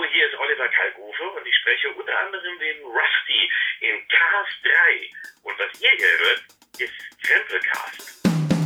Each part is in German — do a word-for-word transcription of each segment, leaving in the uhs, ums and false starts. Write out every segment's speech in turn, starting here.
Hallo, hier ist Oliver Kalkofe und ich spreche unter anderem den Rusty in Cast drei. Und was ihr hier hört, ist Krempelcast.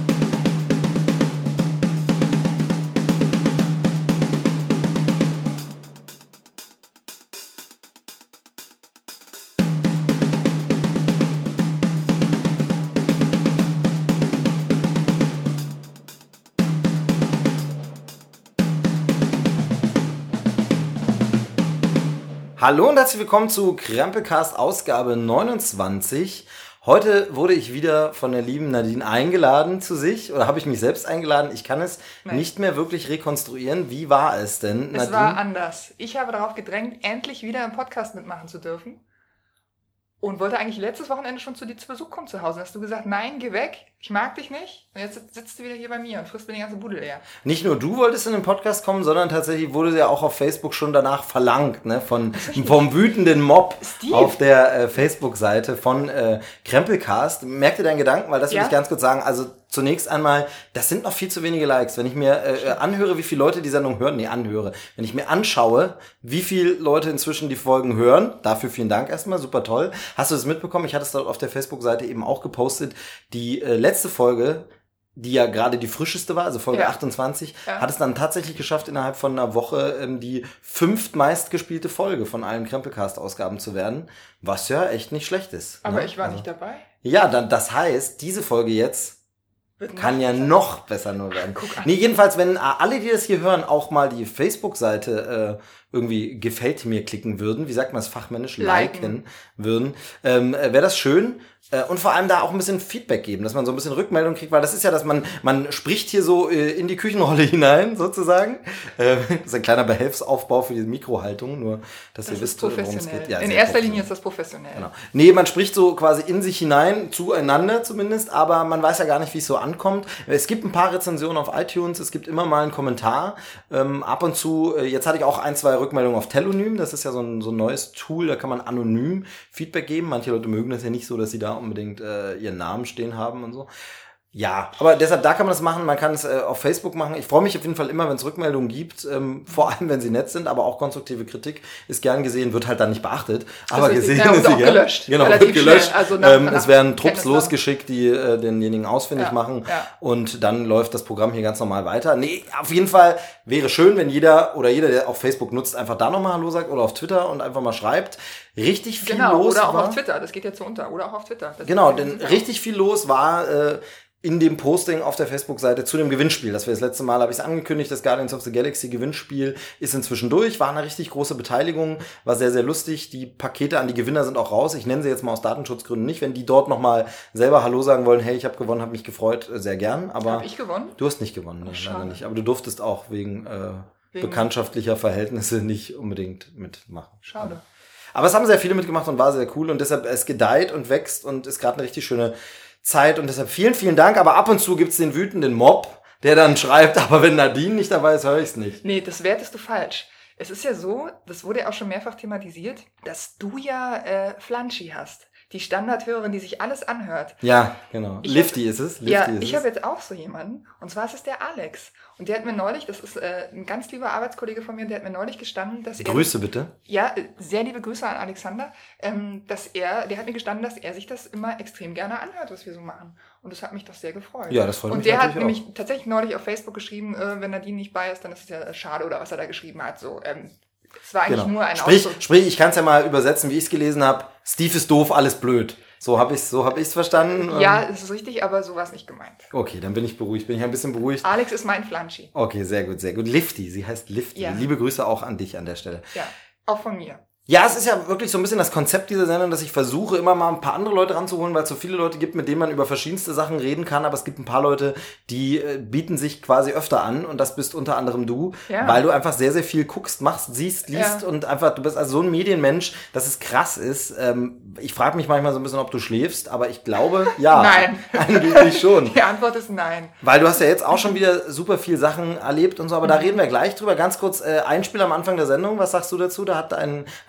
Hallo und herzlich willkommen zu Krempelcast Ausgabe neunundzwanzig. Heute wurde ich wieder von der lieben Nadine eingeladen zu sich, oder habe ich mich selbst eingeladen? Ich kann es Nein. nicht mehr wirklich rekonstruieren. Wie war es denn, Nadine? Es war anders. Ich habe darauf gedrängt, endlich wieder im Podcast mitmachen zu dürfen. Und wollte eigentlich letztes Wochenende schon zu dir zu Besuch kommen zu Hause. Hast du gesagt, nein, geh weg, ich mag dich nicht. Und jetzt sitzt du wieder hier bei mir und frisst mir die ganze Bude leer. Nicht nur du wolltest in den Podcast kommen, sondern tatsächlich wurde ja auch auf Facebook schon danach verlangt, ne, von, vom wütenden Mob Steve. Auf der äh, Facebook-Seite von äh, Krempelcast. Merk dir deinen Gedanken, weil das will ja? ich ganz kurz sagen. Also zunächst einmal, das sind noch viel zu wenige Likes. Wenn ich mir äh, anhöre, wie viele Leute die Sendung hören, nee, anhöre. Wenn ich mir anschaue, wie viele Leute inzwischen die Folgen hören, dafür vielen Dank erstmal, super toll. Hast du das mitbekommen? Ich hatte es dort auf der Facebook-Seite eben auch gepostet. Die äh, letzte Folge, die ja gerade die frischeste war, also Folge ja. achtundzwanzig, ja. hat es dann tatsächlich geschafft, innerhalb von einer Woche ähm, die fünftmeistgespielte Folge von allen Krempelcast-Ausgaben zu werden, was ja echt nicht schlecht ist. Aber ne? ich war also, nicht dabei. Ja, dann das heißt, diese Folge jetzt kann ja noch besser nur werden. Nee, jedenfalls, wenn alle, die das hier hören, auch mal die Facebook-Seite äh, irgendwie gefällt mir klicken würden, wie sagt man es fachmännisch, liken, liken würden, ähm, wäre das schön. Äh, und vor allem da auch ein bisschen Feedback geben, dass man so ein bisschen Rückmeldung kriegt, weil das ist ja, dass man man spricht hier so äh, in die Küchenrolle hinein, sozusagen. Äh, das ist ein kleiner Behelfsaufbau für die Mikrohaltung, nur, dass das ihr wisst, worum es geht. Ja, in erster Linie ist das professionell. Genau. Nee, man spricht so quasi in sich hinein, zueinander zumindest, aber man weiß ja gar nicht, wie es so ankommt. Es gibt ein paar Rezensionen auf iTunes, es gibt immer mal einen Kommentar. Ähm, ab und zu, äh, jetzt hatte ich auch ein, zwei Rückmeldungen auf Telonym, das ist ja so ein, so ein neues Tool, da kann man anonym Feedback geben. Manche Leute mögen das ja nicht so, dass sie da unbedingt äh, ihren Namen stehen haben und so. Ja, aber deshalb, da kann man das machen, man kann es äh, auf Facebook machen. Ich freue mich auf jeden Fall immer, wenn es Rückmeldungen gibt, ähm, vor allem, wenn sie nett sind, aber auch konstruktive Kritik ist gern gesehen, wird halt dann nicht beachtet, aber gesehen ja, ist sie gern. Gelöscht. Genau, wird gelöscht. Also nach, ähm, nach es werden Trupps losgeschickt, die äh, denjenigen ausfindig ja, machen ja. und dann läuft das Programm hier ganz normal weiter. Nee, auf jeden Fall wäre schön, wenn jeder oder jeder, der auch Facebook nutzt, einfach da nochmal Hallo sagt oder auf Twitter und einfach mal schreibt. Richtig viel genau, los oder auch war. auf Twitter, das geht jetzt so unter, oder auch auf Twitter. Das genau, denn richtig viel los war äh, in dem Posting auf der Facebook-Seite zu dem Gewinnspiel. Das wir das letzte Mal, habe ich es angekündigt, das Guardians of the Galaxy Gewinnspiel ist inzwischen durch, war eine richtig große Beteiligung, war sehr, sehr lustig. Die Pakete an die Gewinner sind auch raus. Ich nenne sie jetzt mal aus Datenschutzgründen nicht. Wenn die dort nochmal selber Hallo sagen wollen, hey, ich habe gewonnen, habe mich gefreut, sehr gern. Aber habe ich gewonnen? Du hast nicht gewonnen, nee, leider nicht. Aber du durftest auch wegen, äh, wegen bekanntschaftlicher Verhältnisse nicht unbedingt mitmachen. Schade. Aber es haben sehr viele mitgemacht und war sehr cool und deshalb, es gedeiht und wächst und ist gerade eine richtig schöne Zeit und deshalb vielen, vielen Dank. Aber ab und zu gibt's den wütenden Mob, der dann schreibt, aber wenn Nadine nicht dabei ist, höre ich's nicht. Nee, das wertest du falsch. Es ist ja so, das wurde ja auch schon mehrfach thematisiert, dass du ja äh, Flanschi hast. Die Standardhörerin, die sich alles anhört. Ja, genau. Ich Lifty hab, ist es. Lifty ja, ist ich es. habe jetzt auch so jemanden. Und zwar ist es der Alex. Und der hat mir neulich, das ist äh, ein ganz lieber Arbeitskollege von mir, der hat mir neulich gestanden, dass er... Grüße bitte. Ja, sehr liebe Grüße an Alexander. Ähm, dass er, der hat mir gestanden, dass er sich das immer extrem gerne anhört, was wir so machen. Und das hat mich doch sehr gefreut. Ja, das freut Und mich der natürlich hat nämlich auch. tatsächlich neulich auf Facebook geschrieben, äh, wenn Nadine nicht bei ist, dann ist es ja schade oder was er da geschrieben hat. So, ähm, es war eigentlich genau. nur ein sprich, Ausdruck. Sprich, ich kann es ja mal übersetzen, wie ich es gelesen habe. Steve ist doof, alles blöd. So habe ich es so hab ich's verstanden. Ja, das ist richtig, aber so war es nicht gemeint. Okay, dann bin ich beruhigt. Bin ich ein bisschen beruhigt. Alex ist mein Flanschi. Okay, sehr gut, sehr gut. Lifty, sie heißt Lifty. Ja. Liebe Grüße auch an dich an der Stelle. Ja, auch von mir. Ja, es ist ja wirklich so ein bisschen das Konzept dieser Sendung, dass ich versuche, immer mal ein paar andere Leute ranzuholen, weil es so viele Leute gibt, mit denen man über verschiedenste Sachen reden kann, aber es gibt ein paar Leute, die äh, bieten sich quasi öfter an und das bist unter anderem du, ja. weil du einfach sehr, sehr viel guckst, machst, siehst, liest ja. und einfach, du bist also so ein Medienmensch, dass es krass ist. Ähm, ich frage mich manchmal so ein bisschen, ob du schläfst, aber ich glaube, ja. Nein. Angeblich schon. Die Antwort ist nein. Weil du hast ja jetzt auch schon wieder super viel Sachen erlebt und so, aber mhm. da reden wir gleich drüber. Ganz kurz, äh, Einspiel am Anfang der Sendung, was sagst du dazu? Da hat ein, ein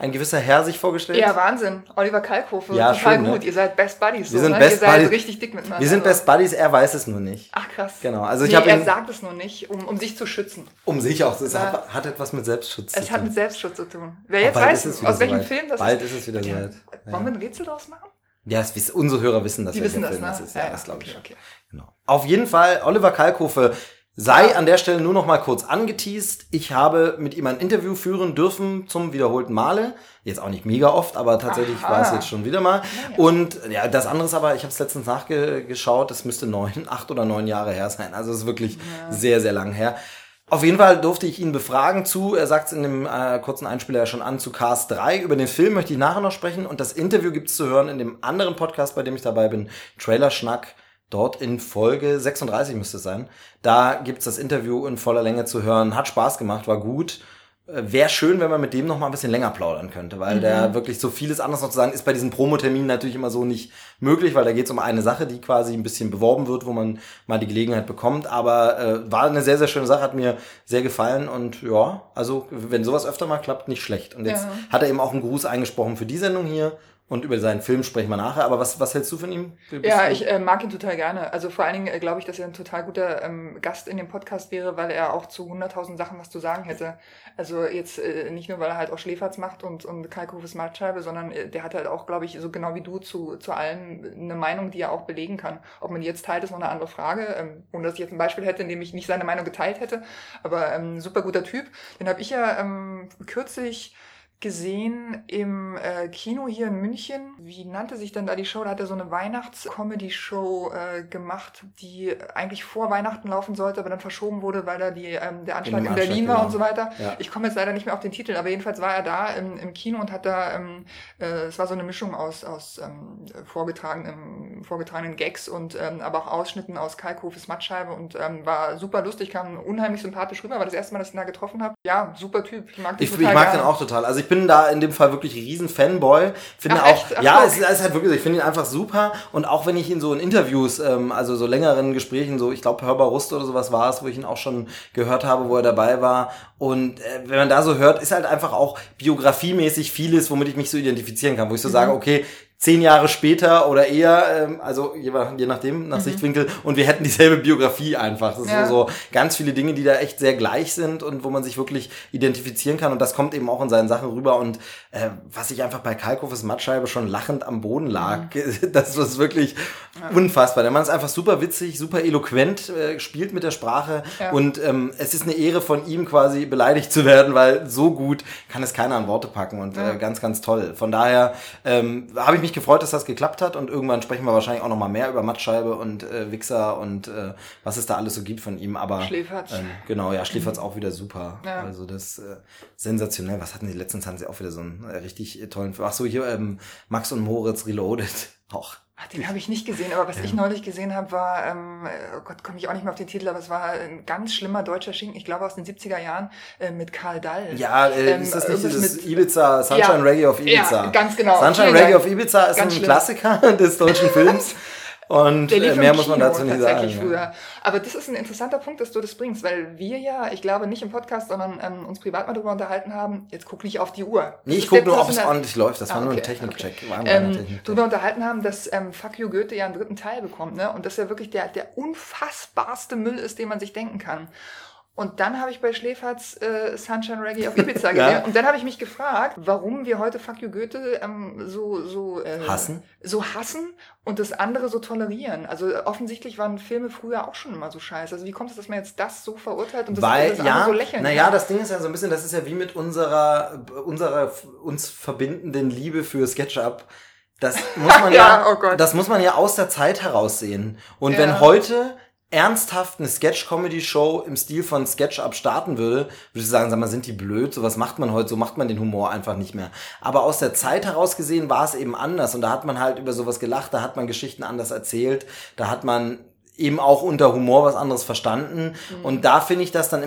ein gewisser Herr sich vorgestellt. Ja, Wahnsinn. Oliver Kalkofe, ja, total schön, gut. Ne? Ihr seid Best Buddies. Wir so, sind ne? Best Ihr seid Buddies. richtig dick miteinander. Wir sind Best Buddies, er weiß es nur nicht. Ach krass. Genau. Also ich nee, hab er ihn, sagt es nur nicht, um, um sich zu schützen. Um sich auch. Es ja. hat, hat etwas mit Selbstschutz es zu tun. Es hat mit Selbstschutz zu tun. Wer jetzt bald weiß, ist es wieder aus welchem soweit. Film das Bald ist. ist es wieder soweit. Ja. Wollen wir ein Rätsel draus machen? Ja, es, wiss- unsere Hörer wissen, dass Die welcher wissen das, Film ne? das ist. Ja, Ja, ja, das glaube ich. okay, okay. Genau. Auf jeden Fall, Oliver Kalkofe sei an der Stelle nur noch mal kurz angeteast. Ich habe mit ihm ein Interview führen dürfen zum wiederholten Male. Jetzt auch nicht mega oft, aber tatsächlich Aha. war es jetzt schon wieder mal. Ja, ja. Und ja, das andere ist aber, ich habe es letztens nachgeschaut, das müsste neun, acht oder neun Jahre her sein. Also es ist wirklich Ja. sehr, sehr lang her. Auf jeden Fall durfte ich ihn befragen zu, er sagt es in dem äh, kurzen Einspieler ja schon an, zu Cars drei. Über den Film möchte ich nachher noch sprechen und das Interview gibt's zu hören in dem anderen Podcast, bei dem ich dabei bin, Trailerschnack. Dort in Folge sechsunddreißig müsste es sein. Da gibt's das Interview in voller Länge zu hören. Hat Spaß gemacht, war gut. Wäre schön, wenn man mit dem noch mal ein bisschen länger plaudern könnte, weil mhm. der wirklich so vieles anderes noch zu sagen ist bei diesen Promoterminen natürlich immer so nicht möglich, weil da geht's um eine Sache, die quasi ein bisschen beworben wird, wo man mal die Gelegenheit bekommt. Aber äh, war eine sehr, sehr schöne Sache, hat mir sehr gefallen und ja, also wenn sowas öfter mal klappt, nicht schlecht. Und jetzt ja. hat er eben auch einen Gruß eingesprochen für die Sendung hier. Und über seinen Film sprechen wir nachher. Aber was, was hältst du von ihm? Ja, ich äh, mag ihn total gerne. Also vor allen Dingen äh, glaube ich, dass er ein total guter ähm, Gast in dem Podcast wäre, weil er auch zu hunderttausend Sachen was zu sagen hätte. Also jetzt äh, nicht nur, weil er halt auch Schläferz macht und, und Kalkofes Mattscheibe, sondern äh, der hat halt auch, glaube ich, so genau wie du zu, zu allem eine Meinung, die er auch belegen kann. Ob man die jetzt teilt, ist noch eine andere Frage. Ähm, ohne dass ich jetzt ein Beispiel hätte, in dem ich nicht seine Meinung geteilt hätte. Aber ähm, super guter Typ. Den habe ich ja ähm, kürzlich gesehen im äh, Kino hier in München. Wie nannte sich denn da die Show? Da hat er so eine Weihnachts-Comedy-Show äh, gemacht, die eigentlich vor Weihnachten laufen sollte, aber dann verschoben wurde, weil da die, ähm, der Anschlag in, in Berlin Anschlag, war genau. und so weiter. Ja. Ich komme jetzt leider nicht mehr auf den Titel, aber jedenfalls war er da im, im Kino und hat da, ähm, äh, es war so eine Mischung aus, aus ähm, vorgetragenen, vorgetragenen Gags und ähm, aber auch Ausschnitten aus Kalkofes Mattscheibe und ähm, war super lustig, kam unheimlich sympathisch rüber, war das erste Mal, dass ich ihn da getroffen habe. Ja, super Typ. Ich mag den ich, total Ich mag gerne. den auch total. Also ich bin da in dem Fall wirklich riesen Fanboy. Finde Ach, auch, echt? Ach, ja, okay. es ist halt wirklich, ich finde ihn einfach super. Und auch wenn ich ihn so in Interviews, ähm, also so längeren Gesprächen, so ich glaube Hörbar Rust oder sowas war es, wo ich ihn auch schon gehört habe, wo er dabei war. Und äh, wenn man da so hört, ist halt einfach auch biografiemäßig vieles, womit ich mich so identifizieren kann, wo ich so mhm. sage, okay, zehn Jahre später oder eher, ähm, also je, je nachdem, nach mhm. Sichtwinkel, und wir hätten dieselbe Biografie einfach. Das ja. ist so, so ganz viele Dinge, die da echt sehr gleich sind und wo man sich wirklich identifizieren kann und das kommt eben auch in seinen Sachen rüber und äh, was ich einfach bei Kalkofes Mattscheibe schon lachend am Boden lag, mhm. das ist wirklich ja. unfassbar. Der Mann ist einfach super witzig, super eloquent, äh, spielt mit der Sprache ja. und ähm, es ist eine Ehre von ihm quasi beleidigt zu werden, weil so gut kann es keiner an Worte packen und ja. äh, ganz, ganz toll. Von daher ähm, habe ich mich gefreut, dass das geklappt hat und irgendwann sprechen wir wahrscheinlich auch noch mal mehr über Mattscheibe und äh, Wichser und äh, was es da alles so gibt von ihm. Aber Schläferz. Ähm, genau, ja, Schläferz mhm. auch wieder super. Ja. Also das äh, sensationell. Was hatten die letztens? Hatten sie auch wieder so einen äh, richtig tollen Film. Ach so, hier ähm, Max und Moritz Reloaded auch. Ach, den habe ich nicht gesehen, aber was ja. ich neulich gesehen habe, war, ähm, oh Gott, komme ich auch nicht mehr auf den Titel, aber es war ein ganz schlimmer deutscher Schinken, ich glaube aus den siebziger Jahren, äh, mit Karl Dall. Ja, äh, ähm, ist das nicht dieses mit, Ibiza, Sunshine ja, Reggae of Ibiza? Ja, ganz genau. Sunshine Reggae of Ibiza ist ganz ein schlimm. Klassiker des deutschen Films. Und der lief mehr im muss man Kino dazu nicht tatsächlich sagen. Früher. Ja. Aber das ist ein interessanter Punkt, dass du das bringst, weil wir ja, ich glaube nicht im Podcast, sondern ähm, uns privat mal darüber unterhalten haben, jetzt guck nicht auf die Uhr. Nee, ich gucke nur, ob es ordentlich läuft. Das ah, war okay, nur ein Technikcheck. Okay. Ähm, Technik darüber unterhalten haben, dass ähm, Fuck You Goethe ja einen dritten Teil bekommt, ne? Und das ja wirklich der, der unfassbarste Müll ist, den man sich denken kann. Und dann habe ich bei Schläferz äh, Sunshine Reggae auf Ibiza gesehen. Ja. Und dann habe ich mich gefragt, warum wir heute Fuck You Goethe ähm, so so äh, hassen, so hassen und das andere so tolerieren. Also offensichtlich waren Filme früher auch schon immer so scheiße. Also wie kommt es, dass man jetzt das so verurteilt und das, Weil, das ja, andere so lächeln? Naja, ja, das Ding ist ja so ein bisschen, das ist ja wie mit unserer unserer uns verbindenden Liebe für SketchUp. Das muss man ja, ja oh Gott. das muss man ja aus der Zeit heraus sehen. Und ja. wenn heute ernsthaft eine Sketch-Comedy-Show im Stil von SketchUp starten würde, würde ich sagen, sag mal, sind die blöd? So was macht man heute, so macht man den Humor einfach nicht mehr. Aber aus der Zeit heraus gesehen war es eben anders und da hat man halt über sowas gelacht, da hat man Geschichten anders erzählt, da hat man eben auch unter Humor was anderes verstanden mhm. und da finde ich das dann immer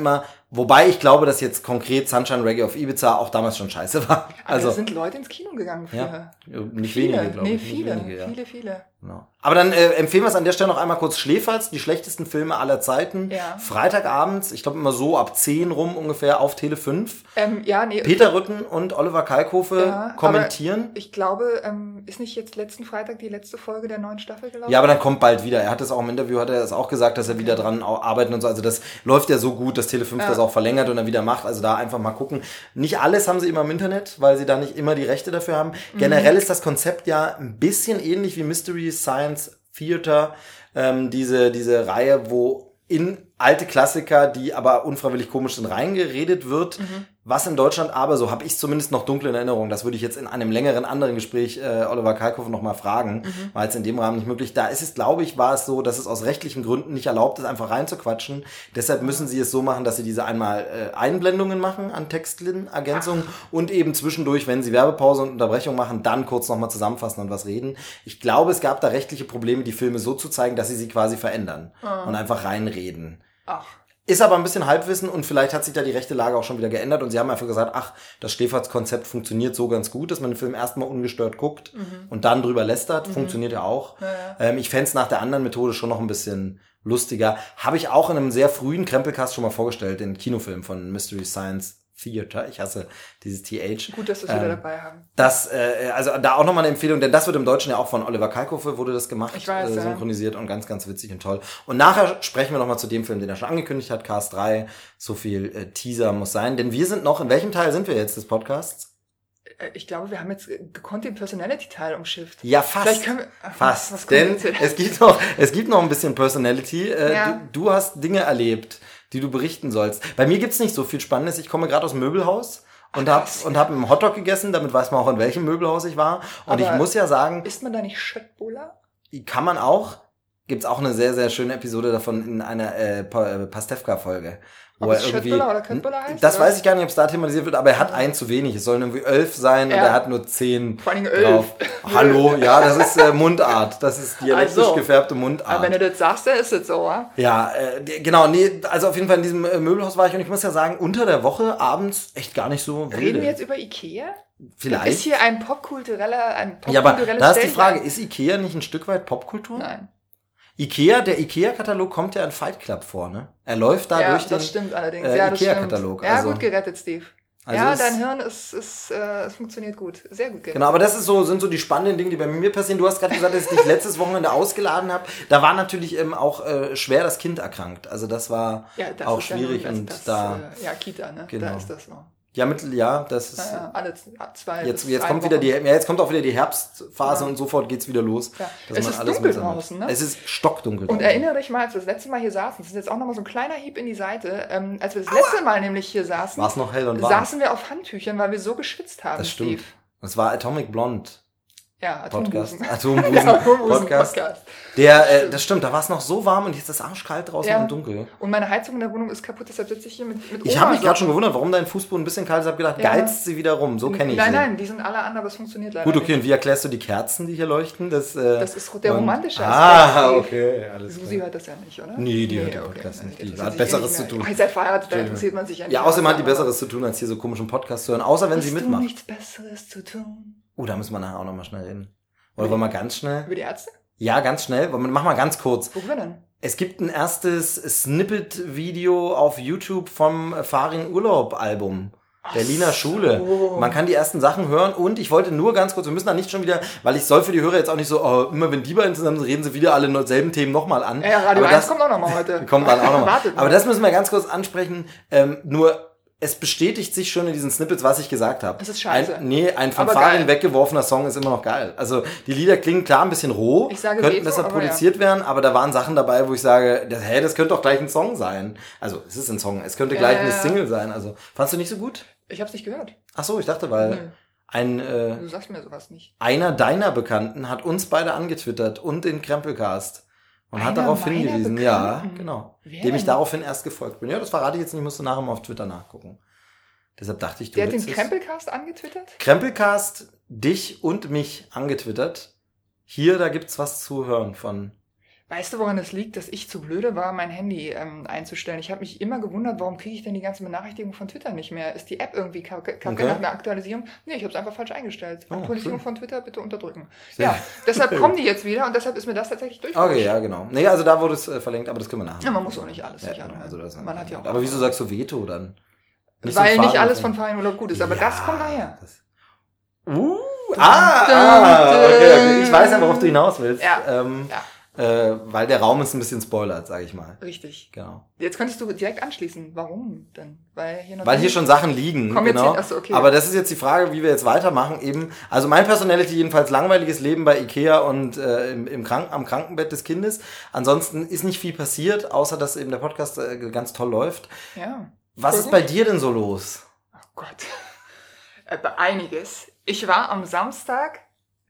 Wobei ich glaube, dass jetzt konkret Sunshine Reggae auf Ibiza auch damals schon scheiße war. Aber Also da sind Leute ins Kino gegangen für. ja, nicht viele, wenige, glaube nee, ich. Nicht viele, wenige, ja. viele, viele. Genau. Aber dann äh, empfehlen wir es an der Stelle noch einmal kurz. Schläferz, die schlechtesten Filme aller Zeiten. Ja. Freitagabends, ich glaube immer so ab zehn rum ungefähr auf Tele fünf. Ähm, ja, nee. Peter Rütten und Oliver Kalkofe Ja, kommentieren. aber ich glaube, ähm, ist nicht jetzt letzten Freitag die letzte Folge der neuen Staffel gelaufen? Ja, aber dann kommt bald wieder. Er hat es auch im Interview, hat er es auch gesagt, dass er wieder dran au- arbeitet und so. Also das läuft ja so gut, dass Tele fünf Ja. das auch verlängert und dann wieder macht. Also da einfach mal gucken. Nicht alles haben sie immer im Internet, weil sie da nicht immer die Rechte dafür haben. Generell ist das Konzept ja ein bisschen ähnlich wie Mystery Science Theater. Ähm, diese, diese Reihe, wo in alte Klassiker, die aber unfreiwillig komisch sind, reingeredet wird. Mhm. Was in Deutschland aber, so habe ich zumindest noch dunkle in Erinnerung, das würde ich jetzt in einem längeren anderen Gespräch äh, Oliver Kalkofe noch mal fragen, Mhm. war jetzt in dem Rahmen nicht möglich. Da ist es, glaube ich, war es so, dass es aus rechtlichen Gründen nicht erlaubt ist, einfach reinzuquatschen. Deshalb müssen sie es so machen, dass sie diese einmal äh, Einblendungen machen an Textlinien-Ergänzungen und eben zwischendurch, wenn sie Werbepause und Unterbrechung machen, dann kurz nochmal zusammenfassen und was reden. Ich glaube, es gab da rechtliche Probleme, die Filme so zu zeigen, dass sie sie quasi verändern Ah. und einfach reinreden. Ach. Ist aber ein bisschen Halbwissen und vielleicht hat sich da die rechte Lage auch schon wieder geändert und sie haben einfach gesagt, ach, das Schläferz-Konzept funktioniert so ganz gut, dass man den Film erstmal ungestört guckt Mhm. und dann drüber lästert. Funktioniert ja auch. Ja, ja. Ähm, ich fänd's nach der anderen Methode schon noch ein bisschen lustiger. Habe ich auch in einem sehr frühen Krempelcast schon mal vorgestellt, den Kinofilm von Mystery Science Theater. Ich hasse dieses T H. Gut, dass wir es Ähm, wieder dabei haben. Das, äh, also da auch nochmal eine Empfehlung, denn das wird im Deutschen ja auch von Oliver Kalkofe wurde das gemacht, Ich weiß, äh, ja. synchronisiert und ganz, ganz witzig und toll. Und nachher sprechen wir nochmal zu dem Film, den er schon angekündigt hat, Cast drei. So viel äh, Teaser muss sein, denn wir sind noch, in welchem Teil sind wir jetzt des Podcasts? Äh, Ich glaube, wir haben jetzt äh, gekonnt den Personality-Teil umschifft. Ja, fast. Vielleicht können wir... Ach, Fast, was denn kommt jetzt? es gibt noch, es gibt noch ein bisschen Personality. Äh, Ja. du, du hast Dinge erlebt, die du berichten sollst. Bei mir gibt's nicht so viel Spannendes. Ich komme gerade aus dem Möbelhaus und Ach, hab krass. und hab einen Hotdog gegessen. Damit weiß man auch, in welchem Möbelhaus ich war. Und Aber ich muss ja sagen, Isst man da nicht Schöttbullar? kann man auch. Gibt's auch eine sehr, sehr schöne Episode davon in einer äh, Pa- äh, Pastewka-Folge. Ob es Schöttbullar oder Köttbullar heißt? Das oder? weiß ich gar nicht, ob es da thematisiert wird, aber er hat einen zu wenig. Es sollen irgendwie elf sein und Ja. er hat nur zehn Vor allem elf. drauf. Hallo, ja, das ist äh, Mundart. Das ist dialektisch Also. gefärbte Mundart. Aber wenn du das sagst, dann ist es so, wa? Ja, äh, die- genau, nee, also auf jeden Fall in diesem äh, Möbelhaus war ich und ich muss ja sagen, unter der Woche abends echt gar nicht so wilde. Reden wir jetzt über Ikea? Vielleicht. Ist hier ein popkultureller, ein Ja, aber popkulturelles da ist die Statement? Frage, ist Ikea nicht ein Stück weit Popkultur? Nein. Ikea, der Ikea-Katalog kommt ja in Fight Club vor, ne? Er läuft da Ja, durch das den stimmt allerdings. äh, ja, das Ikea-Katalog. stimmt. Ja, Also- gut gerettet, Steve. Also ja, es- dein Hirn ist, ist äh, es funktioniert gut. Sehr gut gerettet. Genau, aber das ist so, sind so die spannenden Dinge, die bei mir passieren. Du hast gerade gesagt, dass ich dich letztes Wochenende ausgeladen habe. Da war natürlich ähm, auch äh, schwer das Kind erkrankt. Also das war ja, das auch ist ja schwierig nun- und das, da, Äh, ja, Kita, ne? Genau. Da ist das so. ja, mit, ja, das ist, Ja, ja, alle z- ab zwei jetzt, bis jetzt drei kommt wieder Wochen. die, ja, jetzt kommt auch wieder die Herbstphase Ja. und sofort geht's wieder los. Ja. dass Es man ist alles dunkel mitsammelt. draußen, ne? Es ist stockdunkel Und draußen. erinnere dich mal, als wir das letzte Mal hier saßen, das ist jetzt auch nochmal so ein kleiner Hieb in die Seite, ähm, als wir das letzte Mal nämlich hier saßen, War es noch hell und warm? saßen wir auf Handtüchern, weil wir so geschwitzt haben, Das stimmt. Steve. Das war Atomic Blonde Ja, Podcast. Atombusen. Atombusen Der Atombusen Podcast. Podcast. Der, äh, das stimmt, da war es noch so warm und jetzt ist es arschkalt draußen Ja. und dunkel. Und meine Heizung in der Wohnung ist kaputt, deshalb sitze ich hier mit, mit Ich habe mich Oma-Socken. gerade schon gewundert, warum dein Fußboden ein bisschen kalt ist. Ich habe gedacht, Ja. geizt sie wieder rum. So kenne ich Nein, sie. nein, die sind alle an, aber es funktioniert leider Gut, okay, nicht. und wie erklärst du die Kerzen, die hier leuchten? Das, äh, Das ist der und- romantische Ah, Aspekt. okay, alles Susi klar. hört das ja nicht, oder? Nee, die hört den okay. Podcast nicht. Die interessiert hat sich Besseres eh nicht zu mehr. tun. Oh, ihr seid verheiratet, da interessiert man sich ja nicht. Ja, außerdem hat die aber- Besseres zu tun, als hier so komischen Podcast zu hören. Außer wenn Hast sie du mitmacht. nichts Besseres zu tun? Oh, da müssen wir nachher auch nochmal schnell reden. Oder wollen wir ganz schnell? Über die Ärzte? Ja, ganz schnell. Wollen wir- Mach mal ganz kurz. Worüber denn? Es gibt ein erstes Snippet-Video auf YouTube vom Farin Urlaub-Album. Berliner Schule. Man kann die ersten Sachen hören und ich wollte nur ganz kurz, wir müssen da nicht schon wieder, weil ich soll für die Hörer jetzt auch nicht so, oh, immer wenn die beiden zusammen sind, reden sie wieder alle noch selben Themen nochmal an. Ja, Radio Aber eins das kommt auch nochmal heute. kommt dann auch nochmal. Wartet Aber mal. das müssen wir ganz kurz ansprechen. Ähm, nur, es bestätigt sich schon in diesen Snippets, was ich gesagt habe. Das ist scheiße. Ein, nee, ein von Aber Farin geil. weggeworfener Song ist immer noch geil. Also die Lieder klingen klar ein bisschen roh, Ich sage könnten Veto, besser aber produziert werden, aber da waren Sachen dabei, wo ich sage, das, hä, das könnte doch gleich ein Song sein. Also es ist ein Song, es könnte gleich Ja, eine ja, ja. Single sein. Also fandst du nicht so gut? Ich hab's nicht gehört. Ach so, ich dachte, weil Nö. ein äh, Du sagst mir sowas nicht. einer deiner Bekannten hat uns beide angetwittert und den Krempelcast und hat Einer darauf meiner hingewiesen. Ja, Bekannten? genau. Wer Dem ich denn? daraufhin erst gefolgt bin. Ja, das verrate ich jetzt nicht, musst du nachher mal auf Twitter nachgucken. Deshalb dachte ich, du Der hat den willst es. Krempelcast angetwittert? Krempelcast dich und mich angetwittert. Hier, da gibt's was zu hören von. Weißt du, woran es liegt, dass ich zu blöde war, mein Handy ähm, einzustellen? Ich habe mich immer gewundert, warum kriege ich denn die ganzen Benachrichtigungen von Twitter nicht mehr? Ist die App irgendwie kacke, kacke Okay. nach einer Aktualisierung? Nee, ich habe es einfach falsch eingestellt. Oh, Aktualisierung cool. von Twitter bitte unterdrücken. Sehr Ja, deshalb kommen die jetzt wieder und deshalb ist mir das tatsächlich durchgerutscht. Okay, ja, genau. Nee, also da wurde es äh, verlinkt, aber das können wir nachher. Ja, man muss auch nicht alles Ja, sich genau, anhören. also das Man hat ja auch aber wieso sagst du Veto dann? Nicht Weil so nicht alles Fahrrad- von Ferienurlaub gut ist, aber Ja, das kommt daher. Das, uh, ah, ah, okay, okay. Ich weiß ja, worauf du hinaus willst. Ja, Ähm, ja. Äh, weil der Raum ist ein bisschen spoilert, sage ich mal. Richtig. Genau. Jetzt könntest du direkt anschließen. Warum denn? Weil hier noch Weil hier schon Sachen liegen, Kommen jetzt genau. hin- achso, okay. Aber das ist jetzt die Frage, wie wir jetzt weitermachen. Eben, also mein Personality jedenfalls langweiliges Leben bei Ikea und äh, im, im Kranken, am Krankenbett des Kindes. Ansonsten ist nicht viel passiert, außer dass eben der Podcast äh, ganz toll läuft. Ja. Was Voll ist gut. bei dir denn so los? Oh Gott. Äh, einiges. Ich war am Samstag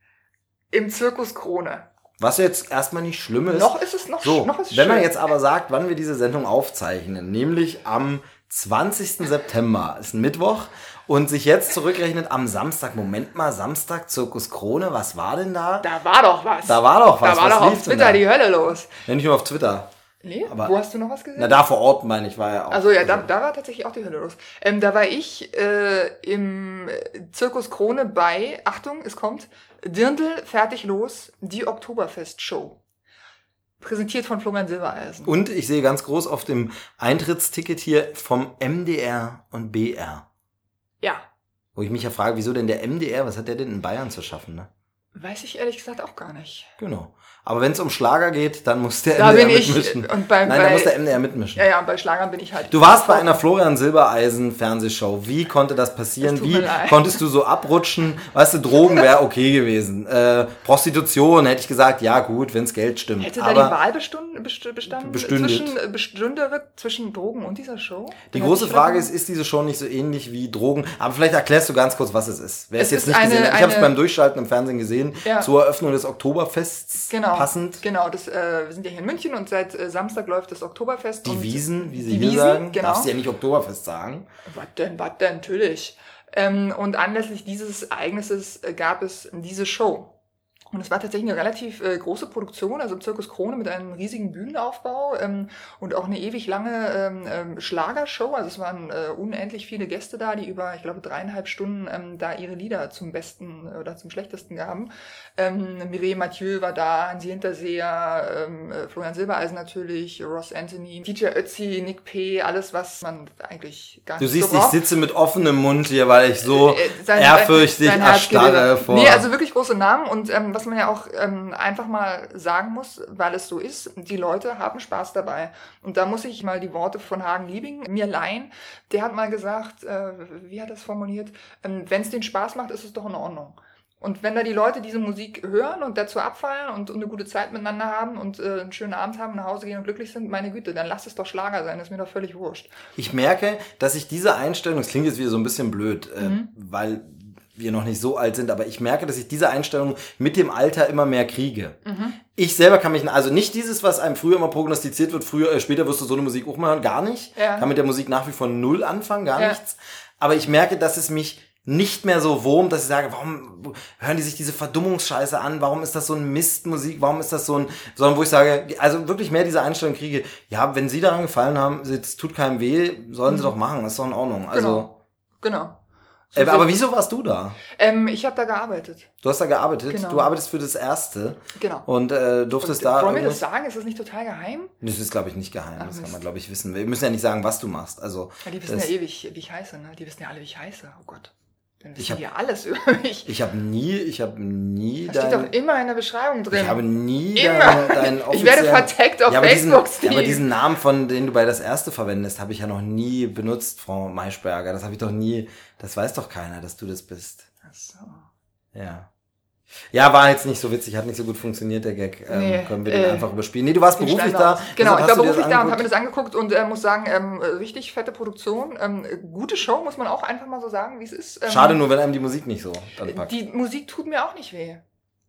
im Zirkus Krone. Was jetzt erstmal nicht schlimm ist. Noch ist es noch, So, noch ist es wenn man schön. jetzt aber sagt, wann wir diese Sendung aufzeichnen, nämlich am zwanzigsten September, ist ein Mittwoch, und sich jetzt zurückrechnet am Samstag, Moment mal, Samstag, Zirkus Krone, was war denn da? Da war doch was. Da war doch was. Da war was doch auf lief denn Twitter da? die Hölle los. Ja, nicht nur auf Twitter. Nee? Aber- Wo hast du noch was gesehen? Na, da vor Ort, meine ich, war ja auch. Also ja, da, da war tatsächlich auch die Hölle los. Ähm, da war ich äh, im Zirkus Krone bei, Achtung, es kommt, Dirndl, fertig los, die Oktoberfest-Show. Präsentiert von Florian Silbereisen. Und ich sehe ganz groß auf dem Eintrittsticket hier vom M D R und B R. Ja, Wo ich mich ja frage, wieso denn der M D R, was hat der denn in Bayern zu schaffen, ne? weiß ich ehrlich gesagt auch gar nicht. Genau. Aber wenn es um Schlager geht, dann muss der Da M D R bin ich, mitmischen. und bei, Nein, bei, da muss der M D R mitmischen. ja, ja, und bei Schlagern bin ich halt. Du warst bei einer Florian Silbereisen Fernsehshow. Wie konnte das passieren? Es tut Wie mir leid. konntest du so abrutschen? Weißt du, Drogen wäre okay gewesen. Äh, Prostitution hätte ich gesagt, ja gut, wenns Geld stimmt. Hätte da die Aber Wahl bestund, best, bestanden Bestündet. zwischen, äh, bestünde zwischen Drogen und dieser Show? die Hätte große ich Frage vielleicht ist, ist diese Show nicht so ähnlich wie Drogen? Aber vielleicht erklärst du ganz kurz, was es ist. Wer es Es jetzt ist nicht eine- gesehen hat. Ich habe es eine- beim Durchschalten im Fernsehen gesehen. Ja. Zur Eröffnung des Oktoberfests Genau, passend. genau. Das, äh, wir sind ja hier in München und seit äh, Samstag läuft das Oktoberfest. Die und Wiesen, wie sie die hier Wiesen, sagen. genau. Darfst du ja nicht Oktoberfest sagen. Was denn, was denn, natürlich. Ähm, und anlässlich dieses Ereignisses äh, gab es diese Show. Und es war tatsächlich eine relativ äh, große Produktion, also im Zirkus Krone mit einem riesigen Bühnenaufbau ähm, und auch eine ewig lange ähm, ähm, Schlagershow. Also es waren äh, unendlich viele Gäste da, die über, ich glaube, dreieinhalb Stunden ähm, da ihre Lieder zum Besten oder zum Schlechtesten gaben. Ähm, Mireille Mathieu war da, Hansi Hinterseher, ähm, äh, Florian Silbereisen natürlich, Ross Anthony, D J Ötzi, Nick P., alles, was man eigentlich gar Du nicht siehst, so ich braucht. sitze mit offenem Mund hier, weil ich so Äh, sein- ehrfürchtig sein Herz geht erstarre über. vor... Nee, also wirklich große Namen und ähm, was man ja auch ähm, einfach mal sagen muss, weil es so ist, die Leute haben Spaß dabei. Und da muss ich mal die Worte von Hagen Liebing mir leihen. Der hat mal gesagt, äh, wie hat er es formuliert, ähm, wenn es den Spaß macht, ist es doch in Ordnung. Und wenn da die Leute diese Musik hören und dazu abfallen und, und eine gute Zeit miteinander haben und äh, einen schönen Abend haben, nach Hause gehen und glücklich sind, meine Güte, dann lasst es doch Schlager sein, das ist mir doch völlig wurscht. Ich merke, dass ich diese Einstellung, das klingt jetzt wieder so ein bisschen blöd, äh, Mhm. weil wir noch nicht so alt sind, aber ich merke, dass ich diese Einstellung mit dem Alter immer mehr kriege. Mhm. Ich selber kann mich, also nicht dieses, was einem früher immer prognostiziert wird, früher, äh, später wirst du so eine Musik auch mal hören, gar nicht. Ja. Kann mit der Musik nach wie vor null anfangen, gar Ja. nichts. Aber ich merke, dass es mich nicht mehr so wurmt, dass ich sage, warum hören die sich diese Verdummungsscheiße an? Warum ist das so ein Mistmusik? Warum ist das so ein, sondern wo ich sage, also wirklich mehr diese Einstellung kriege, ja, wenn sie daran gefallen haben, es tut keinem weh, sollen sie doch machen, ist doch in Ordnung. Also, Genau. Genau. So äh, aber viel- wieso warst du da? Ähm, ich habe da gearbeitet. Du hast da gearbeitet, Genau. du arbeitest für das Erste Genau. und äh, durftest da... Wollen wir irgendwas- das sagen? Ist das nicht total geheim? Das ist, glaube ich, nicht geheim. Ach, das kann Mist. man, glaube ich, wissen. Wir müssen ja nicht sagen, was du machst. Also, Ja, die wissen das, ja ewig, wie ich heiße, ne? Die wissen ja alle, wie ich heiße. Oh Gott. Dann wissen Ich hab- die ja alles über mich. ich habe nie, ich habe nie Das steht doch dein, immer in der Beschreibung drin. ich habe nie Immer. dein, dein Ich werde offiziellen- vertaggt auf ja, aber diesen, Facebook, ja, Steve. aber diesen Namen, von den du bei das Erste verwendest, habe ich ja noch nie benutzt, Frau Maischberger. Das habe ich doch nie, das weiß doch keiner, dass du das bist. Ach so. Ja. Ja, war jetzt nicht so witzig, hat nicht so gut funktioniert, der Gag. Ähm, Nee, können wir den äh, einfach überspielen. Nee, du warst Den beruflich schneiden wir da. aus. Genau, deshalb ich hast war du dir das beruflich da und habe mir angeguckt. das angeguckt und äh, muss sagen, ähm, richtig fette Produktion. Ähm, gute Show, muss man auch einfach mal so sagen, wie es ist. Ähm, Schade nur, wenn einem die Musik nicht so dann packt. Die Musik tut mir auch nicht weh.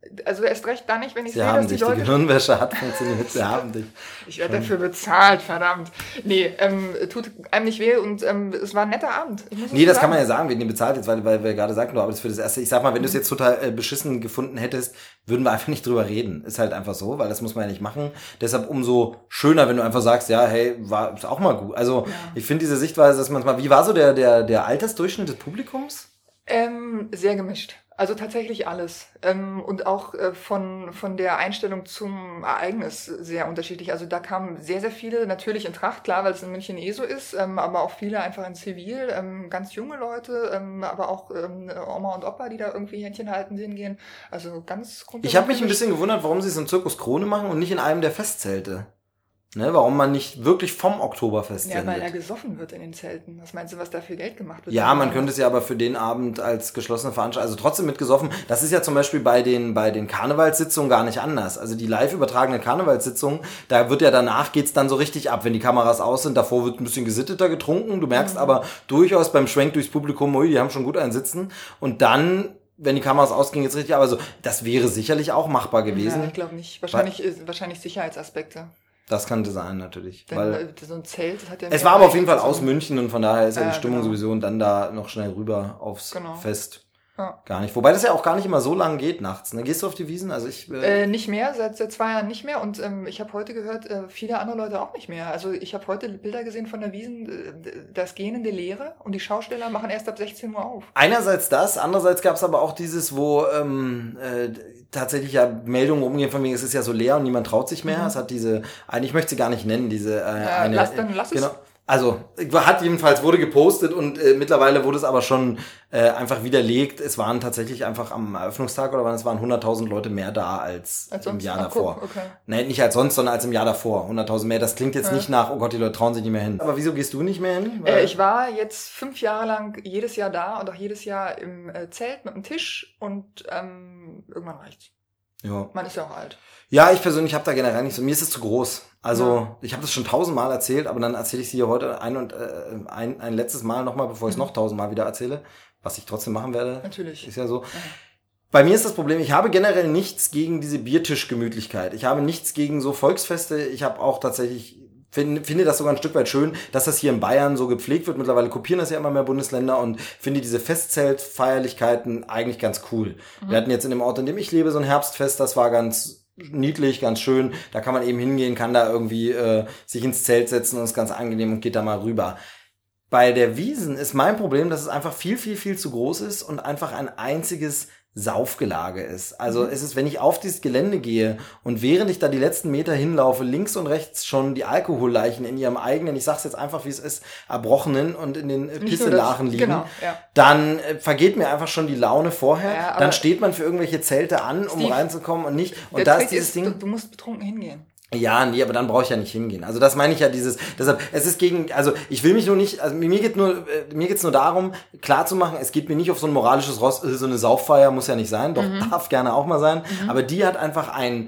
Also erst recht dann nicht, wenn ich Sie sehe, haben dass die dich, Leute... die Gehirnwäsche hat funktioniert, sie haben dich. Ich werde dafür bezahlt, verdammt. Nee, ähm, tut einem nicht weh und ähm, es war ein netter Abend. Ich muss Nee, das sagen. kann man ja sagen, wegen dem bezahlt jetzt, weil, weil wir gerade sagten, du arbeitest für das erste. Ich sag mal, wenn du es jetzt total äh, beschissen gefunden hättest, würden wir einfach nicht drüber reden. Ist halt einfach so, weil das muss man ja nicht machen. Deshalb umso schöner, wenn du einfach sagst, ja, hey, war ist auch mal gut. Also Ja. ich finde diese Sichtweise, dass manchmal, wie war so der, der, der Altersdurchschnitt des Publikums? Ähm, sehr gemischt. Also tatsächlich alles. Ähm, und auch äh, von, von der Einstellung zum Ereignis sehr unterschiedlich. Also da kamen sehr, sehr viele, natürlich in Tracht, klar, weil es in München eh so ist, ähm, aber auch viele einfach in Zivil, ähm, ganz junge Leute, ähm, aber auch ähm, Oma und Opa, die da irgendwie Händchen halten hingehen. Also ganz grundsätzlich. Ich habe mich ein bisschen gewundert, warum sie es im Zirkus Krone machen und nicht in einem der Festzelte. Ne, warum man nicht wirklich vom Oktoberfest Ja, weil da sendet. gesoffen wird in den Zelten. Was meinst du, was da für Geld gemacht wird? Ja, man könnte es ja aber für den Abend als geschlossene Veranstaltung, also trotzdem mit gesoffen. Das ist ja zum Beispiel bei den bei den Karnevalssitzungen gar nicht anders. Also die live übertragenen Karnevalssitzungen, da wird ja danach geht's dann so richtig ab, wenn die Kameras aus sind. Davor wird ein bisschen gesitteter getrunken. Du merkst Mhm. aber durchaus beim Schwenk durchs Publikum, ui, die haben schon gut einen sitzen. Und dann, wenn die Kameras ausgingen, jetzt richtig. Aber so, das wäre sicherlich auch machbar gewesen. Ja, ich glaube nicht. Wahrscheinlich, ist, wahrscheinlich Sicherheitsaspekte. Das könnte sein, natürlich. Denn Weil äh, so ein Zelt das hat ja... es mehr war aber auf jeden Fall so- aus München und von daher ist ja die Ja, Stimmung genau. sowieso und dann da noch schnell rüber aufs Genau. Fest. Ja. Gar nicht. Wobei das ja auch gar nicht immer so lang geht nachts. Ne? Gehst du auf die Wiesen? Also ich. Äh, Äh, nicht mehr, seit, seit zwei Jahren nicht mehr. Und ähm, ich habe heute gehört, äh, viele andere Leute auch nicht mehr. Also ich habe heute Bilder gesehen von der Wiesen, äh, das gähnende Leere und die Schausteller machen erst ab sechzehn Uhr auf. einerseits das, andererseits gab es aber auch dieses, wo ähm, äh, tatsächlich ja Meldungen rumgehen von wegen, es ist ja so leer und niemand traut sich mehr. Mhm. Es hat diese, eine, ich möchte sie gar nicht nennen, diese äh, Äh, eine. lass dann, lass es. Genau. Also, hat jedenfalls, wurde gepostet und äh, mittlerweile wurde es aber schon äh, einfach widerlegt. Es waren tatsächlich einfach am Eröffnungstag oder wann, es waren hunderttausend Leute mehr da als, Als im sonst? Jahr Ach, davor. guck, okay. Nein, nicht als sonst, sondern als im Jahr davor. hunderttausend mehr. Das klingt jetzt Ja. nicht nach, oh Gott, die Leute trauen sich nicht mehr hin. Aber wieso gehst du nicht mehr hin? Äh, ich war jetzt fünf Jahre lang jedes Jahr da und auch jedes Jahr im äh, Zelt mit einem Tisch und ähm, irgendwann reicht's. ja. Man ist ja auch alt. Ja, ich persönlich habe da generell nicht so. Mir ist es zu groß. Also Ja. ich habe das schon tausendmal erzählt, aber dann erzähle ich sie hier heute ein und äh, ein, ein letztes Mal nochmal, bevor ich es Mhm. noch tausendmal wieder erzähle, was ich trotzdem machen werde. Natürlich. Ist ja so. Bei mir ist das Problem, ich habe generell nichts gegen diese Biertischgemütlichkeit. Ich habe nichts gegen so Volksfeste. Ich habe auch tatsächlich, find, finde das sogar ein Stück weit schön, dass das hier in Bayern so gepflegt wird. Mittlerweile kopieren das ja immer mehr Bundesländer und finde diese Festzeltfeierlichkeiten eigentlich ganz cool. Mhm. Wir hatten jetzt in dem Ort, in dem ich lebe, so ein Herbstfest, das war ganz niedlich, ganz schön. Da kann man eben hingehen, kann da irgendwie äh, sich ins Zelt setzen und ist ganz angenehm und geht da mal rüber. Bei der Wiesn ist mein Problem, dass es einfach viel, viel, viel zu groß ist und einfach ein einziges Saufgelage ist. Also Mhm. es ist, wenn ich auf dieses Gelände gehe und während ich da die letzten Meter hinlaufe, links und rechts schon die Alkoholleichen in ihrem eigenen, ich sag's jetzt einfach, wie es ist, erbrochenen und in den äh, Nicht nur Pisselachen das- liegen, Genau, ja. dann äh, vergeht mir einfach schon die Laune vorher. Ja, aber- dann steht man für irgendwelche Zelte an, um Steve, reinzukommen und nicht. Und Der da Trick ist dieses Ding. Du, du musst betrunken hingehen. Ja, nee, aber dann brauche ich ja nicht hingehen. Also das meine ich ja dieses, deshalb, es ist gegen, also ich will mich nur nicht, also mir geht nur, äh, mir geht's nur darum, klar zu machen, es geht mir nicht auf so ein moralisches Ross, äh, so eine Sauffeier muss ja nicht sein, doch Mhm. darf gerne auch mal sein, Mhm. aber die hat einfach ein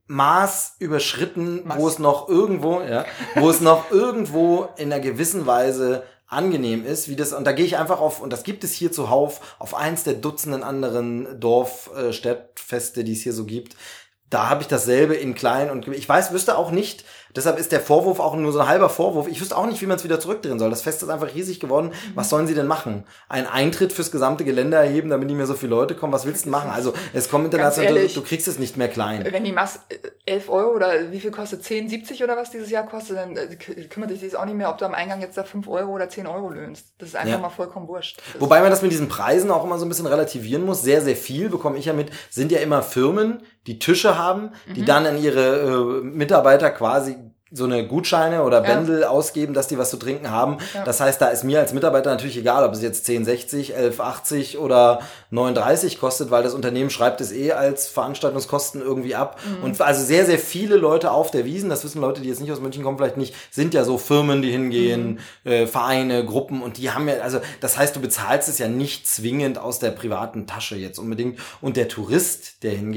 Maß überschritten, Maß. wo es noch irgendwo, ja, wo es noch irgendwo in einer gewissen Weise angenehm ist, wie das, und da gehe ich einfach auf, und das gibt es hier zuhauf, auf eins der Dutzenden anderen Dorf, äh, Stadtfeste, die es hier so gibt. Da habe ich dasselbe in klein und ich weiß, wüsste auch nicht, deshalb ist der Vorwurf auch nur so ein halber Vorwurf. Ich wüsste auch nicht, wie man es wieder zurückdrehen soll. Das Fest ist einfach riesig geworden. Was sollen sie denn machen? Einen Eintritt fürs gesamte Gelände erheben, damit nicht mehr so viele Leute kommen? Was willst du denn machen? Also es kommt international, du, ehrlich. du kriegst es nicht mehr klein. Wenn die Masse elf Euro oder wie viel kostet? zehn siebzig oder was dieses Jahr kostet, dann äh, k- kümmert dich das auch nicht mehr, ob du am Eingang jetzt da fünf Euro oder zehn Euro löhnst. Das ist einfach Ja. mal vollkommen wurscht. Das Wobei man das mit diesen Preisen auch immer so ein bisschen relativieren muss. Sehr, sehr viel bekomme ich ja mit, sind ja immer Firmen, die Tische haben, die Mhm. dann an ihre äh, Mitarbeiter quasi so eine Gutscheine oder Ja. Bändel ausgeben, dass die was zu trinken haben. Ja. Das heißt, da ist mir als Mitarbeiter natürlich egal, ob es jetzt zehn sechzig, elf achtzig oder neun dreißig kostet, weil das Unternehmen schreibt es eh als Veranstaltungskosten irgendwie ab. Mhm. Und also sehr, sehr viele Leute auf der Wiesn, das wissen Leute, die jetzt nicht aus München kommen, vielleicht nicht, sind ja so Firmen, die hingehen, Mhm. äh, Vereine, Gruppen, und die haben ja, also das heißt, du bezahlst es ja nicht zwingend aus der privaten Tasche jetzt unbedingt. Und der Tourist, der hingeht,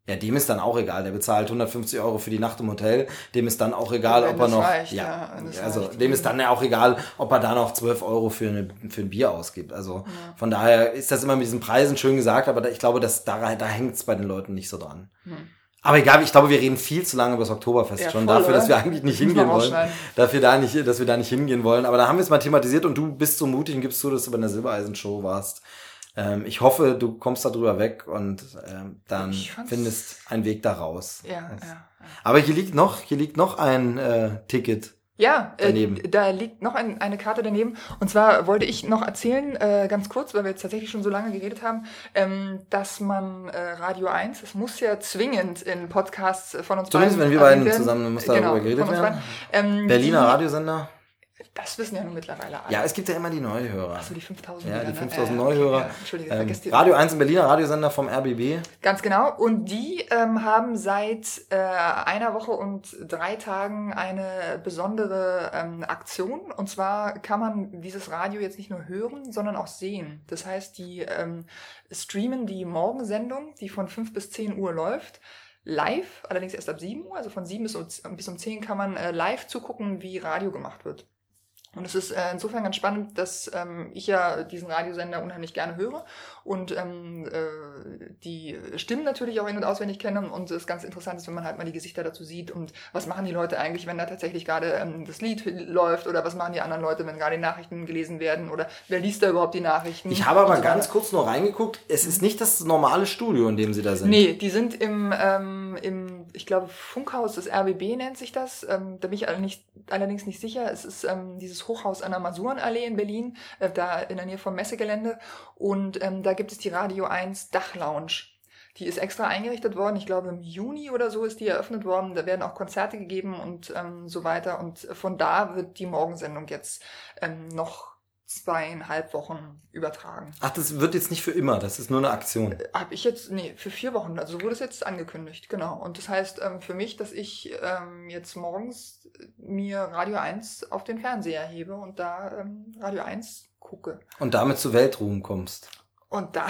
Ja, dem ist dann auch egal. Der bezahlt hundertfünfzig Euro für die Nacht im Hotel. Dem ist dann auch egal, Wenn ob er das noch... reicht, ja, ja, wenn das also reicht. dem ist dann ja auch egal, ob er da noch zwölf Euro für, eine, für ein Bier ausgibt. Also Ja. von daher ist das immer mit diesen Preisen schön gesagt, aber da, ich glaube, dass da, da hängt es bei den Leuten nicht so dran. Hm. Aber egal, ich glaube, wir reden viel zu lange über das Oktoberfest Ja, schon voll, dafür, oder? dass wir eigentlich nicht Müssen wir hingehen wollen. rausschneiden. Dafür da nicht, dass wir da nicht hingehen wollen. Aber da haben wir es mal thematisiert und du bist so mutig und gibst zu, dass du bei einer Silbereisen-Show warst. Ähm, ich hoffe, du kommst da drüber weg und ähm, dann Ich fand's- findest einen Weg da raus. Ja, ja, ja. Aber hier liegt noch, hier liegt noch ein äh, Ticket. Ja, äh, Daneben. da liegt noch ein, eine Karte daneben. Und zwar wollte ich noch erzählen, äh, ganz kurz, weil wir jetzt tatsächlich schon so lange geredet haben, ähm, dass man äh, Radio eins, es muss ja zwingend in Podcasts von uns Zumindest beiden wenn wir beiden erwähnt werden. zusammen, muss Genau, darüber geredet von uns werden. beiden. Ähm, Berliner die, Radiosender. Das wissen ja nun mittlerweile alle. Ja, es gibt ja immer die Neuhörer. Achso, die fünftausend. Ja, wieder, die ne? fünftausend Äh, Neuhörer. Ja, Entschuldige, Ähm, vergesst die. Radio eins, ein Berliner Radiosender vom R B B. Ganz genau. Und die ähm, haben seit äh, einer Woche und drei Tagen eine besondere ähm, Aktion. Und zwar kann man dieses Radio jetzt nicht nur hören, sondern auch sehen. Das heißt, die ähm, streamen die Morgensendung, die von fünf bis zehn Uhr läuft, live, allerdings erst ab sieben Uhr. Also von sieben bis um, bis um zehn kann man äh, live zugucken, wie Radio gemacht wird. Und es ist äh, insofern ganz spannend, dass ähm, ich ja diesen Radiosender unheimlich gerne höre und ähm, äh, die Stimmen natürlich auch in- und auswendig kenne. Und es ganz interessant ist, wenn man halt mal die Gesichter dazu sieht und was machen die Leute eigentlich, wenn da tatsächlich gerade ähm, das Lied läuft oder was machen die anderen Leute, wenn gerade die Nachrichten gelesen werden oder wer liest da überhaupt die Nachrichten. Ich habe aber und so ganz weiter. kurz nur reingeguckt. Es ist nicht das normale Studio, in dem sie da sind. Nee, die sind im, ähm, im, ich glaube, Funkhaus des R B B nennt sich das. Ähm, da bin ich allerdings, allerdings nicht sicher. Es ist ähm, dieses Hochhaus an der Masurenallee in Berlin, äh, da in der Nähe vom Messegelände. Und ähm, da gibt es die Radio eins Dachlounge. Die ist extra eingerichtet worden. Ich glaube, im Juni oder so ist die eröffnet worden. Da werden auch Konzerte gegeben und ähm, so weiter. Und von da wird die Morgensendung jetzt ähm, noch zweieinhalb Wochen übertragen. Ach, das wird jetzt nicht für immer, das ist nur eine Aktion. Habe ich jetzt, nee, für vier Wochen, also wurde es jetzt angekündigt, genau. Und das heißt ähm, für mich, dass ich ähm, jetzt morgens mir Radio eins auf den Fernseher hebe und da ähm, Radio eins gucke. Und damit zu Weltruhm kommst. Und da,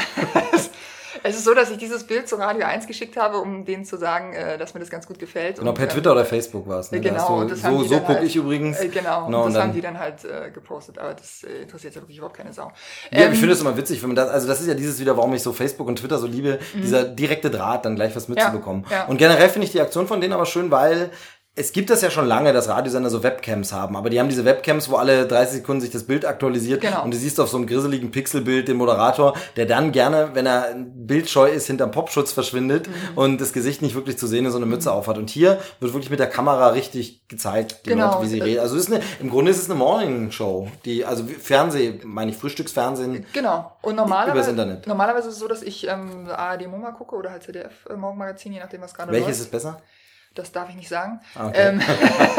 es ist so, dass ich dieses Bild zu Radio eins geschickt habe, um denen zu sagen, äh, dass mir das ganz gut gefällt. Genau, und, per ähm, Twitter oder Facebook war es. Ne? Da Genau, hast du, und das haben so die so dann gucke halt- ich übrigens. Äh, genau, No, und und das haben dann- die dann halt äh, gepostet, aber das äh, interessiert ja wirklich überhaupt keine Sau. Ja, Ähm, ich finde es immer witzig, wenn man das, also das ist ja dieses wieder, warum ich so Facebook und Twitter so liebe, dieser direkte Draht, dann gleich was mitzubekommen. Ja, ja. Und generell finde ich die Aktion von denen aber schön, weil es gibt das ja schon lange, dass Radiosender so Webcams haben, aber die haben diese Webcams, wo alle dreißig Sekunden sich das Bild aktualisiert Genau. und du siehst auf so einem grisseligen Pixelbild den Moderator, der dann gerne, wenn er bildscheu ist, hinterm Popschutz verschwindet Mhm. und das Gesicht nicht wirklich zu sehen ist und eine Mütze aufhat. Und hier wird wirklich mit der Kamera richtig gezeigt, die Genau. Leute, wie sie reden. Also es ist eine, im Grunde ist es eine Morning-Show, die, also Fernseh, meine ich, Frühstücksfernsehen. Genau. Und normalerweise, Übers Internet. normalerweise ist es so, dass ich ähm, A R D MoMA gucke oder halt Z D F äh, Morgenmagazin, je nachdem, was gerade läuft. Welches ist besser? Das darf ich nicht sagen. Ah, okay. Ähm,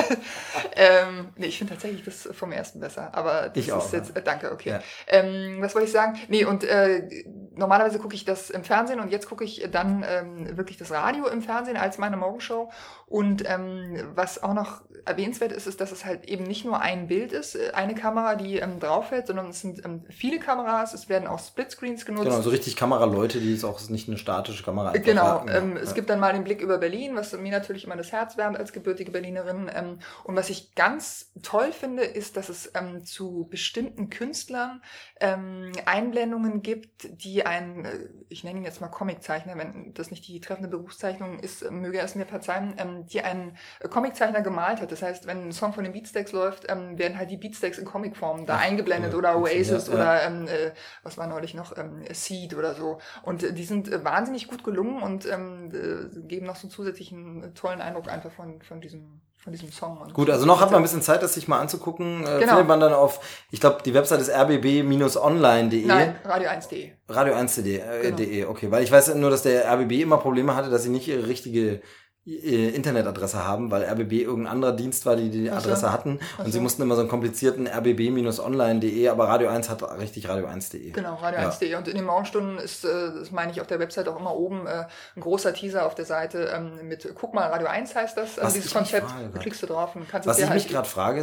ähm, nee, ich finde tatsächlich das vom ersten besser. Aber das Ich auch, ist jetzt, äh, danke, okay. Ja. Ähm, was wollte ich sagen? Nee, und äh, normalerweise gucke ich das im Fernsehen und jetzt gucke ich dann ähm, wirklich das Radio im Fernsehen als meine Morgenshow. Und ähm, was auch noch erwähnenswert ist, ist, dass es halt eben nicht nur ein Bild ist, äh, eine Kamera, die ähm, drauf fällt, sondern es sind ähm, viele Kameras, es werden auch Splitscreens genutzt. Genau, so richtig Kameraleute, die ist auch nicht eine statische Kamera. einfach Genau, haben. ähm, Ja. es gibt dann mal den Blick über Berlin, was mir natürlich immer das Herz wärmt als gebürtige Berlinerin. Ähm, und was ich ganz toll finde, ist, dass es ähm, zu bestimmten Künstlern ähm, Einblendungen gibt, die ein, äh, ich nenne ihn jetzt mal Comiczeichner, wenn das nicht die treffende Berufszeichnung ist, äh, möge er es mir verzeihen, ähm, die ein äh, Comiczeichner gemalt hat. Das heißt, wenn ein Song von den Beatsteaks läuft, ähm, werden halt die Beatsteaks in Comicform da Ach, eingeblendet cool. oder Oasis Ja, ja. oder ähm, äh, was war neulich noch, ähm, Seed oder so. Und äh, die sind äh, wahnsinnig gut gelungen und ähm, äh, geben noch so einen zusätzlichen äh, tollen Eindruck einfach von, von diesem von diesem Song. Und Gut, also noch hat man ein bisschen Zeit, das sich mal anzugucken. Äh, Genau. Findet man dann auf, ich glaube, die Website ist r b b online punkt d e. Nein, radio eins punkt de. radio eins punkt d e, äh, Genau. de, okay. Weil ich weiß nur, dass der R B B immer Probleme hatte, dass sie nicht ihre richtige äh, Internetadresse haben, weil R B B irgendein anderer Dienst war, die die Ach so. Adresse hatten. Ach Und sie so. mussten immer so einen komplizierten r b b online punkt d e, aber Radio eins hat richtig radio eins punkt d e. Genau, radio Ja. eins punkt de. Und in den Morgenstunden ist, äh, das meine ich auf der Website auch immer oben, äh, ein großer Teaser auf der Seite ähm, mit, guck mal, Radio eins heißt das, Was äh, dieses ich mich Konzept. frage Da grad. klickst du drauf und kannst Was es ich dir mich halt... gerade frage ist,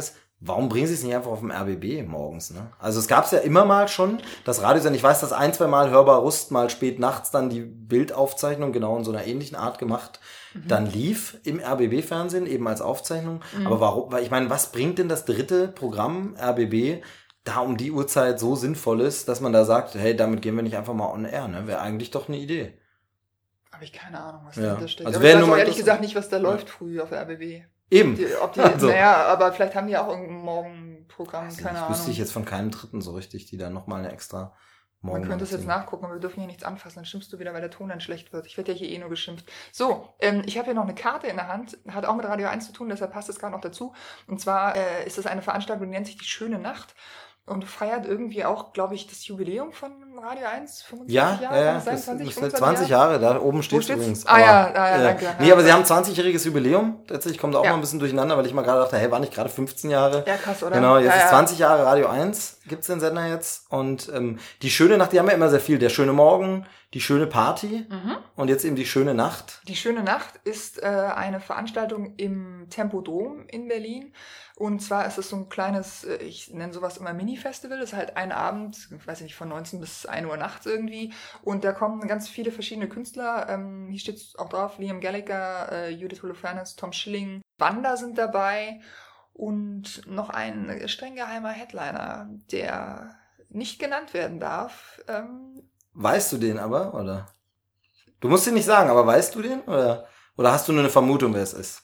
warum bringen sie es nicht einfach auf dem R B B morgens, ne? Also es gab es ja immer mal schon, das Radiosender, ich weiß, dass ein, zwei Mal Hörbar Rust mal spät nachts dann die Bildaufzeichnung genau in so einer ähnlichen Art gemacht, mhm. dann lief im R B B-Fernsehen eben als Aufzeichnung. Mhm. Aber warum, weil ich meine, was bringt denn das dritte Programm R B B da um die Uhrzeit so sinnvoll ist, dass man da sagt, hey, damit gehen wir nicht einfach mal on air, ne? Wäre eigentlich doch eine Idee. Habe ich keine Ahnung, was ja. dahinter steckt. Also aber ich weiß auch ehrlich das gesagt nicht, was da ja. läuft früh auf R B B. Eben. Die, ob die, also. Naja, aber vielleicht haben die auch irgendein Morgenprogramm, also keine ich Ahnung. Wüsste ich jetzt von keinem Dritten so richtig, die da nochmal eine extra Morgen. Man könnte es jetzt nachgucken, aber wir dürfen hier nichts anfassen. Dann schimpfst du wieder, weil der Ton dann schlecht wird. Ich werde ja hier eh nur geschimpft. So, ähm, ich habe hier noch eine Karte in der Hand. Hat auch mit Radio eins zu tun, deshalb passt es gerade noch dazu. Und zwar äh, ist es eine Veranstaltung, die nennt sich die Schöne Nacht. Und feiert irgendwie auch, glaube ich, das Jubiläum von Radio eins, fünfundzwanzig ja, Jahre? Ja, ja, das zwanzig, zwanzig Jahre, da oben steht es übrigens. Ah ja, ah, ja, danke. Nee, ja, aber sie haben zwanzigjähriges Jubiläum. Tatsächlich kommt auch ja. mal ein bisschen durcheinander, weil ich mal gerade dachte, hey, war nicht gerade fünfzehn Jahre? Ja, krass, oder? Genau, jetzt ja, ist ja. zwanzig Jahre Radio eins, gibt's den Sender jetzt. Und ähm, die Schöne Nacht, die haben ja immer sehr viel. Der schöne Morgen, die schöne Party mhm. und jetzt eben die schöne Nacht. Die schöne Nacht ist äh, eine Veranstaltung im Tempodrom in Berlin. Und zwar ist es so ein kleines, ich nenne sowas immer Mini-Festival. Das ist halt ein Abend, weiß ich nicht, von neunzehn bis ein Uhr nachts irgendwie. Und da kommen ganz viele verschiedene Künstler. Ähm, hier steht auch drauf, Liam Gallagher, äh, Judith Holofernes, Tom Schilling. Wanda sind dabei. Und noch ein streng geheimer Headliner, der nicht genannt werden darf. Ähm, weißt du den aber, oder? Du musst ihn nicht sagen, aber weißt du den? Oder, oder hast du nur eine Vermutung, wer es ist?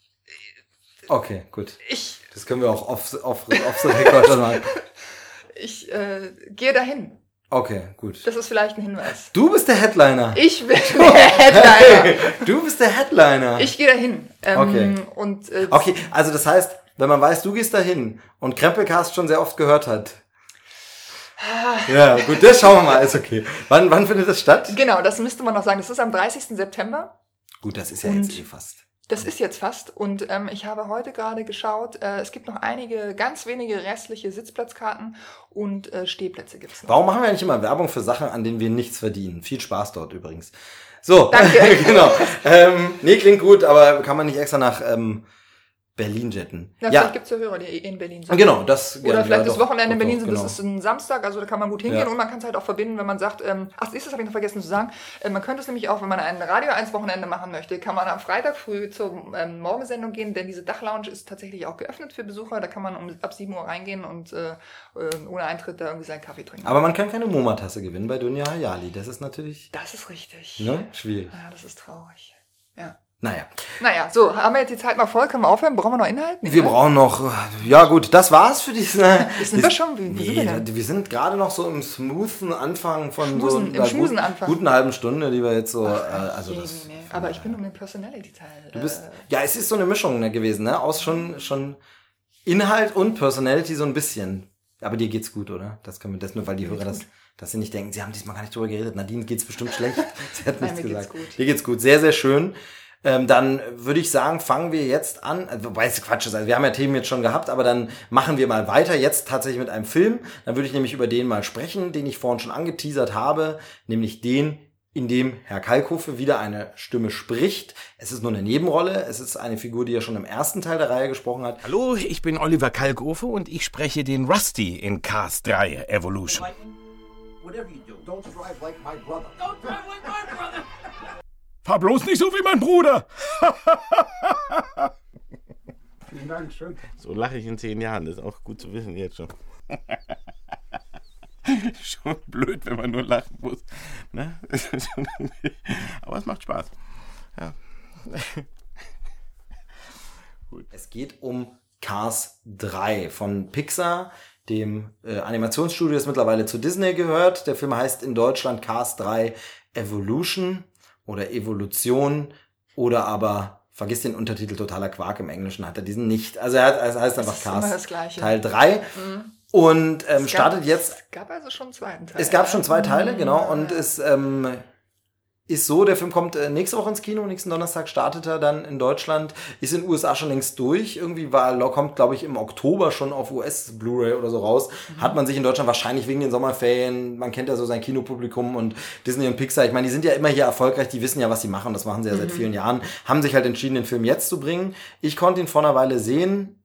Okay, gut. Ich... Das können wir auch off, off, off the record schon machen. Ich äh, gehe dahin. Okay, gut. Das ist vielleicht ein Hinweis. Du bist der Headliner. Ich bin der Headliner. Du bist der Headliner. Ich gehe dahin. Ähm, okay. Und, äh, okay, also das heißt, wenn man weiß, du gehst dahin und Krempelcast schon sehr oft gehört hat. Ja, gut, das schauen wir mal, ist okay. Wann, wann findet das statt? Genau, das müsste man noch sagen. Das ist am dreißigsten September. Gut, das ist ja und jetzt eh fast. Das ist jetzt fast. Und ähm, ich habe heute gerade geschaut, äh, es gibt noch einige, ganz wenige restliche Sitzplatzkarten und äh, Stehplätze gibt's noch. Warum machen wir nicht immer Werbung für Sachen, an denen wir nichts verdienen? Viel Spaß dort übrigens. So, danke. Genau. Ähm, nee, klingt gut, aber kann man nicht extra nach ähm, Berlin jetten. Ja, ja, vielleicht gibt's ja Hörer, die in Berlin sind. Genau, das. Oder ja, vielleicht ja, das Wochenende in doch, Berlin doch, sind, genau. das ist ein Samstag, also da kann man gut hingehen Ja. und man kann es halt auch verbinden, wenn man sagt, ähm, ach, siehst du, das habe ich noch vergessen zu sagen, äh, man könnte es nämlich auch, wenn man ein Radio eins Wochenende machen möchte, kann man am Freitag früh zur ähm, Morgensendung gehen, denn diese Dachlounge ist tatsächlich auch geöffnet für Besucher, da kann man um, ab sieben Uhr reingehen und äh, äh, ohne Eintritt da irgendwie seinen Kaffee trinken. Aber man kann keine MoMA-Tasse gewinnen bei Dunja Hayali, das ist natürlich... Das ist richtig. Ne? Schwierig. Ja, das ist traurig. Ja. Naja. Naja, so, haben wir jetzt die Zeit mal voll, können wir aufhören? Brauchen wir noch Inhalt? Wir brauchen noch, ja gut, das war's für diesen. Sind wir schon? Wie, wie nee, sind wir denn? wir sind gerade noch so im smoothen Anfang von Schmusen, so im einer Schmusen gut, Anfang. guten halben Stunde, die wir jetzt so, Ach, äh, also je, das. nee. Aber ich bin um den Personality-Teil. Du bist, äh, ja, es ist so eine Mischung ne, gewesen, ne, aus schon, schon Inhalt und Personality so ein bisschen. Aber dir geht's gut, oder? Das können wir, das nur, weil die Mir Hörer geht's das, dass sie nicht denken, sie haben diesmal gar nicht drüber geredet. Nadine geht's bestimmt schlecht. Sie hat Nein, nichts mir geht's gesagt. gut. Dir geht's gut, sehr, sehr schön. Ähm, dann würde ich sagen, fangen wir jetzt an, also, wobei es Quatsch ist, also wir haben ja Themen jetzt schon gehabt, aber dann machen wir mal weiter, jetzt tatsächlich mit einem Film. Dann würde ich nämlich über den mal sprechen, den ich vorhin schon angeteasert habe, nämlich den, in dem Herr Kalkofe wieder eine Stimme spricht. Es ist nur eine Nebenrolle, es ist eine Figur, die er schon im ersten Teil der Reihe gesprochen hat. Hallo, ich bin Oliver Kalkofe und ich spreche den Rusty in Cars drei Evolution. Whatever you do, don't drive like my brother. Don't drive like my brother! Fahr bloß nicht so wie mein Bruder! Vielen Dank, schön. So lache ich in zehn Jahren, das ist auch gut zu wissen jetzt schon. Schon blöd, wenn man nur lachen muss. Ne? Aber es macht Spaß. Ja. Gut. Es geht um Cars drei von Pixar, dem äh, Animationsstudio, das mittlerweile zu Disney gehört. Der Film heißt in Deutschland Cars drei Evolution oder Evolution oder aber, vergiss den Untertitel, totaler Quark, im Englischen hat er diesen nicht. Also er hat, es heißt einfach Cars Teil drei. Mhm. Und ähm, es startet gab, jetzt... Es gab also schon einen zweiten Teil. Es gab schon zwei Teile, mhm. genau. Und es ähm, ist so, der Film kommt äh, nächste Woche ins Kino, nächsten Donnerstag startet er dann in Deutschland, ist in den U S A schon längst durch. Irgendwie war, kommt, glaube ich, im Oktober schon auf U S Blu-ray oder so raus. Mhm. Hat man sich in Deutschland wahrscheinlich wegen den Sommerferien, man kennt ja so sein Kinopublikum und Disney und Pixar, ich meine, die sind ja immer hier erfolgreich, die wissen ja, was sie machen, das machen sie ja mhm. seit vielen Jahren, haben sich halt entschieden, den Film jetzt zu bringen. Ich konnte ihn vor einer Weile sehen.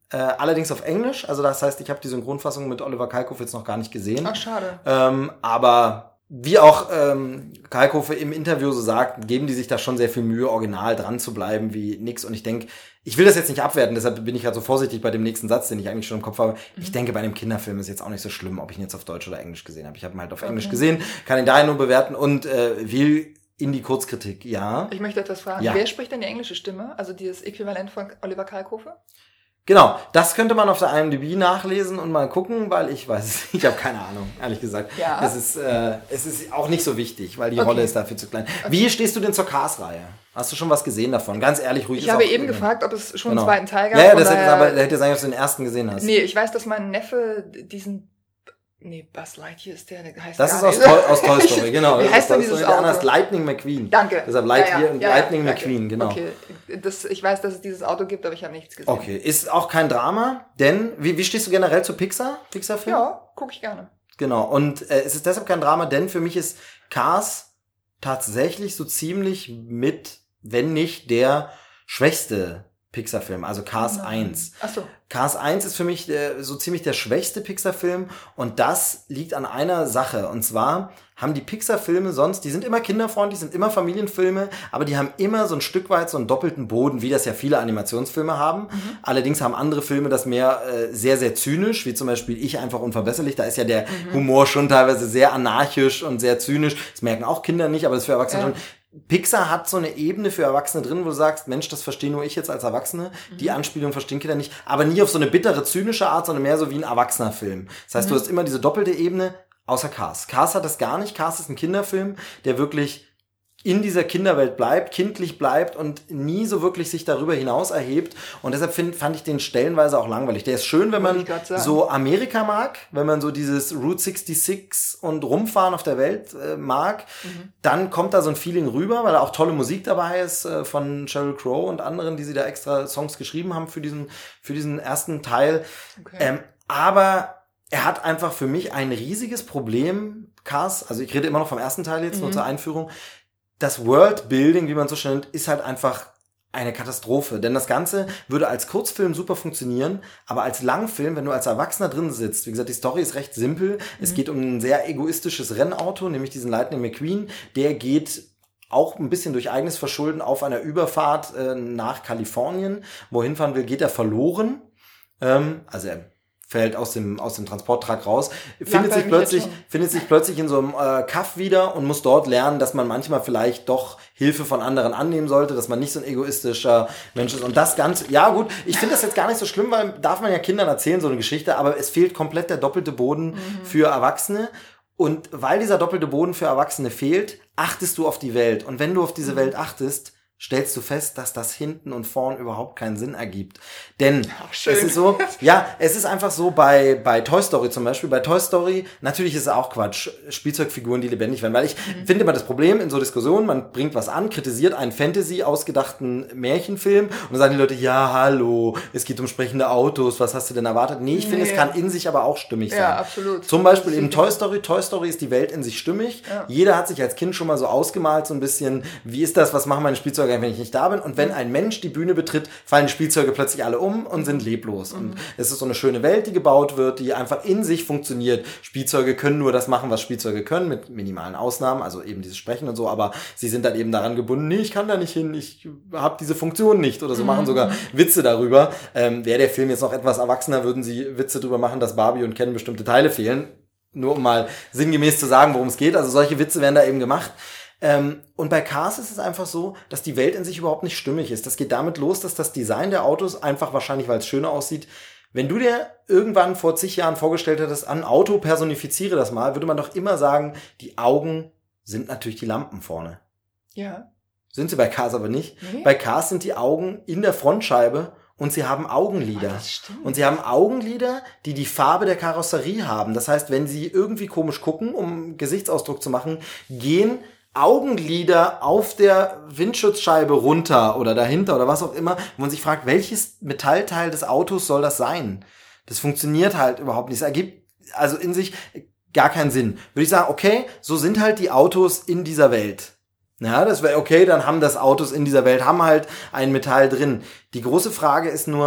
Äh, allerdings auf Englisch. Also das heißt, ich habe die Synchronfassung mit Oliver Kalkofe jetzt noch gar nicht gesehen. Ach, schade. Ähm, aber wie auch ähm, Kalkofe im Interview so sagt, geben die sich da schon sehr viel Mühe, original dran zu bleiben wie nix. Und ich denke, ich will das jetzt nicht abwerten, deshalb bin ich gerade so vorsichtig bei dem nächsten Satz, den ich eigentlich schon im Kopf habe. Mhm. Ich denke, bei einem Kinderfilm ist jetzt auch nicht so schlimm, ob ich ihn jetzt auf Deutsch oder Englisch gesehen habe. Ich habe ihn halt auf okay. Englisch gesehen, kann ihn daher nur bewerten und äh, will in die Kurzkritik, ja. Ich möchte etwas fragen. Ja. Wer spricht denn die englische Stimme? Also dieses Äquivalent von Oliver Kalkofe? Genau, das könnte man auf der I M D B nachlesen und mal gucken, weil ich weiß es, ich habe keine Ahnung, ehrlich gesagt. Ja. Es ist, äh, es ist auch nicht so wichtig, weil die okay. Rolle ist dafür zu klein. Okay. Wie stehst du denn zur Cars-Reihe? Hast du schon was gesehen davon? Ganz ehrlich, ruhig. Ich habe eben gefragt, ob es schon genau. einen zweiten Teil gab. Ja, ja, das hätte, aber, hätte sein, ob du den ersten gesehen hast. Nee, ich weiß, dass mein Neffe diesen... Nee, Buzz Lightyear ist der, der heißt Das ist aus Toy, aus Toy Story, genau. Wie heißt denn dieses Auto? Der andere ist Lightning McQueen. Danke. Deshalb Lightyear ja, ja. und ja, Lightning ja, McQueen, genau. Okay, das, ich weiß, dass es dieses Auto gibt, aber ich habe nichts gesehen. Okay, ist auch kein Drama, denn, wie, wie stehst du generell zu Pixar, Pixar-Film? Ja, gucke ich gerne. Genau, und äh, es ist deshalb kein Drama, denn für mich ist Cars tatsächlich so ziemlich mit, wenn nicht der schwächste Pixar-Film, also Cars Nein. eins. Ach so. Cars eins ist für mich der, so ziemlich der schwächste Pixar-Film und das liegt an einer Sache und zwar haben die Pixar-Filme sonst, die sind immer kinderfreundlich, sind immer Familienfilme, aber die haben immer so ein Stück weit so einen doppelten Boden, wie das ja viele Animationsfilme haben. Mhm. Allerdings haben andere Filme das mehr äh, sehr, sehr zynisch, wie zum Beispiel Ich einfach unverbesserlich. Da ist ja der mhm. Humor schon teilweise sehr anarchisch und sehr zynisch. Das merken auch Kinder nicht, aber das ist für Erwachsene ja. schon... Pixar hat so eine Ebene für Erwachsene drin, wo du sagst, Mensch, das verstehe nur ich jetzt als Erwachsene. Mhm. Die Anspielung verstehen Kinder nicht. Aber nie auf so eine bittere, zynische Art, sondern mehr so wie ein erwachsener Film. Das heißt, mhm. du hast immer diese doppelte Ebene, außer Cars. Cars hat das gar nicht. Cars ist ein Kinderfilm, der wirklich in dieser Kinderwelt bleibt, kindlich bleibt und nie so wirklich sich darüber hinaus erhebt. Und deshalb find, fand ich den stellenweise auch langweilig. Der ist schön, wenn man so Amerika mag, wenn man so dieses Route sechsundsechzig und Rumfahren auf der Welt äh, mag. Mhm. Dann kommt da so ein Feeling rüber, weil da auch tolle Musik dabei ist äh, von Sheryl Crow und anderen, die sie da extra Songs geschrieben haben für diesen, für diesen ersten Teil. Okay. Ähm, aber er hat einfach für mich ein riesiges Problem, Cars, also ich rede immer noch vom ersten Teil jetzt, mhm. nur zur Einführung. Das Worldbuilding, wie man so schnell nennt, ist halt einfach eine Katastrophe. Denn das Ganze würde als Kurzfilm super funktionieren, aber als Langfilm, wenn du als Erwachsener drin sitzt, wie gesagt, die Story ist recht simpel. Mhm. Es geht um ein sehr egoistisches Rennauto, nämlich diesen Lightning McQueen. Der geht auch ein bisschen durch eigenes Verschulden auf einer Überfahrt äh, nach Kalifornien. Wohin fahren will, geht er verloren. Ähm, also er fällt aus dem aus dem Transporttruck raus, findet sich plötzlich findet sich plötzlich in so einem äh, Kaff wieder und muss dort lernen, dass man manchmal vielleicht doch Hilfe von anderen annehmen sollte, dass man nicht so ein egoistischer Mensch ist und das Ganze, ja gut, ich finde das jetzt gar nicht so schlimm, weil darf man ja Kindern erzählen, so eine Geschichte, aber es fehlt komplett der doppelte Boden mhm. für Erwachsene und weil dieser doppelte Boden für Erwachsene fehlt, achtest du auf die Welt und wenn du auf diese mhm. Welt achtest, stellst du fest, dass das hinten und vorn überhaupt keinen Sinn ergibt. Denn Ach, es ist so, ja, es ist einfach so bei bei Toy Story zum Beispiel. Bei Toy Story, natürlich ist es auch Quatsch, Spielzeugfiguren, die lebendig werden. Weil ich mhm. finde immer das Problem in so Diskussionen, man bringt was an, kritisiert einen Fantasy ausgedachten Märchenfilm und dann sagen die Leute, ja, hallo, es geht um sprechende Autos, was hast du denn erwartet? Nee, ich finde, nee. es kann in sich aber auch stimmig sein. Ja, absolut. Zum Beispiel eben Toy Story. Toy Story ist die Welt in sich stimmig. Ja. Jeder hat sich als Kind schon mal so ausgemalt, so ein bisschen, wie ist das, was machen meine Spielzeuge, wenn ich nicht da bin. Und wenn ein Mensch die Bühne betritt, fallen die Spielzeuge plötzlich alle um und sind leblos. Mhm. Und es ist so eine schöne Welt, die gebaut wird, die einfach in sich funktioniert. Spielzeuge können nur das machen, was Spielzeuge können, mit minimalen Ausnahmen, also eben dieses Sprechen und so, aber sie sind dann eben daran gebunden, nee, ich kann da nicht hin, ich habe diese Funktion nicht oder so, mhm. machen sogar Witze darüber. Ähm, wäre der Film jetzt noch etwas erwachsener, würden sie Witze darüber machen, dass Barbie und Ken bestimmte Teile fehlen. Nur um mal sinngemäß zu sagen, worum es geht. Also solche Witze werden da eben gemacht. Ähm, und bei Cars ist es einfach so, dass die Welt in sich überhaupt nicht stimmig ist. Das geht damit los, dass das Design der Autos einfach wahrscheinlich, weil es schöner aussieht, wenn du dir irgendwann vor zig Jahren vorgestellt hättest, ein Auto personifiziere das mal, würde man doch immer sagen, die Augen sind natürlich die Lampen vorne. Ja. Sind sie bei Cars aber nicht. Nee. Bei Cars sind die Augen in der Frontscheibe und sie haben Augenlider. Oh, das stimmt. Und sie haben Augenlider, die die Farbe der Karosserie haben. Das heißt, wenn sie irgendwie komisch gucken, um Gesichtsausdruck zu machen, gehen Augenlider auf der Windschutzscheibe runter oder dahinter oder was auch immer, wo man sich fragt, welches Metallteil des Autos soll das sein? Das funktioniert halt überhaupt nicht. Es ergibt also in sich gar keinen Sinn. Würde ich sagen, okay, so sind halt die Autos in dieser Welt. Ja, das wäre okay, dann haben das Autos in dieser Welt, haben halt ein Metall drin. Die große Frage ist nur,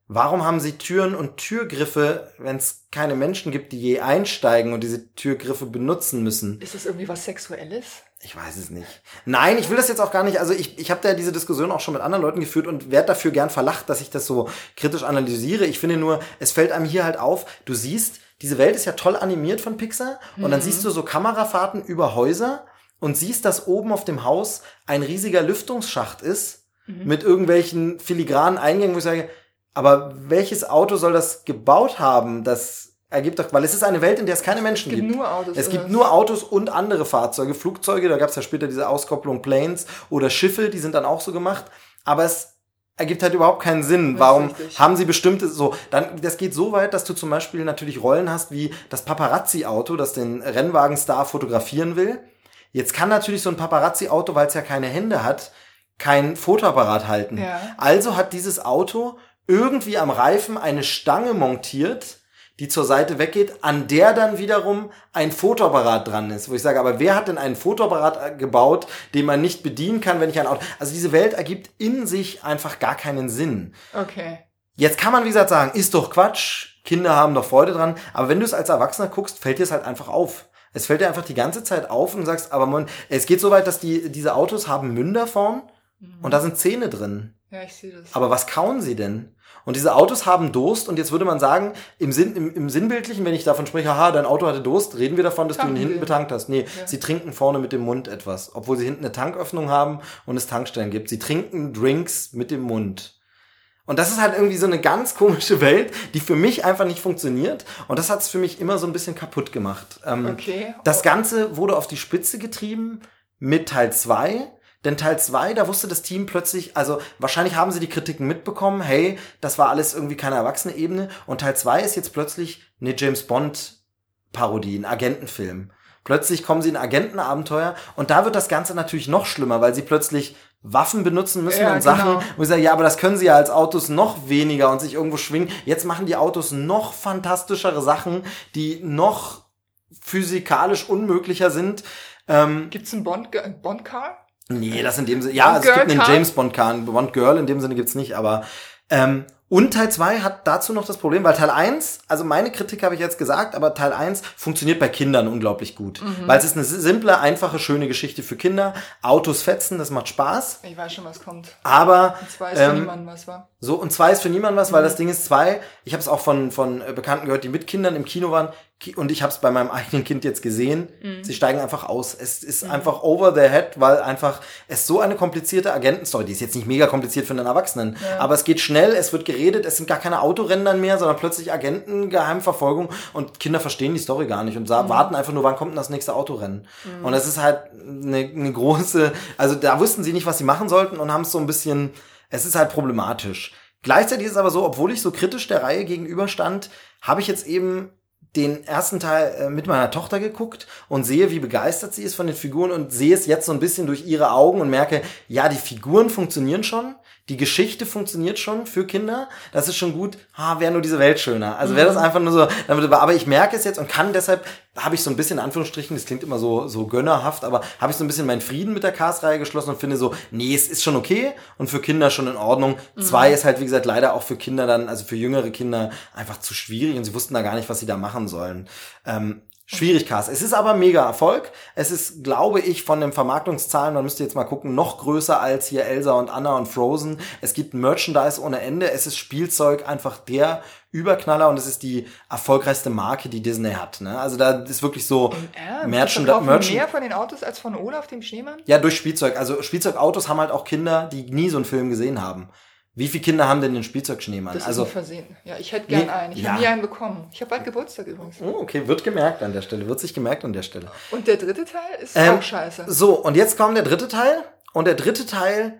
warum haben sie Türen und Türgriffe, wenn es keine Menschen gibt, die je einsteigen und diese Türgriffe benutzen müssen? Ist das irgendwie was Sexuelles? Ich weiß es nicht. Nein, ich will das jetzt auch gar nicht, also ich, ich habe da diese Diskussion auch schon mit anderen Leuten geführt und werde dafür gern verlacht, dass ich das so kritisch analysiere. Ich finde nur, es fällt einem hier halt auf, du siehst, diese Welt ist ja toll animiert von Pixar und mhm. dann siehst du so Kamerafahrten über Häuser und siehst, dass oben auf dem Haus ein riesiger Lüftungsschacht ist mhm. mit irgendwelchen filigranen Eingängen, wo ich sage, aber welches Auto soll das gebaut haben? Das ergibt doch, weil es ist eine Welt, in der es keine Menschen gibt. Es gibt nur Autos. Es gibt nur Autos und andere Fahrzeuge, Flugzeuge, da gab es ja später diese Auskopplung Planes oder Schiffe, die sind dann auch so gemacht, aber es ergibt halt überhaupt keinen Sinn. Warum haben sie bestimmte, so, dann, das geht so weit, dass du zum Beispiel natürlich Rollen hast wie das Paparazzi-Auto, das den Rennwagenstar fotografieren will. Jetzt kann natürlich so ein Paparazzi-Auto, weil es ja keine Hände hat, kein Fotoapparat halten. Ja. Also hat dieses Auto irgendwie am Reifen eine Stange montiert, die zur Seite weggeht, an der dann wiederum ein Fotoapparat dran ist. Wo ich sage, aber wer hat denn einen Fotoapparat gebaut, den man nicht bedienen kann, wenn ich ein Auto... Also diese Welt ergibt in sich einfach gar keinen Sinn. Okay. Jetzt kann man, wie gesagt, sagen, ist doch Quatsch, Kinder haben doch Freude dran. Aber wenn du es als Erwachsener guckst, fällt dir es halt einfach auf. Es fällt dir einfach die ganze Zeit auf und du sagst, aber man, es geht so weit, dass die diese Autos haben Münder vorn mhm. und da sind Zähne drin. Ja, ich sehe das. Aber was kauen sie denn? Und diese Autos haben Durst und jetzt würde man sagen, im, Sinn, im, im Sinnbildlichen, wenn ich davon spreche, haha, dein Auto hatte Durst, reden wir davon, dass Tanken du ihn hinten betankt hast. Nee, ja. Sie trinken vorne mit dem Mund etwas, obwohl sie hinten eine Tanköffnung haben und es Tankstellen gibt. Sie trinken Drinks mit dem Mund. Und das ist halt irgendwie so eine ganz komische Welt, die für mich einfach nicht funktioniert. Und das hat es für mich immer so ein bisschen kaputt gemacht. Ähm, okay. Das Ganze wurde auf die Spitze getrieben mit Teil zwei. Denn Teil zwei, da wusste das Team plötzlich, also wahrscheinlich haben sie die Kritiken mitbekommen, hey, das war alles irgendwie keine erwachsene Ebene. Und Teil zwei ist jetzt plötzlich eine James-Bond-Parodie, ein Agentenfilm. Plötzlich kommen sie in Agentenabenteuer und da wird das Ganze natürlich noch schlimmer, weil sie plötzlich Waffen benutzen müssen ja, und Sachen, genau. wo sie sagen, ja, aber das können sie ja als Autos noch weniger und sich irgendwo schwingen. Jetzt machen die Autos noch fantastischere Sachen, die noch physikalisch unmöglicher sind. Ähm, Gibt's ein Bond, Bond-Car? Nee, das in dem Sinne, ja, also es gibt einen James Bond Car, einen Bond Girl, in dem Sinne gibt's nicht, aber ähm, und Teil zwei hat dazu noch das Problem, weil Teil eins, also meine Kritik habe ich jetzt gesagt, aber Teil eins funktioniert bei Kindern unglaublich gut, mhm. weil es ist eine simple, einfache, schöne Geschichte für Kinder, Autos fetzen, das macht Spaß. Ich weiß schon, was kommt. Aber und zwei ist ähm, für niemanden was, war. So, und zwei ist für niemanden was, weil mhm. das Ding ist zwei, ich habe es auch von von Bekannten gehört, die mit Kindern im Kino waren, und ich habe es bei meinem eigenen Kind jetzt gesehen, mhm. sie steigen einfach aus. Es ist mhm. einfach over the head, weil einfach es so eine komplizierte Agentenstory, die ist jetzt nicht mega kompliziert für einen Erwachsenen, ja. aber es geht schnell, es wird geredet, es sind gar keine Autorennen dann mehr, sondern plötzlich Agenten, Geheimverfolgung und Kinder verstehen die Story gar nicht und mhm. warten einfach nur, wann kommt denn das nächste Autorennen? Mhm. Und das ist halt eine, eine große, also da wussten sie nicht, was sie machen sollten und haben es so ein bisschen, es ist halt problematisch. Gleichzeitig ist es aber so, obwohl ich so kritisch der Reihe gegenüberstand, habe ich jetzt eben den ersten Teil äh, mit meiner Tochter geguckt und sehe, wie begeistert sie ist von den Figuren und sehe es jetzt so ein bisschen durch ihre Augen und merke, ja, die Figuren funktionieren schon, die Geschichte funktioniert schon für Kinder, das ist schon gut, ah, wäre nur diese Welt schöner. Also wäre das einfach nur so, aber ich merke es jetzt und kann deshalb, habe ich so ein bisschen in Anführungsstrichen, das klingt immer so so gönnerhaft, aber habe ich so ein bisschen meinen Frieden mit der Cast-Reihe geschlossen und finde so, nee, es ist schon okay und für Kinder schon in Ordnung. Mhm. Zwei ist halt, wie gesagt, leider auch für Kinder dann, also für jüngere Kinder einfach zu schwierig und sie wussten da gar nicht, was sie da machen sollen. Ähm, Schwierig, Cast. Es ist aber mega Erfolg. Es ist, glaube ich, von den Vermarktungszahlen, man müsste jetzt mal gucken, noch größer als hier Elsa und Anna und Frozen. Es gibt Merchandise ohne Ende. Es ist Spielzeug einfach der Überknaller und es ist die erfolgreichste Marke, die Disney hat. Ne? Also da ist wirklich so Merchandise. Merchand- mehr von den Autos als von Olaf, dem Schneemann? Ja, durch Spielzeug. Also Spielzeugautos haben halt auch Kinder, die nie so einen Film gesehen haben. Wie viele Kinder haben denn den Spielzeugschneemann? Das ist also ein Versehen. Ja, ich hätte gern nee, einen. Ich ja. habe nie einen bekommen. Ich habe bald Geburtstag übrigens. Oh, okay, wird gemerkt an der Stelle. Wird sich gemerkt an der Stelle. Und der dritte Teil ist ähm, auch scheiße. So, und jetzt kommt der dritte Teil. Und der dritte Teil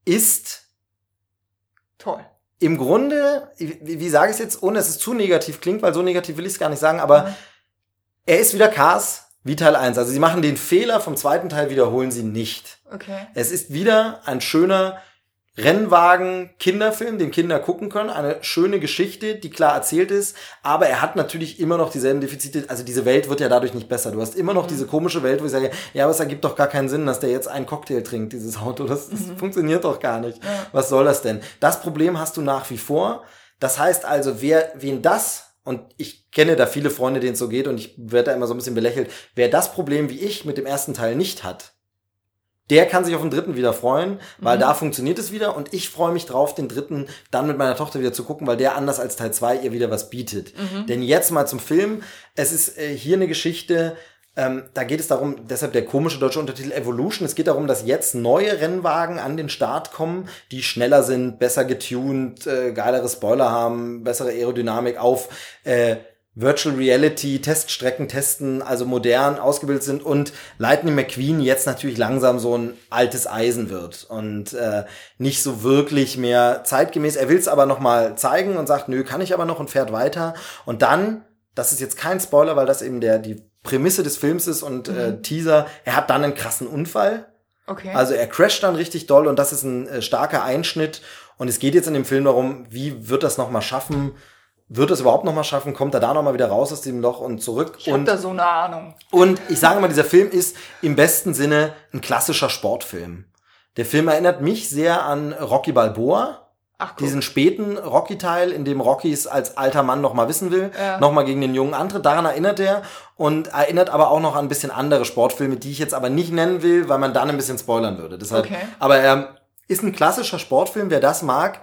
ist toll. Im Grunde, wie, wie sage ich es jetzt, ohne dass es zu negativ klingt, weil so negativ will ich es gar nicht sagen, aber mhm. er ist wieder Cars wie Teil eins. Also sie machen den Fehler vom zweiten Teil, wiederholen sie nicht. Okay. Es ist wieder ein schöner Rennwagen-Kinderfilm, den Kinder gucken können. Eine schöne Geschichte, die klar erzählt ist. Aber er hat natürlich immer noch dieselben Defizite. Also diese Welt wird ja dadurch nicht besser. Du hast immer noch mhm. diese komische Welt, wo ich sage, ja, aber es ergibt doch gar keinen Sinn, dass der jetzt einen Cocktail trinkt, dieses Auto. Das, das mhm. funktioniert doch gar nicht. Ja. Was soll das denn? Das Problem hast du nach wie vor. Das heißt also, wer, wen das, und ich kenne da viele Freunde, denen es so geht, und ich werde da immer so ein bisschen belächelt, wer das Problem wie ich mit dem ersten Teil nicht hat, der kann sich auf den dritten wieder freuen, weil mhm. da funktioniert es wieder, und ich freue mich drauf, den dritten dann mit meiner Tochter wieder zu gucken, weil der anders als Teil zwei ihr wieder was bietet. Mhm. Denn jetzt mal zum Film. Es ist äh, hier eine Geschichte, ähm, da geht es darum, deshalb der komische deutsche Untertitel Evolution, es geht darum, dass jetzt neue Rennwagen an den Start kommen, die schneller sind, besser getuned, äh, geilere Spoiler haben, bessere Aerodynamik auf äh, Virtual Reality Teststrecken testen, also modern ausgebildet sind, und Lightning McQueen jetzt natürlich langsam so ein altes Eisen wird und äh, nicht so wirklich mehr zeitgemäß. Er will es aber noch mal zeigen und sagt, nö, kann ich aber noch, und fährt weiter. Und dann, das ist jetzt kein Spoiler, weil das eben der die Prämisse des Films ist und mhm. äh, Teaser, er hat dann einen krassen Unfall. Okay. Also er crasht dann richtig doll, und das ist ein äh, starker Einschnitt. Und es geht jetzt in dem Film darum, wie wird das noch mal schaffen, wird es überhaupt noch mal schaffen? Kommt er da noch mal wieder raus aus dem Loch und zurück? Ich hab da so eine Ahnung. Und ich sage mal, dieser Film ist im besten Sinne ein klassischer Sportfilm. Der Film erinnert mich sehr an Rocky Balboa. Ach, cool. Diesen späten Rocky-Teil, in dem Rocky es als alter Mann noch mal wissen will, ja. noch mal gegen den Jungen antritt. Daran erinnert er, und erinnert aber auch noch an ein bisschen andere Sportfilme, die ich jetzt aber nicht nennen will, weil man dann ein bisschen spoilern würde. Deshalb, okay. Aber er ist ein klassischer Sportfilm. Wer das mag,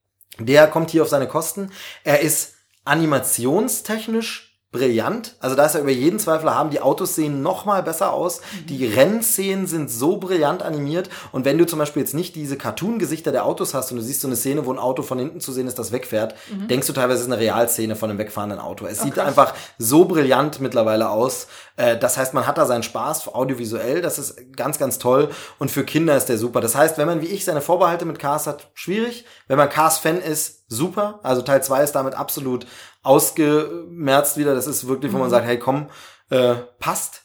der kommt hier auf seine Kosten. Er ist animationstechnisch brillant. Also da ist er über jeden Zweifel haben. Die Autos sehen noch mal besser aus. Mhm. Die Rennszenen sind so brillant animiert. Und wenn du zum Beispiel jetzt nicht diese Cartoon-Gesichter der Autos hast und du siehst so eine Szene, wo ein Auto von hinten zu sehen ist, das wegfährt, mhm. denkst du teilweise, es ist eine Realszene von einem wegfahrenden Auto. Es oh, sieht krass. einfach so brillant mittlerweile aus. Das heißt, man hat da seinen Spaß audiovisuell. Das ist ganz, ganz toll. Und für Kinder ist der super. Das heißt, wenn man wie ich seine Vorbehalte mit Cars hat, schwierig. Wenn man Cars-Fan ist, super. Also Teil zwei ist damit absolut ausgemerzt wieder. Das ist wirklich, wo man sagt, hey, komm, äh, passt.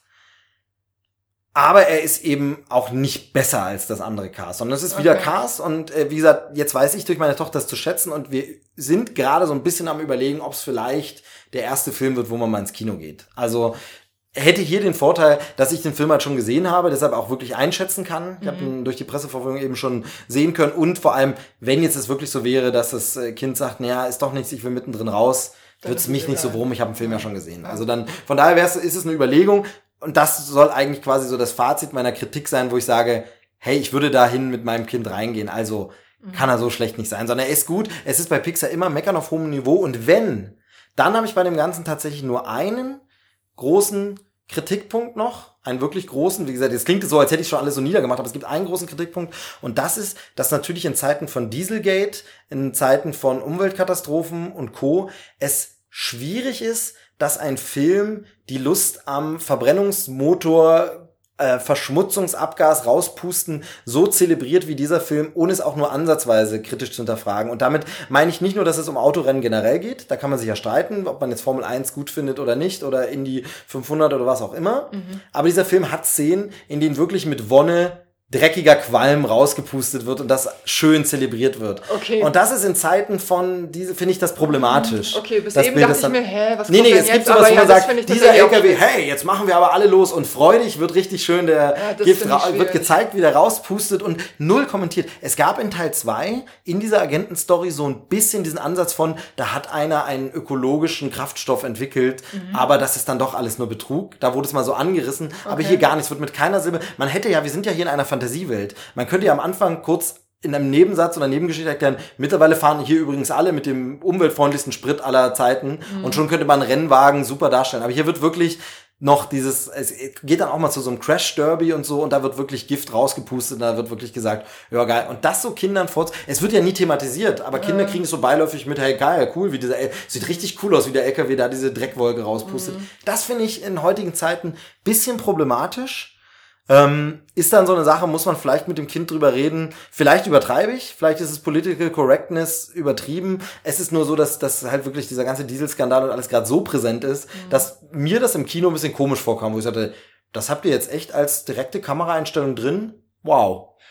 Aber er ist eben auch nicht besser als das andere Cars, sondern es ist wieder okay. Cars. Und äh, wie gesagt, jetzt weiß ich durch meine Tochter das zu schätzen, und wir sind gerade so ein bisschen am Überlegen, ob es vielleicht der erste Film wird, wo man mal ins Kino geht. Also hätte hier den Vorteil, dass ich den Film halt schon gesehen habe, deshalb auch wirklich einschätzen kann. Ich mhm. habe ihn durch die Presseverfolgung eben schon sehen können, und vor allem, wenn jetzt es wirklich so wäre, dass das Kind sagt, naja, ist doch nichts, ich will mittendrin raus, wird es mich nicht so wurm, ich habe den Film ja schon gesehen. Also dann, von daher wär's, ist es eine Überlegung, und das soll eigentlich quasi so das Fazit meiner Kritik sein, wo ich sage, hey, ich würde dahin mit meinem Kind reingehen, also mhm. kann er so schlecht nicht sein, sondern er ist gut. Es ist bei Pixar immer meckern auf hohem Niveau, und wenn, dann habe ich bei dem Ganzen tatsächlich nur einen großen Kritikpunkt noch, einen wirklich großen, wie gesagt, jetzt klingt es so, als hätte ich schon alles so niedergemacht, aber es gibt einen großen Kritikpunkt, und das ist, dass natürlich in Zeiten von Dieselgate, in Zeiten von Umweltkatastrophen und Co. es schwierig ist, dass ein Film die Lust am Verbrennungsmotor, äh, Verschmutzungsabgas rauspusten so zelebriert wie dieser Film, ohne es auch nur ansatzweise kritisch zu hinterfragen. Und damit meine ich nicht nur, dass es um Autorennen generell geht, da kann man sich ja streiten, ob man jetzt Formel eins gut findet oder nicht, oder Indy fünfhundert oder was auch immer. Mhm. Aber dieser Film hat Szenen, in denen wirklich mit Wonne dreckiger Qualm rausgepustet wird und das schön zelebriert wird. Okay. Und das ist in Zeiten von, diese finde ich das problematisch. Okay, bis das eben Bild dachte dann, ich mir, hä, was nee, kommt nee, denn es jetzt? gibt sowas, wo ja, man sagt, dieser L K W, okay. hey, jetzt machen wir aber alle los, und freudig wird richtig schön der ja, Gift, ra- wird gezeigt, wie der rauspustet, und null kommentiert. Es gab in Teil zwei in dieser Agentenstory so ein bisschen diesen Ansatz von, da hat einer einen ökologischen Kraftstoff entwickelt, mhm. aber das ist dann doch alles nur Betrug. Da wurde es mal so angerissen, okay. aber hier gar nichts, wird mit keiner Silbe. Man hätte ja, wir sind ja hier in einer Fantasiewelt. Man könnte ja am Anfang kurz in einem Nebensatz oder Nebengeschichte erklären, mittlerweile fahren hier übrigens alle mit dem umweltfreundlichsten Sprit aller Zeiten, mhm. und schon könnte man Rennwagen super darstellen. Aber hier wird wirklich noch dieses, es geht dann auch mal zu so einem Crash-Derby und so, und da wird wirklich Gift rausgepustet, und da wird wirklich gesagt, ja geil, und das so Kindern vor, es wird ja nie thematisiert, aber ja. Kinder kriegen es so beiläufig mit, hey geil, cool, wie dieser, sieht richtig cool aus, wie der L K W da diese Dreckwolke rauspustet. Mhm. Das finde ich in heutigen Zeiten bisschen problematisch. Ähm, ist dann so eine Sache, muss man vielleicht mit dem Kind drüber reden. Vielleicht übertreibe ich, vielleicht ist es Political Correctness übertrieben. Es ist nur so, dass, dass halt wirklich dieser ganze Dieselskandal und alles gerade so präsent ist, mhm. dass mir das im Kino ein bisschen komisch vorkam, wo ich sagte, das habt ihr jetzt echt als direkte Kameraeinstellung drin? Wow.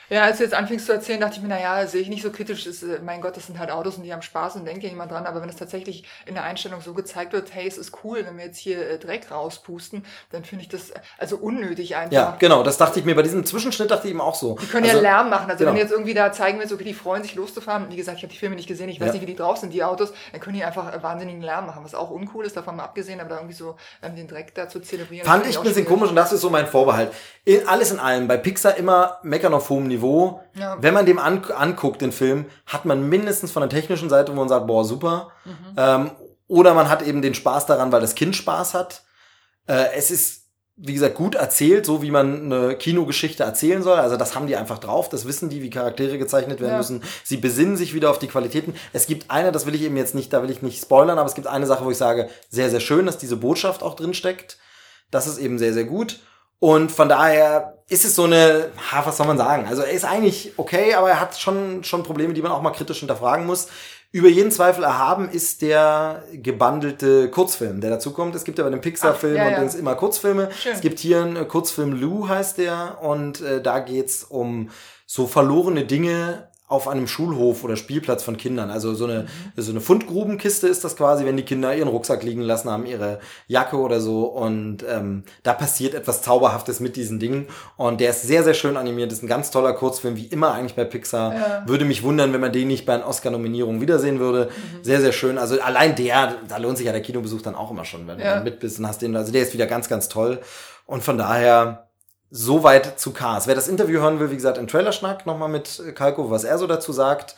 Ja, als du jetzt anfingst zu erzählen, dachte ich mir, naja, sehe ich nicht so kritisch. Ist, äh, mein Gott, das sind halt Autos und die haben Spaß und denkt ja niemand dran. Aber wenn es tatsächlich in der Einstellung so gezeigt wird, hey, es ist cool, wenn wir jetzt hier äh, Dreck rauspusten, dann finde ich das äh, also unnötig einfach. Ja, genau, das dachte ich mir. Bei diesem Zwischenschnitt dachte ich eben auch so. Die können also, ja Lärm machen. Also genau. wenn jetzt irgendwie da zeigen wir so, okay, die freuen sich loszufahren. Wie gesagt, ich habe die Filme nicht gesehen, ich weiß Ja. nicht, wie die drauf sind, die Autos. Dann können die einfach äh, wahnsinnigen Lärm machen, was auch uncool ist, davon mal abgesehen, aber da irgendwie so ähm, den Dreck da zu zelebrieren. Fand ich ein bisschen komisch und das ist so mein Vorbehalt. In, alles in allem, bei Pixar immer meckern auf hohem Niveau. Ja. Wenn man dem an, anguckt, den Film, hat man mindestens von der technischen Seite, wo man sagt, boah, super. Mhm. Ähm, oder man hat eben den Spaß daran, weil das Kind Spaß hat. Äh, es ist, wie gesagt, gut erzählt, so wie man eine Kinogeschichte erzählen soll. Also das haben die einfach drauf. Das wissen die, wie Charaktere gezeichnet werden ja. müssen. Sie besinnen sich wieder auf die Qualitäten. Es gibt eine, das will ich eben jetzt nicht, da will ich nicht spoilern, aber es gibt eine Sache, wo ich sage, sehr, sehr schön, dass diese Botschaft auch drin steckt. Das ist eben sehr, sehr gut. Und von daher ist es so eine, ha, was soll man sagen? Also er ist eigentlich okay, aber er hat schon schon Probleme, die man auch mal kritisch hinterfragen muss. Über jeden Zweifel erhaben ist der gebandelte Kurzfilm, der dazu kommt. Es gibt ja bei den Pixar-Filmen ja, und ja. Dings immer Kurzfilme. Schön. Es gibt hier einen Kurzfilm Lou, heißt der, und äh, da geht's um so verlorene Dinge auf einem Schulhof oder Spielplatz von Kindern. Also so eine, mhm. so eine Fundgrubenkiste ist das quasi, wenn die Kinder ihren Rucksack liegen lassen haben, ihre Jacke oder so. Und ähm, da passiert etwas Zauberhaftes mit diesen Dingen. Und der ist sehr, sehr schön animiert. Das ist ein ganz toller Kurzfilm, wie immer eigentlich bei Pixar. Ja. Würde mich wundern, wenn man den nicht bei einer Oscar-Nominierung wiedersehen würde. Mhm. Sehr, sehr schön. Also allein der, da lohnt sich ja der Kinobesuch dann auch immer schon, wenn ja. du dann mit bist und hast den. Also der ist wieder ganz, ganz toll. Und von daher... Soweit zu Cars. Wer das Interview hören will, wie gesagt, im Trailerschnack nochmal mit Kalko, was er so dazu sagt.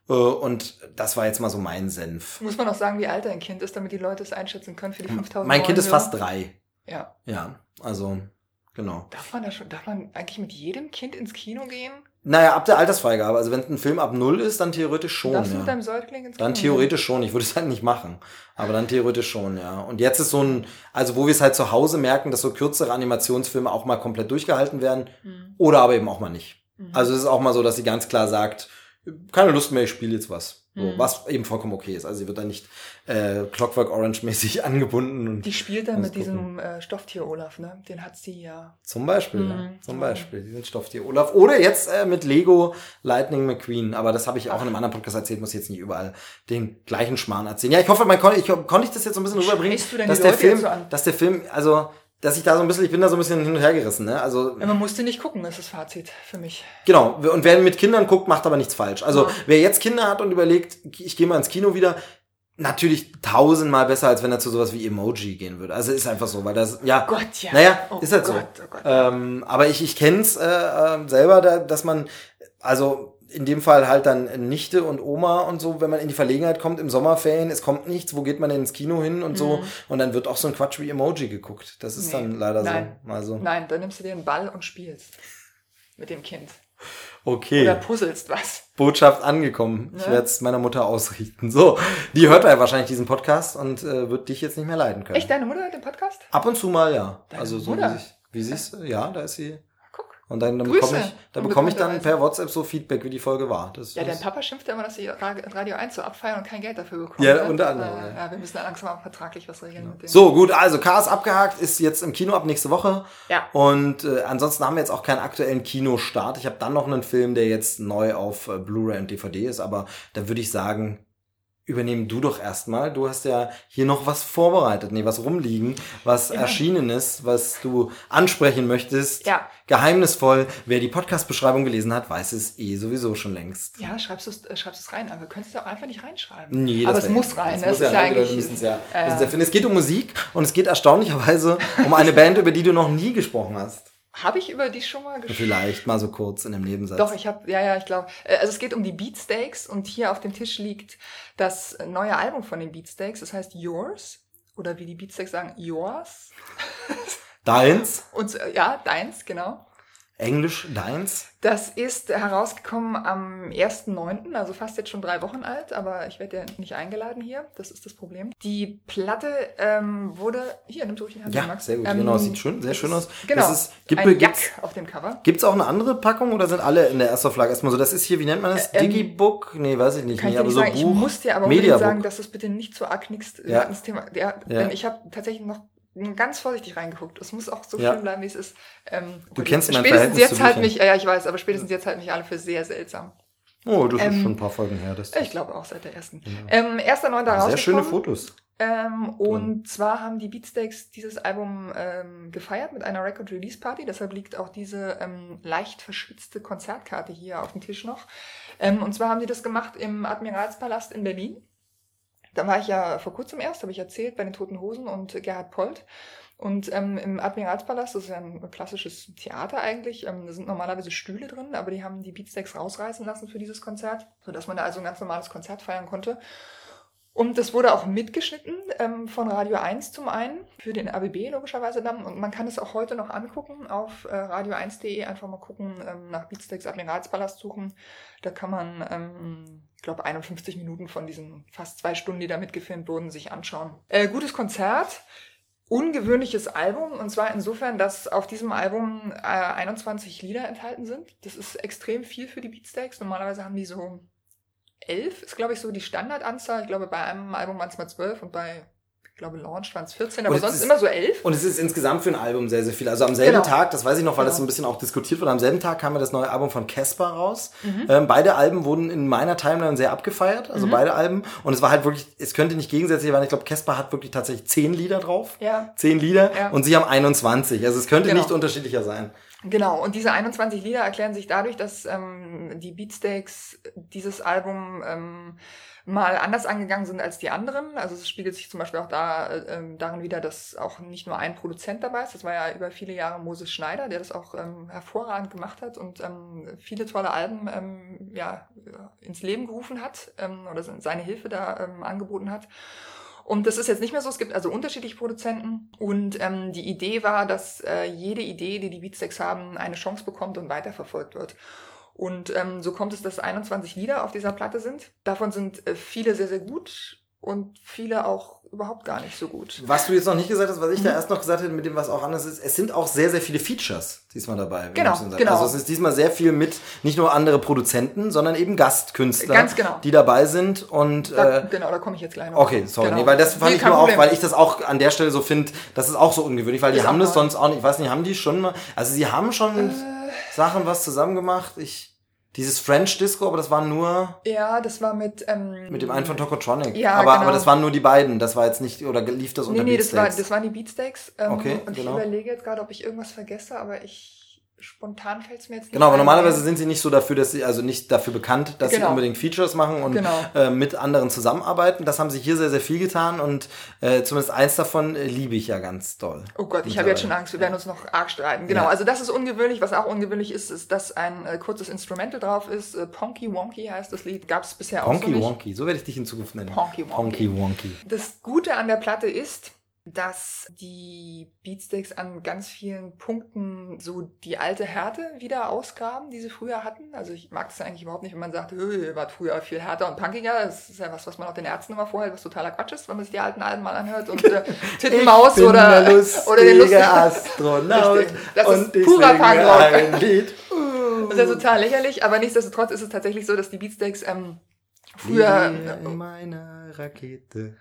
Und das war jetzt mal so mein Senf. Muss man auch sagen, wie alt dein Kind ist, damit die Leute es einschätzen können für die fünftausend Mein Kind ist Euro. fast drei. Ja. Ja, also, genau. Darf man da schon, darf man eigentlich mit jedem Kind ins Kino gehen? Naja, ab der Altersfreigabe. Also wenn ein Film ab null ist, dann theoretisch schon. Darfst du ja. mit deinem Säugling ins Kino Dann theoretisch schon. Ich würde es halt nicht machen. Aber dann theoretisch schon, ja. Und jetzt ist so ein, also wo wir es halt zu Hause merken, dass so kürzere Animationsfilme auch mal komplett durchgehalten werden. Mhm. Oder aber eben auch mal nicht. Mhm. Also es ist auch mal so, dass sie ganz klar sagt, keine Lust mehr, ich spiele jetzt was. So, mhm. Was eben vollkommen okay ist. Also sie wird dann nicht äh, Clockwork Orange-mäßig angebunden. Und die spielt dann mit diesem äh, Stofftier Olaf, ne? Den hat sie ja. Zum Beispiel, mhm. ja. Zum Beispiel. Diesen Stofftier Olaf. Oder jetzt äh, mit Lego Lightning McQueen. Aber das habe ich auch Ach. in einem anderen Podcast erzählt, muss jetzt nicht überall den gleichen Schmarrn erzählen. Ja, ich hoffe, man kon- ich, konnte ich das jetzt so ein bisschen rüberbringen, dass der Film, so dass der Film, also dass ich da so ein bisschen, ich bin da so ein bisschen hin und her gerissen, ne? Also ja, man musste nicht gucken, das ist das Fazit für mich. Genau. Und wer mit Kindern guckt, macht aber nichts falsch. Also ja. wer jetzt Kinder hat und überlegt, ich gehe mal ins Kino wieder, natürlich tausendmal besser, als wenn er zu sowas wie Emoji gehen würde. Also ist einfach so, weil das, ja, oh Gott, ja. naja, oh ist halt Gott, so. Oh Gott. Ähm, aber ich, ich kenn's äh, äh, selber, da, dass man, also in dem Fall halt dann Nichte und Oma und so, wenn man in die Verlegenheit kommt im Sommerferien, es kommt nichts, wo geht man denn ins Kino hin und so, mhm. und dann wird auch so ein Quatsch wie Emoji geguckt. Das ist nee. dann leider Nein. so. Also. Nein, dann nimmst du dir einen Ball und spielst mit dem Kind. Okay. Oder puzzelst was. Botschaft angekommen. Ja. Ich werde es meiner Mutter ausrichten. So, die hört ja wahrscheinlich diesen Podcast und äh, wird dich jetzt nicht mehr leiden können. Echt, deine Mutter hört den Podcast? Ab und zu mal, ja. Deine also so Mutter? wie sie es, ja, da ist sie. Guck. Und dann, dann Grüße. bekomme ich, dann bekomme ich dann per WhatsApp so Feedback, wie die Folge war. Das ja, ist dein Papa schimpft ja immer, dass sie Radio eins so abfeiern und kein Geld dafür bekommen. Ja, ne? unter anderem. Äh, ja, wir müssen dann langsam auch vertraglich was regeln ja. mit dem. So, gut, also Cars abgehakt, ist jetzt im Kino ab nächste Woche. Ja. Und äh, ansonsten haben wir jetzt auch keinen aktuellen Kinostart. Ich habe dann noch einen Film, der jetzt neu auf äh, Blu-ray und D V D ist, aber da würde ich sagen, übernehmen du doch erstmal. Du hast ja hier noch was vorbereitet, nee, was rumliegen, was ja. erschienen ist, was du ansprechen möchtest. Ja. Geheimnisvoll. Wer die Podcast-Beschreibung gelesen hat, weiß es eh sowieso schon längst. Ja, schreibst du es äh, schreibst es rein, aber du könntest es auch einfach nicht reinschreiben. Nee, aber das es muss rein. Das, das muss ist ja, ja eigentlich. Wir müssen's ja, äh, müssen's ja finden. Es geht um Musik und es geht erstaunlicherweise um eine Band, über die du noch nie gesprochen hast. Habe ich über die schon mal gesprochen? Vielleicht mal so kurz in einem Nebensatz. Doch, ich habe, ja, ja, ich glaube. Also es geht um die Beatsteaks und hier auf dem Tisch liegt das neue Album von den Beatsteaks. Das heißt Yours oder wie die Beatsteaks sagen, Yours. Deins? Und ja, deins, genau. Englisch deins? Das ist herausgekommen am ersten neunten, also fast jetzt schon drei Wochen alt, aber ich werde ja nicht eingeladen hier, das ist das Problem. Die Platte ähm, wurde, hier, nimm ruhig in die Hand, ja, Max. sehr gut, ähm, genau, sieht schön, sehr schön aus. Genau, das ist, gibt, ein gibt's, Jack auf dem Cover. Gibt's auch eine andere Packung oder sind alle in der Erstauflage erstmal so, das ist hier, wie nennt man das, ähm, Digibook? Nee, weiß ich nicht, kann nee, ich aber nicht so sagen. Buch, Ich muss dir aber unbedingt Mediabook. sagen, dass das bitte nicht so arg nix ja. ins Thema, ja, ja. denn ich habe tatsächlich noch ganz vorsichtig reingeguckt. Es muss auch so Ja. schön bleiben, wie es ist. Ähm, Du kennst mein spätestens Verhältnis jetzt zu halt Büchern. mich, ja, ich weiß, aber spätestens jetzt halt mich alle für sehr seltsam. Oh, das Ähm, ist schon ein paar Folgen her. Das Ich glaube auch seit der ersten. Ja. Ähm, erster Neunter Sehr schöne rausgekommen. Fotos. Ähm, und zwar haben die Beatsteaks dieses Album ähm, gefeiert mit einer Record-Release-Party. Deshalb liegt auch diese ähm, leicht verschwitzte Konzertkarte hier auf dem Tisch noch. Ähm, und zwar haben sie das gemacht im Admiralspalast in Berlin. Da war ich ja vor kurzem erst, habe ich erzählt, bei den Toten Hosen und Gerhard Polt. Und ähm, im Admiralspalast, das ist ja ein klassisches Theater eigentlich, ähm, da sind normalerweise Stühle drin, aber die haben die Beatsteaks rausreißen lassen für dieses Konzert, sodass man da also ein ganz normales Konzert feiern konnte. Und das wurde auch mitgeschnitten ähm, von Radio eins zum einen, für den A B B logischerweise dann. Und man kann es auch heute noch angucken auf äh, radio eins punkt de, einfach mal gucken, ähm, nach Beatsteaks Admiralspalast suchen. Da kann man, ähm, ich glaube, einundfünfzig Minuten von diesen fast zwei Stunden, die da mitgefilmt wurden, sich anschauen. Äh, gutes Konzert. Ungewöhnliches Album, und zwar insofern, dass auf diesem Album äh, einundzwanzig Lieder enthalten sind. Das ist extrem viel für die Beatsteaks. Normalerweise haben die so elf, ist glaube ich so die Standardanzahl. Ich glaube, bei einem Album waren es mal zwölf und bei, ich glaube, Launch waren es vierzehn, aber Und es sonst ist- immer so elf. Und es ist insgesamt für ein Album sehr, sehr viel. Also am selben Genau. Tag, das weiß ich noch, weil das Genau. so ein bisschen auch diskutiert wurde, am selben Tag kam ja das neue Album von Casper raus. Mhm. Ähm, beide Alben wurden in meiner Timeline sehr abgefeiert, also Mhm. beide Alben. Und es war halt wirklich, es könnte nicht gegensätzlich sein. Ich glaube, Casper hat wirklich tatsächlich zehn Lieder drauf. Ja, Zehn Lieder Ja. und sie haben einundzwanzig. Also es könnte Genau. nicht unterschiedlicher sein. genau. Und diese einundzwanzig Lieder erklären sich dadurch, dass ähm, die Beatsteaks dieses Album ähm, mal anders angegangen sind als die anderen. Also es spiegelt sich zum Beispiel auch da, äh, ähm, darin wider, dass auch nicht nur ein Produzent dabei ist. Das war ja über viele Jahre Moses Schneider, der das auch ähm, hervorragend gemacht hat und ähm, viele tolle Alben ähm, ja, ins Leben gerufen hat ähm, oder seine Hilfe da ähm, angeboten hat. Und das ist jetzt nicht mehr so. Es gibt also unterschiedliche Produzenten. Und ähm, die Idee war, dass äh, jede Idee, die die Beatsteaks haben, eine Chance bekommt und weiterverfolgt wird. Und ähm, so kommt es, dass einundzwanzig Lieder auf dieser Platte sind. Davon sind äh, viele sehr, sehr gut und viele auch überhaupt gar nicht so gut. Was du jetzt noch nicht gesagt hast, was ich Mhm. da erst noch gesagt hätte, mit dem was auch anders ist, es sind auch sehr, sehr viele Features diesmal dabei. wie Genau, man so sagt. genau. Also es ist diesmal sehr viel mit, nicht nur andere Produzenten, sondern eben Gastkünstler, Ganz genau. die dabei sind und Da, äh, genau, da komme ich jetzt gleich noch. okay, sorry, Genau. nee, weil das fand Nee, ich kein nur auch, Problem. weil ich das auch an der Stelle so finde, das ist auch so ungewöhnlich, weil die Ist haben auch das neu. sonst auch nicht, ich weiß nicht, haben die schon mal, also sie haben schon Äh. Sachen was zusammen gemacht, ich, dieses French Disco, aber das war nur Ja, das war mit... Ähm, mit dem einen von Tokotronic, Ja, aber, genau. aber das waren nur die beiden, das war jetzt nicht, oder lief das unter Nee, nee, das, war, Beatsteaks? das waren die Beatsteaks. Ähm, Okay, und genau. ich überlege jetzt gerade, ob ich irgendwas vergesse, aber ich... Spontan fällt es mir jetzt nicht Genau, aber ein. normalerweise sind sie nicht so dafür, dass sie, also nicht dafür bekannt, dass Genau. sie unbedingt Features machen und Genau. äh, mit anderen zusammenarbeiten. Das haben sie hier sehr, sehr viel getan und äh, zumindest eins davon äh, liebe ich ja ganz doll. Oh Gott, ich habe jetzt schon Angst, wir werden uns noch arg streiten. Genau, Ja. also das ist ungewöhnlich. Was auch ungewöhnlich ist, ist, dass ein äh, kurzes Instrumental drauf ist. Äh, Ponky Wonky heißt das Lied. Gab es bisher auch so Ponky nicht. Wonky, so werde ich dich in Zukunft nennen. Ponky Wonky. Ponky Wonky. Das Gute an der Platte ist, dass die Beatsteaks an ganz vielen Punkten so die alte Härte wieder ausgraben, die sie früher hatten. Also ich mag das eigentlich überhaupt nicht, wenn man sagt, ihr wart früher viel härter und punkiger. Das ist ja was, was man auch den Ärzten immer vorhält, was totaler Quatsch ist, wenn man sich die alten Alben mal anhört. Und äh, Tittenmaus Ich bin oder, der lustige oder den lustigen... Astronaut Richtig. Das ist und ich purer singe Punkrock. ein Lied. Das ist ja total lächerlich, aber nichtsdestotrotz ist es tatsächlich so, dass die Beatsteaks ähm, früher... Fliege in meiner Rakete.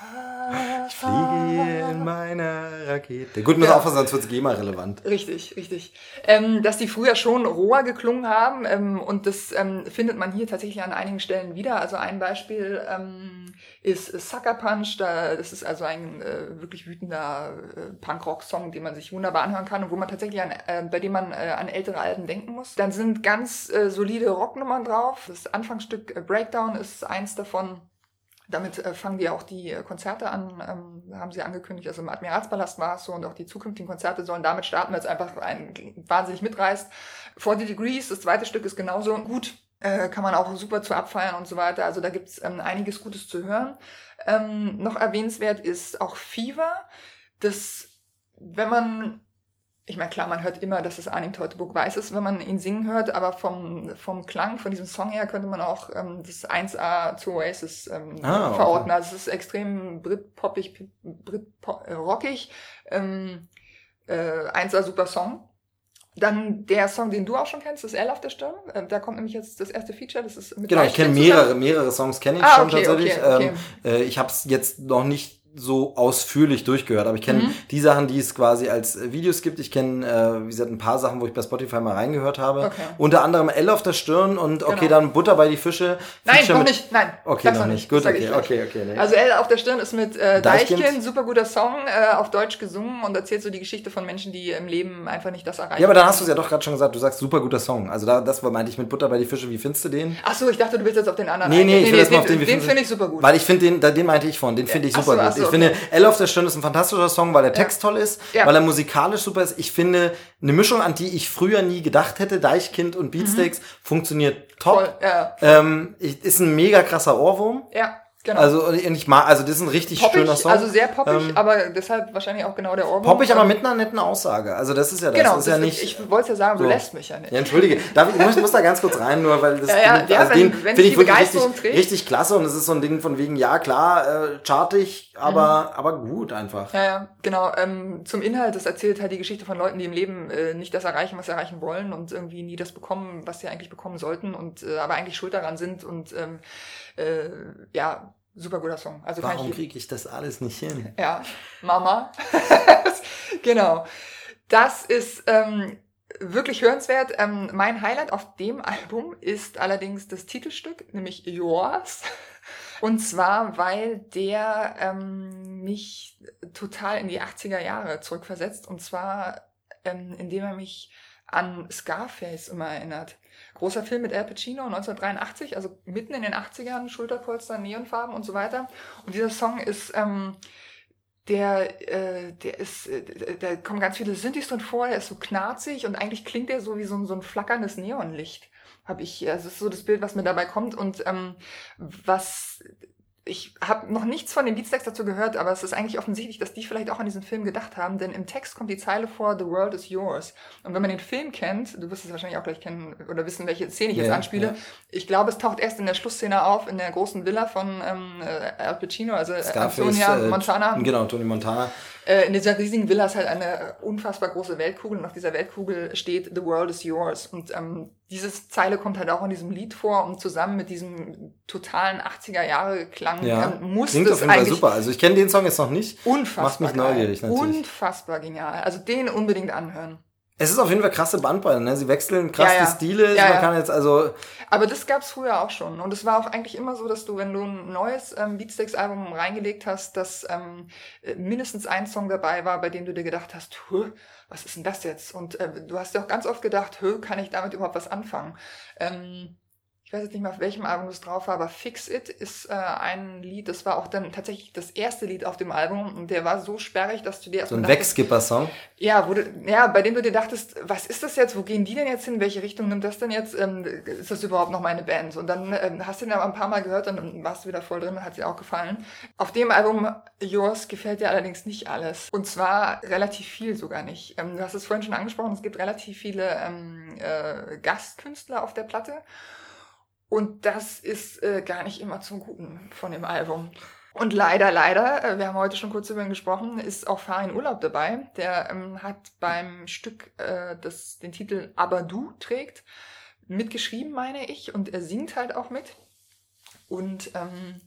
Ich fliege in meiner Rakete. Gut, muss Ja. aufpassen, sonst wird es GEMA-relevant. Richtig, richtig. Ähm, dass die früher schon roher geklungen haben ähm, und das ähm, findet man hier tatsächlich an einigen Stellen wieder. Also ein Beispiel ähm, ist Sucker Punch. Da, das ist also ein äh, wirklich wütender äh, Punkrock-Song, den man sich wunderbar anhören kann und wo man tatsächlich an, äh, bei dem man äh, an ältere Alben denken muss. Dann sind ganz äh, solide Rocknummern drauf. Das Anfangsstück äh, Breakdown ist eins davon. Damit äh, fangen die auch die äh, Konzerte an, ähm, haben sie angekündigt, also im Admiralspalast war es so und auch die zukünftigen Konzerte sollen damit starten, weil es einfach einen wahnsinnig mitreißt. forty Degrees, das zweite Stück ist genauso gut, äh, kann man auch super zu abfeiern und so weiter, also da gibt's ähm, einiges Gutes zu hören. Ähm, noch erwähnenswert ist auch Fever, das, wenn man... Ich meine, klar, man hört immer, dass es Arnim Teutoburg Weiß ist, wenn man ihn singen hört, aber vom, vom Klang, von diesem Song her, könnte man auch ähm, das eins A zu Oasis ähm, Ah, okay. verorten. Also es ist extrem Brit-poppig, Brit-rockig, ähm, äh, eins A super Song. Dann der Song, den du auch schon kennst, ist L auf der Stirn. Äh, da kommt nämlich jetzt das erste Feature, das ist mit Genau, ich kenne Beispiel zusammen. mehrere, mehrere Songs kenne ich Ah, schon okay, tatsächlich. okay, okay. Ähm, äh, ich habe es jetzt noch nicht so ausführlich durchgehört. Aber ich kenne Mhm. die Sachen, die es quasi als äh, Videos gibt. Ich kenne, äh, wie gesagt, ein paar Sachen, wo ich bei Spotify mal reingehört habe. Okay. Unter anderem L auf der Stirn und okay, Genau. dann Butter bei die Fische. Nein, Feature noch mit- nicht. Nein. Okay, sag's noch nicht. Gut, Das sag ich okay, gleich. okay, okay. Nee. Also L auf der Stirn ist mit äh, Deichkind. Deichkind, super guter Song, äh, auf Deutsch gesungen und erzählt so die Geschichte von Menschen, die im Leben einfach nicht das erreichen. Ja, aber dann hast du es ja doch gerade schon gesagt, du sagst super guter Song. Also da, das war, meinte ich mit Butter bei die Fische. Wie findest du den? Ach so, ich dachte, du willst jetzt auf den anderen Nee, nee, eingehen. ich will erst mal auf den. Den, wie den findest du- finde ich super gut. Weil ich finde den, da- den meinte ich von, den finde ich Ach super so, ach gut. so, Ich okay. finde, L auf der Stirn ist ein fantastischer Song, weil der Text toll ist, Ja. weil er musikalisch super ist. Ich finde, eine Mischung, an die ich früher nie gedacht hätte, Deichkind und Beatsteaks, funktioniert top. Voll, ja. Ähm, ich, ist ein mega krasser Ohrwurm. Ja, genau. Also, und ich mag, also, das ist ein richtig poppig, schöner Song. also sehr poppig, Ähm, aber deshalb wahrscheinlich auch genau der Ohrwurm. Poppig, aber Ähm, mit einer netten Aussage. Also, das ist ja das. Genau, ist ja das- nicht. ich wollte ja sagen, so. du lässt mich ja nicht. Ja, entschuldige. Darf ich, ich muss, muss da ganz kurz rein, nur weil das Ja, ja, ja, wenn- den wenn finde dich ich die wirklich Begeisterung richtig, trägt. richtig klasse und es ist so ein Ding von wegen, ja klar, äh, chartig, aber, Mhm. aber gut einfach. Ja, ja, genau. Ähm, zum Inhalt, das erzählt halt die Geschichte von Leuten, die im Leben äh, nicht das erreichen, was sie erreichen wollen und irgendwie nie das bekommen, was sie eigentlich bekommen sollten und äh, aber eigentlich schuld daran sind und ähm, äh, ja, super guter Song. Also kann Warum ich kriege ich das alles nicht hin? Ja, Mama. Genau. Das ist ähm, wirklich hörenswert. Ähm, mein Highlight auf dem Album ist allerdings das Titelstück, nämlich Yours. Und zwar, weil der ähm, mich total in die achtziger Jahre zurückversetzt. Und zwar, ähm, indem er mich an Scarface immer erinnert. Großer Film mit Al Pacino neunzehnhundertdreiundachtzig, also mitten in den achtzigern, Schulterpolster, Neonfarben und so weiter. Und dieser Song ist, ähm, der, äh, der ist, äh, da kommen ganz viele Synthes drin vor, der ist so knarzig und eigentlich klingt der so wie so ein, so ein flackerndes Neonlicht. Habe ich, also das ist so das Bild, was mir dabei kommt und ähm, was ich habe noch nichts von den Beatsteaks dazu gehört, aber es ist eigentlich offensichtlich, dass die vielleicht auch an diesen Film gedacht haben, denn im Text kommt die Zeile vor, The world is yours. Und wenn man den Film kennt, du wirst es wahrscheinlich auch gleich kennen oder wissen, welche Szene ich jetzt Ja, anspiele, ja. ich glaube, es taucht erst in der Schlussszene auf, in der großen Villa von ähm, äh, Al Pacino, also äh, Antonia äh, Montana. Genau, Tony Montana. Äh, in dieser riesigen Villa ist halt eine unfassbar große Weltkugel und auf dieser Weltkugel steht The world is yours. Und ähm, diese Zeile kommt halt auch in diesem Lied vor und zusammen mit diesem totalen achtziger-Jahre-Klang Ja, ähm, muss klingt auf es jeden Fall eigentlich super. Also ich kenne den Song jetzt noch nicht. unfassbar Macht mich geil. neugierig natürlich. Unfassbar genial. Also den unbedingt anhören. Es ist auf jeden Fall krasse Bandbreite, ne? Sie wechseln krass Ja, ja. die Stile. Ja, Man ja. kann jetzt also Aber das gab's früher auch schon. Und es war auch eigentlich immer so, dass du, wenn du ein neues ähm, Beatsteaks-Album reingelegt hast, dass ähm, äh, mindestens ein Song dabei war, bei dem du dir gedacht hast, Hö, was ist denn das jetzt? Und äh, du hast dir auch ganz oft gedacht, Hö, kann ich damit überhaupt was anfangen? Ähm, ich weiß jetzt nicht mehr, auf welchem Album das drauf war, aber Fix It ist äh, ein Lied, das war auch dann tatsächlich das erste Lied auf dem Album und der war so sperrig, dass du dir so ein erstmal dachtest, Wegskipper-Song. ja, wo du, ja, bei dem du dir dachtest, was ist das jetzt? Wo gehen die denn jetzt hin? Welche Richtung nimmt das denn jetzt? Ähm, ist das überhaupt noch meine Band? Und dann ähm, hast du den aber ein paar Mal gehört und dann warst du wieder voll drin und hat dir auch gefallen. Auf dem Album Yours gefällt dir allerdings nicht alles. Und zwar relativ viel sogar nicht. Ähm, du hast es vorhin schon angesprochen, es gibt relativ viele ähm, äh, Gastkünstler auf der Platte. Und das ist äh, gar nicht immer zum Guten von dem Album. Und leider, leider, äh, wir haben heute schon kurz über ihn gesprochen, ist auch Farin Urlaub dabei. Der ähm, hat beim Stück, äh, das den Titel Aber Du trägt, mitgeschrieben, meine ich. Und er singt halt auch mit. Und ähm,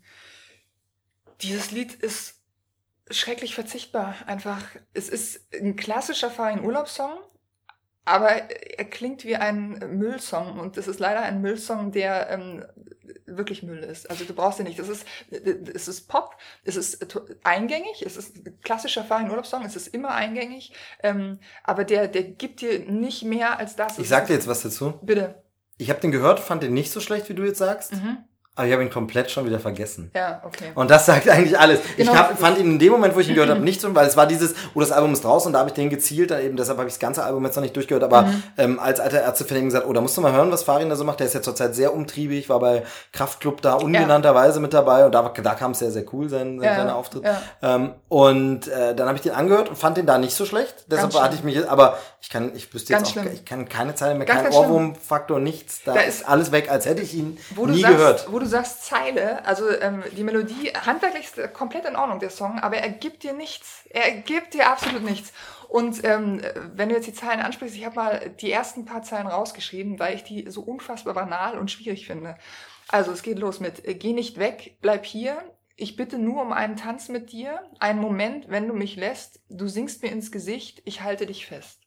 dieses Lied ist schrecklich verzichtbar. Einfach, es ist ein klassischer Farin Urlaub-Song. Aber er klingt wie ein Müllsong und das ist leider ein Müllsong, der ähm, wirklich Müll ist. Also du brauchst ihn nicht. Das ist, es ist Pop, es ist eingängig, es ist ein klassischer Farin-Urlaub-Song, es ist immer eingängig, ähm, aber der, der gibt dir nicht mehr als das. Ich sag dir jetzt was dazu. Bitte. Ich habe den gehört, fand den nicht so schlecht, wie du jetzt sagst. Mhm. Aber ich habe ihn komplett schon wieder vergessen. Ja, okay. Und das sagt eigentlich alles. Genau. Ich hab, fand ihn in dem Moment, wo ich ihn gehört habe, nicht so, weil es war dieses, oh, das Album ist draußen und da habe ich den gezielt, dann eben, deshalb habe ich das ganze Album jetzt noch nicht durchgehört, aber Mhm. ähm, als alter Ärztefan gesagt, oh, da musst du mal hören, was Farin da so macht. Der ist ja zurzeit sehr umtriebig, war bei Kraftklub da ungenannterweise mit dabei und da, da kam es sehr, sehr cool, sein, Ja, sein Auftritt. ja. Ähm, und äh, dann habe ich den angehört und fand den da nicht so schlecht. Deshalb Ganz hatte ich mich, aber ich kann, ich wüsste Ganz jetzt auch, schlimm. ich kann keine Zeile mehr, Ganz, kein ganz schlimm. Ohrwurmfaktor, nichts. Da, Da ist ist- alles weg, als hätte ich ihn Wo du nie sagst, gehört. Wo du sagst Zeile, also ähm, die Melodie, handwerklich ist komplett in Ordnung, der Song, aber er gibt dir nichts. Er gibt dir absolut nichts. Und ähm, wenn du jetzt die Zeilen ansprichst, ich habe mal die ersten paar Zeilen rausgeschrieben, weil ich die so unfassbar banal und schwierig finde. Also es geht los mit, äh, geh nicht weg, bleib hier, Ich bitte nur um einen Tanz mit dir, einen Moment, wenn du mich lässt, du singst mir ins Gesicht, ich halte dich fest.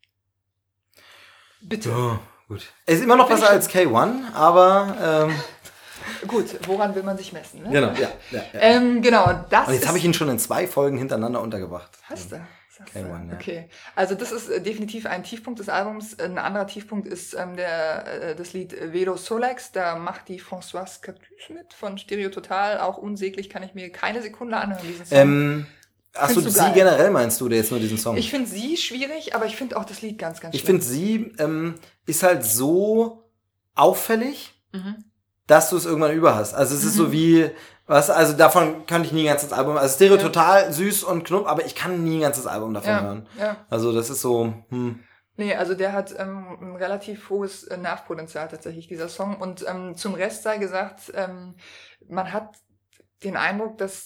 Bitte. Oh, gut. Es ist immer noch besser als K eins, aber ähm, gut, woran will man sich messen? Ne? Genau, ja. ja, ja. Ähm, genau, das Und jetzt habe ich ihn schon in zwei Folgen hintereinander untergebracht. Hast du? K eins, ja. Okay, also das ist äh, definitiv ein Tiefpunkt des Albums. Ein anderer Tiefpunkt ist ähm, der, äh, das Lied Vero Solex. Da macht die Françoise Cactus mit von Stereo Total. Auch unsäglich, kann ich mir keine Sekunde anhören, diesen Song. Ähm, Achso, sie geil? generell meinst du, der jetzt nur diesen Song? Ich finde sie schwierig, aber ich finde auch das Lied ganz, ganz schwierig. Ich finde, sie ähm, ist halt so auffällig, Mhm. dass du es irgendwann über hast. Also es ist Mhm. so wie, was, also davon kann ich nie ein ganzes Album, also Stereo Ja. total süß und knupp, aber ich kann nie ein ganzes Album davon Ja, hören. ja. Also das ist so, hm. Nee, also der hat ähm, ein relativ hohes äh, Nervpotenzial tatsächlich, dieser Song. Und ähm, zum Rest sei gesagt, ähm, man hat den Eindruck, dass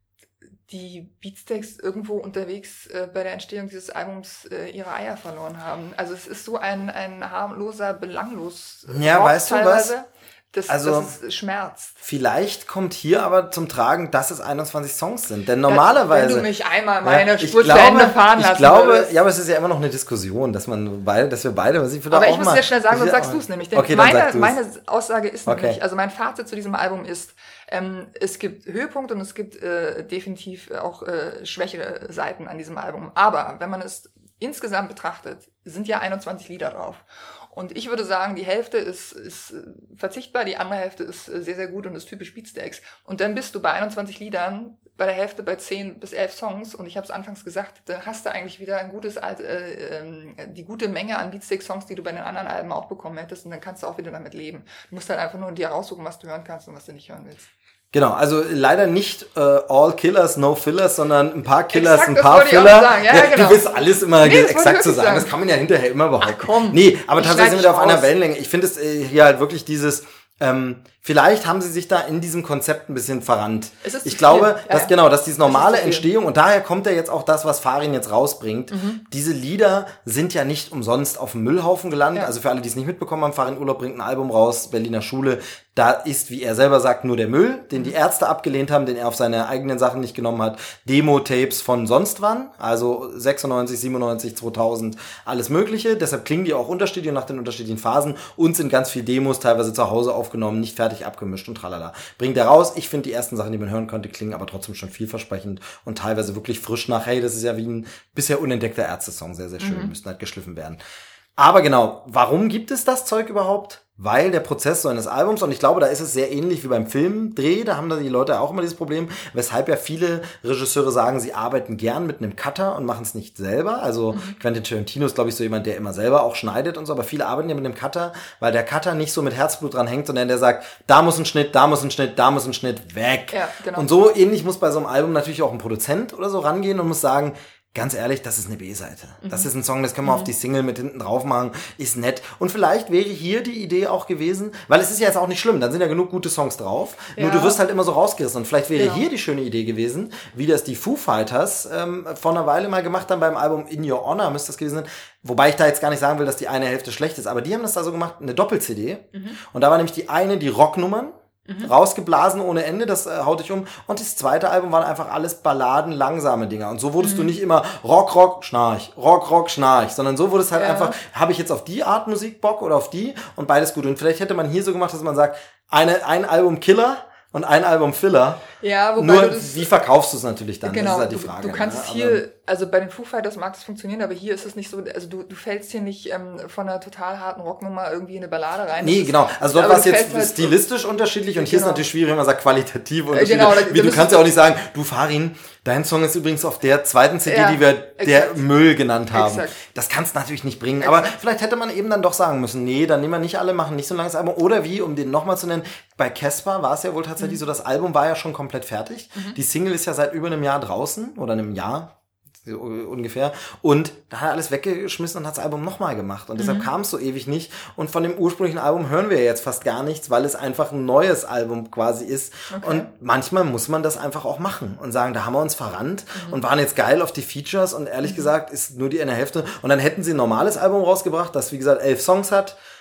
die Beatsteaks irgendwo unterwegs äh, bei der Entstehung dieses Albums äh, ihre Eier verloren haben. Also es ist so ein, ein harmloser, belanglos Ja, Rock weißt du was? teilweise, dass, Also- dass es schmerzt. Vielleicht kommt hier aber zum Tragen, dass es einundzwanzig Songs sind. Denn normalerweise... Wenn du mich einmal meine Ja, ich Spur zu glaube- Ende fahren lassen Ich glaube, würdest. ja, aber es ist ja immer noch eine Diskussion, dass man beide, dass wir beide, was ich würde Aber auch ich muss mal, sehr schnell sagen, sonst ich will sagst auch- du es nämlich. Denn Okay, dann meine, sag du's. meine Aussage ist Okay. nämlich, also mein Fazit zu diesem Album ist, ähm, es gibt Höhepunkte und es gibt äh, definitiv auch äh, schwächere Seiten an diesem Album. Aber wenn man es insgesamt betrachtet, sind ja einundzwanzig Lieder drauf. Und ich würde sagen, die Hälfte ist, ist äh, verzichtbar, die andere Hälfte ist äh, sehr, sehr gut und ist typisch Beatsteaks. Und dann bist du bei einundzwanzig Liedern, bei der Hälfte bei zehn bis elf Songs. Und ich habe es anfangs gesagt, da hast du eigentlich wieder ein gutes, alt- äh, ähm, die gute Menge an Beatsteaks-Songs, die du bei den anderen Alben auch bekommen hättest. Und dann kannst du auch wieder damit leben. Du musst halt einfach nur dir raussuchen, was du hören kannst und was du nicht hören willst. Genau, also leider nicht äh, all Killers, no Fillers, sondern ein paar Killers, Exakt, ein das paar wollte ich auch Filler. sagen. Ja, ja, genau. Du willst alles immer Nee, ge- das wollte ich exakt zu wirklich sagen. sagen. Das kann man ja hinterher immer behaupten. Ach, komm. Nee, aber Ich tatsächlich sind schneid wir da auf dich einer raus. Wellenlänge. Ich finde es äh, hier halt wirklich dieses, ähm, vielleicht haben sie sich da in diesem Konzept ein bisschen verrannt. Es ist zu Ich viel. glaube, Ja, dass ja. genau, dass diese normale Es ist zu viel. Entstehung, und daher kommt ja jetzt auch das, was Farin jetzt rausbringt. Mhm. Diese Lieder sind ja nicht umsonst auf dem Müllhaufen gelandet. Ja. Also für alle, die es nicht mitbekommen haben, Farin Urlaub bringt ein Album raus, Berliner Schule. Da ist, wie er selber sagt, nur der Müll, den die Ärzte abgelehnt haben, den er auf seine eigenen Sachen nicht genommen hat. Demo-Tapes von sonst wann, also sechsundneunzig, siebenundneunzig, zweitausend, alles Mögliche. Deshalb klingen die auch unterschiedlich nach den unterschiedlichen Phasen und sind ganz viel Demos, teilweise zu Hause aufgenommen, nicht fertig abgemischt und tralala. Bringt er raus. Ich finde, die ersten Sachen, die man hören konnte, klingen aber trotzdem schon vielversprechend und teilweise wirklich frisch nach, hey, das ist ja wie ein bisher unentdeckter Ärzte-Song, sehr, sehr schön, Mhm. müssten halt geschliffen werden. Aber genau, warum gibt es das Zeug überhaupt? Weil der Prozess so eines Albums, und ich glaube, da ist es sehr ähnlich wie beim Filmdreh, da haben da die Leute auch immer dieses Problem, weshalb ja viele Regisseure sagen, sie arbeiten gern mit einem Cutter und machen es nicht selber. Also Mhm. Quentin Tarantino ist, glaube ich, so jemand, der immer selber auch schneidet und so, aber viele arbeiten ja mit einem Cutter, weil der Cutter nicht so mit Herzblut dran hängt, sondern der sagt, da muss ein Schnitt, da muss ein Schnitt, da muss ein Schnitt, weg. Ja, genau. Und so ähnlich muss bei so einem Album natürlich auch ein Produzent oder so rangehen und muss sagen, ganz ehrlich, das ist eine B-Seite. Das ist ein Song, das können wir auf die Single mit hinten drauf machen, ist nett. Und vielleicht wäre hier die Idee auch gewesen, weil es ist ja jetzt auch nicht schlimm, dann sind ja genug gute Songs drauf, nur Ja. du wirst halt immer so rausgerissen. Und vielleicht wäre Genau. hier die schöne Idee gewesen, wie das die Foo Fighters ähm, vor einer Weile mal gemacht haben beim Album In Your Honor, müsste das gewesen sein. Wobei ich da jetzt gar nicht sagen will, dass die eine Hälfte schlecht ist, aber die haben das da so gemacht, eine Doppel-C D. Und da war nämlich die eine die Rocknummern, rausgeblasen ohne Ende, das äh, haut dich um. Und das zweite Album waren einfach alles Balladen, langsame Dinger. Und so wurdest du nicht immer Rock, Rock, Schnarch, Rock, Rock, Schnarch, sondern so wurde es halt Ja. einfach, habe ich jetzt auf die Art Musik Bock oder auf die und beides gut. Und vielleicht hätte man hier so gemacht, dass man sagt, eine, ein Album Killer und ein Album Filler. Ja, wobei Nur, du das, wie verkaufst du es natürlich dann? genau, das ist halt die du, Frage. du kannst ne? es Aber- hier, also bei den Foo Fighters mag das funktionieren, aber hier ist es nicht so, also du, du fällst hier nicht ähm, von einer total harten Rocknummer irgendwie in eine Ballade rein. Nee, Das ist- genau. Also dort aber war es du jetzt fällst halt- stilistisch unterschiedlich und hier ist Genau. natürlich schwierig, wenn man sagt qualitativ unterschiedlich. genau, da- Wie, da du müssen- kannst ja auch nicht sagen, du Farin, dein Song ist übrigens auf der zweiten C D, Ja, die wir der exakt. Müll genannt haben. Exakt. Das kannst du natürlich nicht bringen. Aber vielleicht hätte man eben dann doch sagen müssen, nee, dann nehmen wir nicht alle, machen nicht so ein langes Album. Oder wie, um den nochmal zu nennen, bei Casper war es ja wohl tatsächlich Mhm. so, das Album war ja schon komplett fertig. Die Single ist ja seit über einem Jahr draußen oder einem Jahr. So ungefähr. Und da hat er alles weggeschmissen und hat das Album nochmal gemacht. Und deshalb kam es so ewig nicht. Und von dem ursprünglichen Album hören wir jetzt fast gar nichts, weil es einfach ein neues Album quasi ist. Okay. Und manchmal muss man das einfach auch machen und sagen, da haben wir uns verrannt und waren jetzt geil auf die Features und ehrlich gesagt ist nur die eine Hälfte. Und dann hätten sie ein normales Album rausgebracht, das wie gesagt elf Songs hat.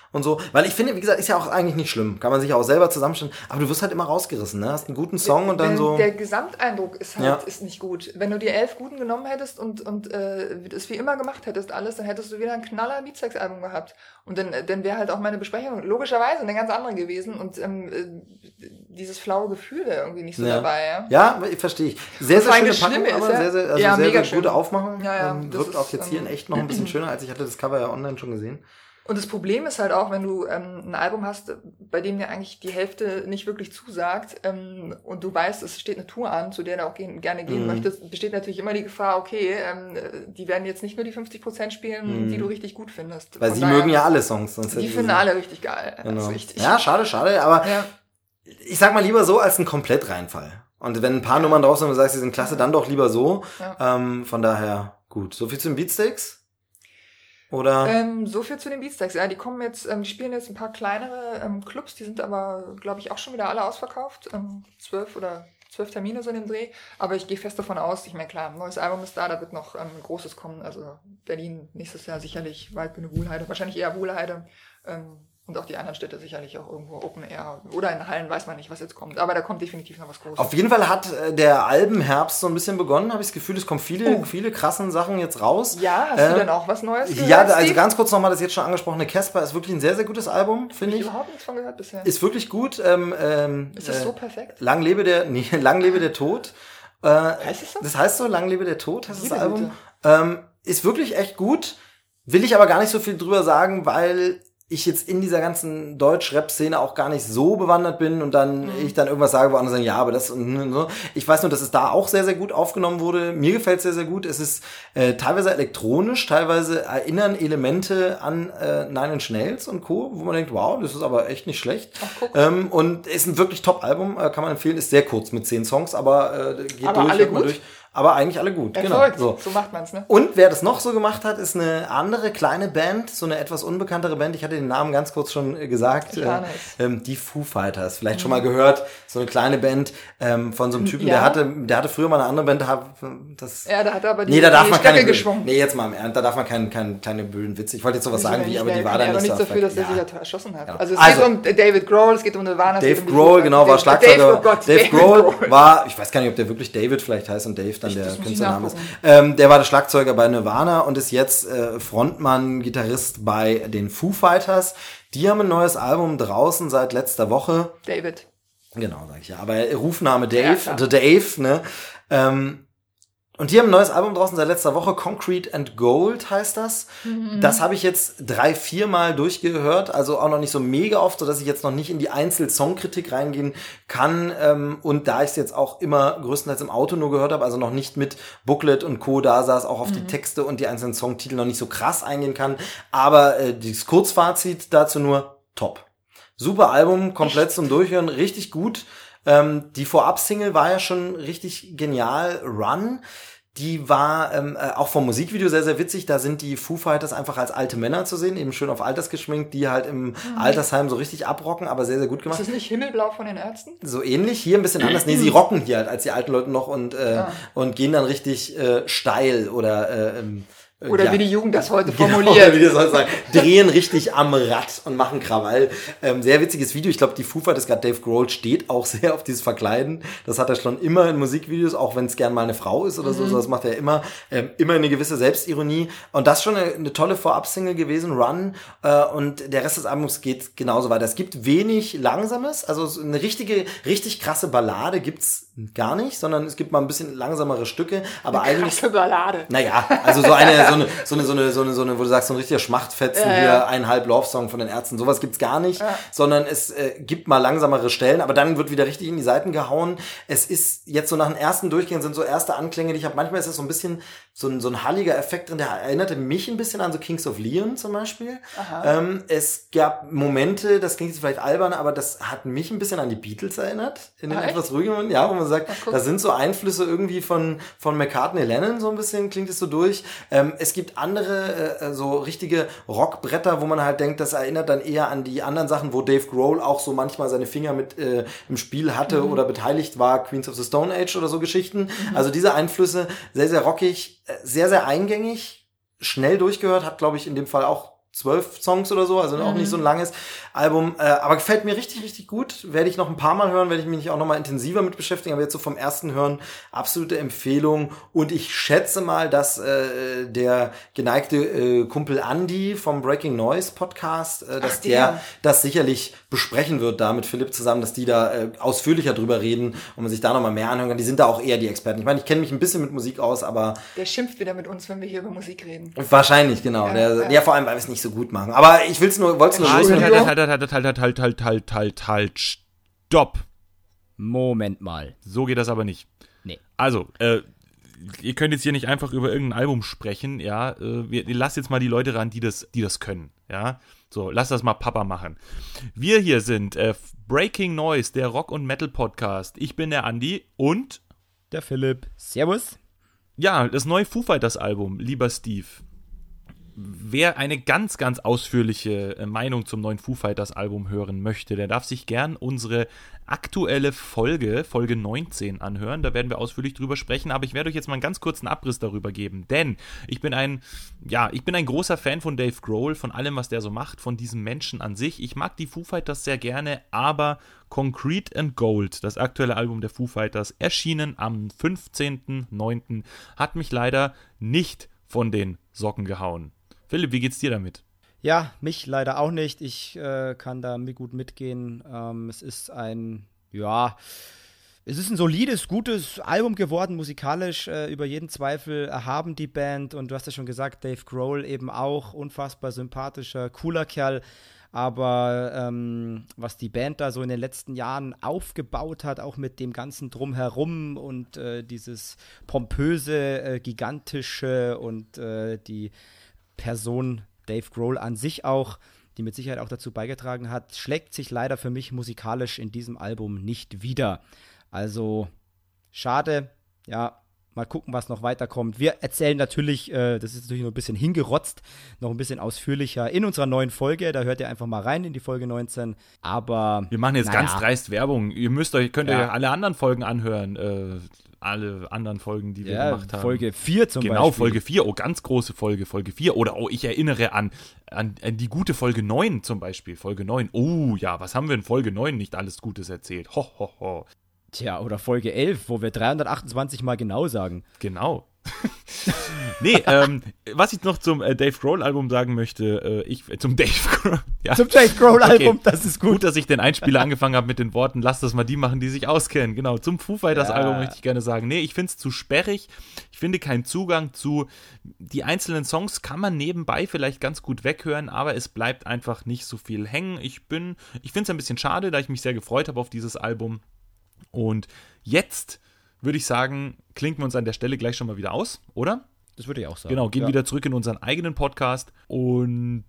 und so. Weil ich finde, wie gesagt, ist ja auch eigentlich nicht schlimm. Kann man sich auch selber zusammenstellen. Aber du wirst halt immer rausgerissen, ne? Hast einen guten Song und dann der, so... Der Gesamteindruck ist halt Ja. ist nicht gut. Wenn du die elf guten genommen hättest und, und äh, es wie immer gemacht hättest alles, dann hättest du wieder ein knaller Beatsex-Album gehabt. Und dann, dann wäre halt auch meine Besprechung logischerweise eine ganz andere gewesen. Und ähm, äh, dieses flaue Gefühl wäre irgendwie nicht so Ja. dabei. Ja, Ja, verstehe ich. Sehr, sehr vor allem schöne das Packung, Schlimme ist aber ja- sehr, sehr, also ja, sehr, mega sehr schön. gute Aufmachung. Ja, ja, ähm, das wirkt ist, auch jetzt hier in ähm, echt noch ein bisschen schöner, als ich hatte das Cover ja online schon gesehen. Und das Problem ist halt auch, wenn du ähm, ein Album hast, bei dem dir eigentlich die Hälfte nicht wirklich zusagt ähm, und du weißt, es steht eine Tour an, zu der du auch gehen, gerne gehen Mhm. möchtest, besteht natürlich immer die Gefahr, okay, ähm, die werden jetzt nicht nur die fünfzig Prozent spielen, Mhm. die du richtig gut findest. Weil Von sie daher- mögen ja alle Songs. Sonst Die hätten finden sie- alle richtig geil. Genau. Das ist richtig. Ja, schade, schade, aber Ja. ich sag mal lieber so als ein Komplettreinfall. Und wenn ein paar Nummern drauf sind und du sagst, die sind klasse, dann doch lieber so. Ja. Ähm, von daher, gut. So viel zu den Beatsteaks? Oder? Ähm, so viel zu den Beatsteaks. Ja, die kommen jetzt, ähm, die spielen jetzt ein paar kleinere ähm, Clubs, die sind aber, glaube ich, auch schon wieder alle ausverkauft. Ähm, zwölf oder zwölf Termine so in dem Dreh. Aber ich gehe fest davon aus, ich meine, klar, ein neues Album ist da, da wird noch ähm, Großes kommen. Also Berlin nächstes Jahr sicherlich Waldbühne Wuhlheide, wahrscheinlich eher Wuhlheide. Ähm, und auch die anderen Städte sicherlich auch irgendwo Open Air oder in Hallen, weiß man nicht, was jetzt kommt. Aber da kommt definitiv noch was Großes. Auf jeden Fall hat äh, der Albenherbst so ein bisschen begonnen, habe ich das Gefühl, es kommen viele, Oh. viele krassen Sachen jetzt raus. Ja, hast Ähm, du denn auch was Neues gehört, Ja, also Steve? ganz kurz nochmal das jetzt schon angesprochene Casper ist wirklich ein sehr, sehr gutes Album, finde ich ich. überhaupt nichts von gehört bisher. Ist wirklich gut. Ähm, ähm, Ist das äh, so perfekt? Lang lebe der, nee, Lang lebe der Tod. Äh, Heißt es so? Das heißt so, Lang lebe der Tod, heißt das Liebe Album. Ähm, ist wirklich echt gut. Will ich aber gar nicht so viel drüber sagen, weil ich jetzt in dieser ganzen Deutsch-Rap-Szene auch gar nicht so bewandert bin und dann Mhm. ich dann irgendwas sage, wo andere sagen, ja, aber das und so. Ich weiß nur, dass es da auch sehr, sehr gut aufgenommen wurde. Mir gefällt es sehr, sehr gut. Es ist äh, teilweise elektronisch, teilweise erinnern Elemente an äh, Nine Inch Nails und Co., wo man denkt, wow, das ist aber echt nicht schlecht. Ach, guck. Ähm, und ist ein wirklich Top-Album, äh, kann man empfehlen. Ist sehr kurz mit zehn Songs, aber äh, geht Aber durch, alle hört man gut? durch. Aber eigentlich alle gut, Erfolg. genau. So. So macht man's, ne? Und wer das noch so gemacht hat, ist eine andere kleine Band, so eine etwas unbekanntere Band. Ich hatte den Namen ganz kurz schon äh, gesagt. Ich ahne es. ähm, die Foo Fighters. Vielleicht schon mal gehört. So eine kleine Band ähm, von so einem Typen, Ja. der hatte, der hatte früher mal eine andere Band. da hab- Das, Ja, da hat er aber die, nee, da darf die man Stöcke keine geschwungen. Nee, jetzt mal im Ernst, da darf man keinen keinen kleine blöden Witz. Ich wollte jetzt sowas sagen wie, aber die war da da nicht nichts so dafür, dass er erfolgreich. sich ja erschossen hat. Genau. Also es Also- geht um David Grohl, es geht um Nirvana. es geht Dave um die Grohl, Foo genau, war Fighters. Schlagzeuger. Dave, oh Gott, Dave David Grohl war, ich weiß gar nicht, ob der wirklich David vielleicht heißt und Dave dann Ich- der das muss ich Künstlername ist. nachgucken. Ähm, der war der Schlagzeuger bei Nirvana und ist jetzt äh, Frontmann, Gitarrist bei den Foo Fighters. Die haben ein neues Album draußen seit letzter Woche. David. Genau, sag ich ja. Aber Rufname Dave, Ja, klar. The Dave, ne? Ähm, und die haben ein neues Album draußen seit letzter Woche. Concrete and Gold heißt das. Mhm. Das habe ich jetzt drei, vier Mal durchgehört. Also auch noch nicht so mega oft, sodass ich jetzt noch nicht in die Einzel-Songkritik reingehen kann. Ähm, und da ich es jetzt auch immer größtenteils im Auto nur gehört habe, also noch nicht mit Booklet und Co. da saß, auch auf die Texte und die einzelnen Songtitel noch nicht so krass eingehen kann. Aber äh, das Kurzfazit dazu nur top. Super Album, komplett zum Durchhören, richtig gut. Ähm, die Vorab-Single war ja schon richtig genial. Run, die war ähm, äh, auch vom Musikvideo sehr, sehr witzig. Da sind die Foo Fighters einfach als alte Männer zu sehen, eben schön auf Alters geschminkt, die halt im Altersheim so richtig abrocken, aber sehr, sehr gut Ist gemacht. das nicht Himmelblau von den Ärzten? So ähnlich, hier ein bisschen anders. Nee, sie rocken hier halt als die alten Leute noch und, äh, Ah. und gehen dann richtig äh, steil oder äh, ähm, äh, Oder ja. wie die Jugend das heute Genau, formuliert. wie das soll sagen. Drehen richtig am Rad und machen Krawall. Ähm, sehr witziges Video. Ich glaube, die Foo Fighters, gerade Dave Grohl, steht auch sehr auf dieses Verkleiden. Das hat er schon immer in Musikvideos, auch wenn es gern mal eine Frau ist oder so. Mhm. So das macht er immer. Ähm, immer eine gewisse Selbstironie. Und das ist schon eine, eine tolle Vorab-Single gewesen, Run. Äh, und der Rest des Albums geht genauso weiter. Es gibt wenig Langsames. Also so eine richtige, richtig krasse Ballade gibt's gar nicht, sondern es gibt mal ein bisschen langsamere Stücke. Aber eigentlich... Krasse Ballade. Naja, also so eine, so eine, so eine, so eine, so eine, so eine, wo du sagst, so ein richtiger Schmachtfetzen Ja, hier, ja. ein halb Love-Song von den Ärzten, sowas gibt's gar nicht, Ja. sondern es äh, gibt mal langsamere Stellen, aber dann wird wieder richtig in die Seiten gehauen. Es ist jetzt so nach dem ersten Durchgehen sind so erste Anklänge, die ich habe. Manchmal ist es so ein bisschen so ein, so ein halliger Effekt drin, der erinnerte mich ein bisschen an so Kings of Leon zum Beispiel. Ähm, es gab Momente, das klingt jetzt vielleicht albern, aber das hat mich ein bisschen an die Beatles erinnert, in den Ah, echt? etwas ruhigen Momenten, ja, wo man sagt, guck. da sind so Einflüsse irgendwie von, von McCartney, Lennon, so ein bisschen klingt es so durch. Ähm, es gibt andere, äh, so richtige Rockbretter, wo man halt denkt, das erinnert dann eher an die anderen Sachen, wo Dave Grohl auch so manchmal seine Finger mit äh, im Spiel hatte oder beteiligt war, Queens of the Stone Age oder so Geschichten. Also diese Einflüsse, sehr, sehr rockig, äh, sehr, sehr eingängig, schnell durchgehört, hat, glaube ich, in dem Fall auch zwölf Songs oder so, also auch nicht so ein langes Album, äh, aber gefällt mir richtig, richtig gut. Werde ich noch ein paar Mal hören, werde ich mich auch noch mal intensiver mit beschäftigen, aber jetzt so vom ersten Hören absolute Empfehlung und ich schätze mal, dass äh, der geneigte äh, Kumpel Andi vom Breaking Noise Podcast, äh, dass Ach, der, der das sicherlich besprechen wird da mit Philipp zusammen, dass die da äh, ausführlicher drüber reden und man sich da noch mal mehr anhören kann. Die sind da auch eher die Experten. Ich meine, ich kenne mich ein bisschen mit Musik aus, aber Der schimpft wieder mit uns, wenn wir hier über Musik reden. wahrscheinlich, genau. Ja, der, ja. ja, vor allem, weil wir es nicht so gut machen. Aber ich will's nur, wollte es nur Halt, loswerden. halt, halt, halt, halt, halt, halt, halt, halt, halt, halt, stopp. Moment mal. So geht das aber nicht. Nee. Also, äh, ihr könnt jetzt hier nicht einfach über irgendein Album sprechen, ja. Äh, wir, lasst jetzt mal die Leute ran, die das, die das können, ja. So, lasst das mal Papa machen. Wir hier sind äh, Breaking Noise, der Rock- und Metal-Podcast. Ich bin der Andi und Der Philipp. Servus. ja, das neue Foo Fighters Album, lieber Steve. Wer eine ganz, ganz ausführliche Meinung zum neuen Foo Fighters Album hören möchte, der darf sich gern unsere aktuelle Folge, Folge neunzehn, anhören. Da werden wir ausführlich drüber sprechen, aber ich werde euch jetzt mal einen ganz kurzen Abriss darüber geben, denn ich bin ein, ja, ich bin ein großer Fan von Dave Grohl, von allem, was der so macht, von diesem Menschen an sich. Ich mag die Foo Fighters sehr gerne, aber Concrete and Gold, das aktuelle Album der Foo Fighters, erschienen am fünfzehnten neunten, hat mich leider nicht von den Socken gehauen. Philipp, wie geht's dir damit? Ja, mich leider auch nicht. Ich äh, kann da mit gut mitgehen. Ähm, es ist ein, ja, es ist ein solides, gutes Album geworden, musikalisch äh, über jeden Zweifel erhaben die Band. Und du hast ja schon gesagt, Dave Grohl eben auch, unfassbar sympathischer, cooler Kerl. Aber ähm, was die Band da so in den letzten Jahren aufgebaut hat, auch mit dem ganzen Drumherum und äh, dieses pompöse, äh, gigantische und äh, die Person Dave Grohl an sich auch, die mit Sicherheit auch dazu beigetragen hat, schlägt sich leider für mich musikalisch in diesem Album nicht wieder. Also schade, ja, mal gucken, was noch weiterkommt. Wir erzählen natürlich, äh, das ist natürlich noch ein bisschen hingerotzt, noch ein bisschen ausführlicher in unserer neuen Folge, da hört ihr einfach mal rein in die Folge neunzehn, aber Wir machen jetzt naja. ganz dreist Werbung. Ihr müsst euch, könnt Ja. euch alle anderen Folgen anhören, äh, alle anderen Folgen, die wir Ja, gemacht haben. Folge vier zum Genau, Beispiel. Folge vier, oh, ganz große Folge, Folge vier. Oder, oh, ich erinnere an, an, an die gute Folge neun zum Beispiel, Folge neun. Oh, ja, was haben wir in Folge neun nicht alles Gutes erzählt? Ho, ho, ho. Tja, oder Folge elf, wo wir dreihundertachtundzwanzig mal genau sagen. Genau. nee, ähm, was ich noch zum äh, Dave Grohl-Album sagen möchte, äh, ich, äh, zum Dave Grohl, ja. Zum Dave Grohl-Album, Okay. das ist gut. Gut, dass ich den Einspieler angefangen habe mit den Worten, lasst das mal die machen, die sich auskennen. Genau, zum Foo Fighters Ja. Album möchte ich gerne sagen, nee, ich finde es zu sperrig. Ich finde keinen Zugang zu, die einzelnen Songs kann man nebenbei vielleicht ganz gut weghören, aber es bleibt einfach nicht so viel hängen. Ich bin, ich finde es ein bisschen schade, da ich mich sehr gefreut habe auf dieses Album. Und jetzt würde ich sagen, klinken wir uns an der Stelle gleich schon mal wieder aus, oder? Das würde ich auch sagen. Genau, gehen ja. wieder zurück in unseren eigenen Podcast und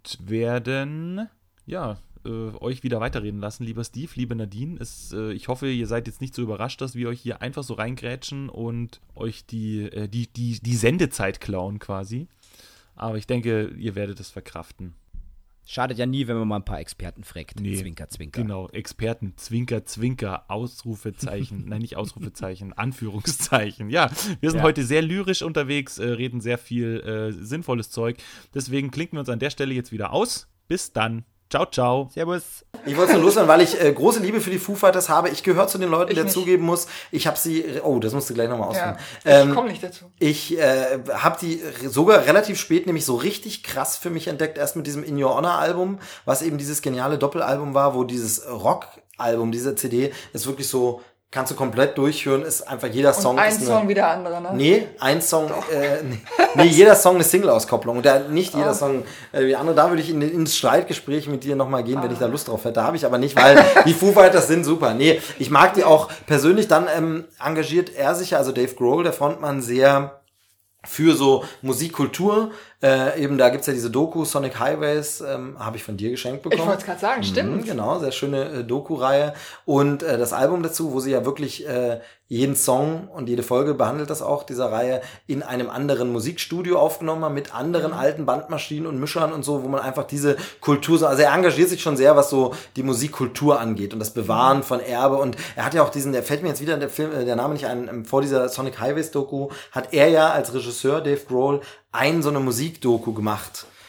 werden, ja, äh, euch wieder weiterreden lassen, lieber Steve, liebe Nadine. Es, äh, ich hoffe, ihr seid jetzt nicht so überrascht, dass wir euch hier einfach so reingrätschen und euch die, äh, die, die, die Sendezeit klauen quasi. Aber ich denke, ihr werdet es verkraften. Schadet ja nie, wenn man mal ein paar Experten fragt. Nee, Zwinker, zwinker. Genau, Experten, Zwinker, Zwinker, Ausrufezeichen, nein, nicht Ausrufezeichen, Anführungszeichen. Ja, wir sind Ja. heute sehr lyrisch unterwegs, äh, reden sehr viel äh, sinnvolles Zeug. Deswegen klinken wir uns an der Stelle jetzt wieder aus. Bis dann. Ciao, ciao. Servus. Ich wollte es nur loswerden, weil ich äh, große Liebe für die Foo Fighters habe. Ich gehöre zu den Leuten, Ich der nicht. zugeben muss, ich habe sie, oh, das musst du gleich nochmal ausführen. Ja, ich Ähm, komme nicht dazu. Ich äh, habe die sogar relativ spät nämlich so richtig krass für mich entdeckt, erst mit diesem In Your Honor Album, was eben dieses geniale Doppelalbum war, wo dieses Rock-Album, diese C D, ist wirklich so, kannst du komplett durchhören, ist einfach jeder Song Und ein ist eine, Song wie der andere, ne? Nee, ein Song, äh, nee, nee, jeder Song eine Single-Auskopplung und da nicht jeder Oh. Song äh, wie andere. Da würde ich in, ins Streitgespräch mit dir nochmal gehen, wenn ich da Lust drauf hätte. Habe ich aber nicht, weil die Foo Fighters sind super. Nee, ich mag die auch persönlich. Dann ähm, engagiert er sich ja, also Dave Grohl, der Frontmann, sehr für so Musikkultur. Äh, eben da gibt's ja diese Doku, Sonic Highways, ähm, habe ich von dir geschenkt bekommen. Ich wollte es gerade sagen, Mhm, stimmt. genau, sehr schöne äh, Doku-Reihe. Und äh, das Album dazu, wo sie ja wirklich äh, jeden Song und jede Folge behandelt das auch, dieser Reihe, in einem anderen Musikstudio aufgenommen haben, mit anderen alten Bandmaschinen und Mischern und so, wo man einfach diese Kultur, so, also er engagiert sich schon sehr, was so die Musikkultur angeht und das Bewahren von Erbe. Und er hat ja auch diesen, der fällt mir jetzt wieder der Film, äh, der Name nicht ein, ähm, vor dieser Sonic Highways Doku, hat er ja als Regisseur, Dave Grohl, ein so eine Musikdoku gemacht.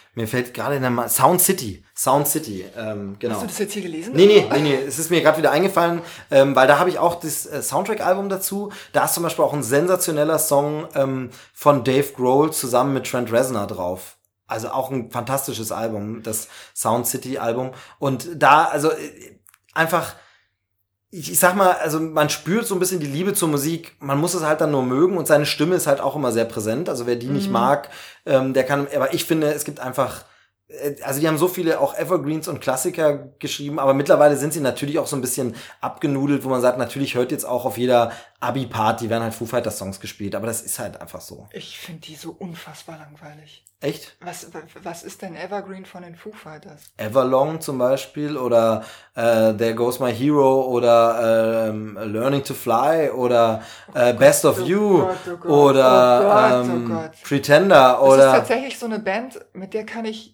Mir fällt gerade in der Ma- Sound City. Sound City, ähm, genau. Hast du das jetzt hier gelesen? Nee, nee, nee, nee, es ist mir gerade wieder eingefallen, ähm, weil da habe ich auch das äh, Soundtrack-Album dazu. Da ist zum Beispiel auch ein sensationeller Song ähm, von Dave Grohl zusammen mit Trent Reznor drauf. Also auch ein fantastisches Album, das Sound City-Album. Und da, also äh, einfach... Ich, ich sag mal, also man spürt so ein bisschen die Liebe zur Musik, man muss es halt dann nur mögen und seine Stimme ist halt auch immer sehr präsent, also wer die mhm. nicht mag, ähm, der kann, aber ich finde, es gibt einfach, äh, also die haben so viele auch Evergreens und Klassiker geschrieben, aber mittlerweile sind sie natürlich auch so ein bisschen abgenudelt, wo man sagt, natürlich hört jetzt auch auf jeder Abi-Party werden halt Foo Fighters Songs gespielt, aber das ist halt einfach so. Ich finde die so unfassbar langweilig. Echt? Was, was ist denn Evergreen von den Foo Fighters? Everlong zum Beispiel oder äh, There Goes My Hero oder ähm, Learning to Fly oder äh, Best of oh You Gott, oh Gott, oder oh Gott, ähm, oh Gott. Pretender Das oder... ist tatsächlich so eine Band, mit der kann ich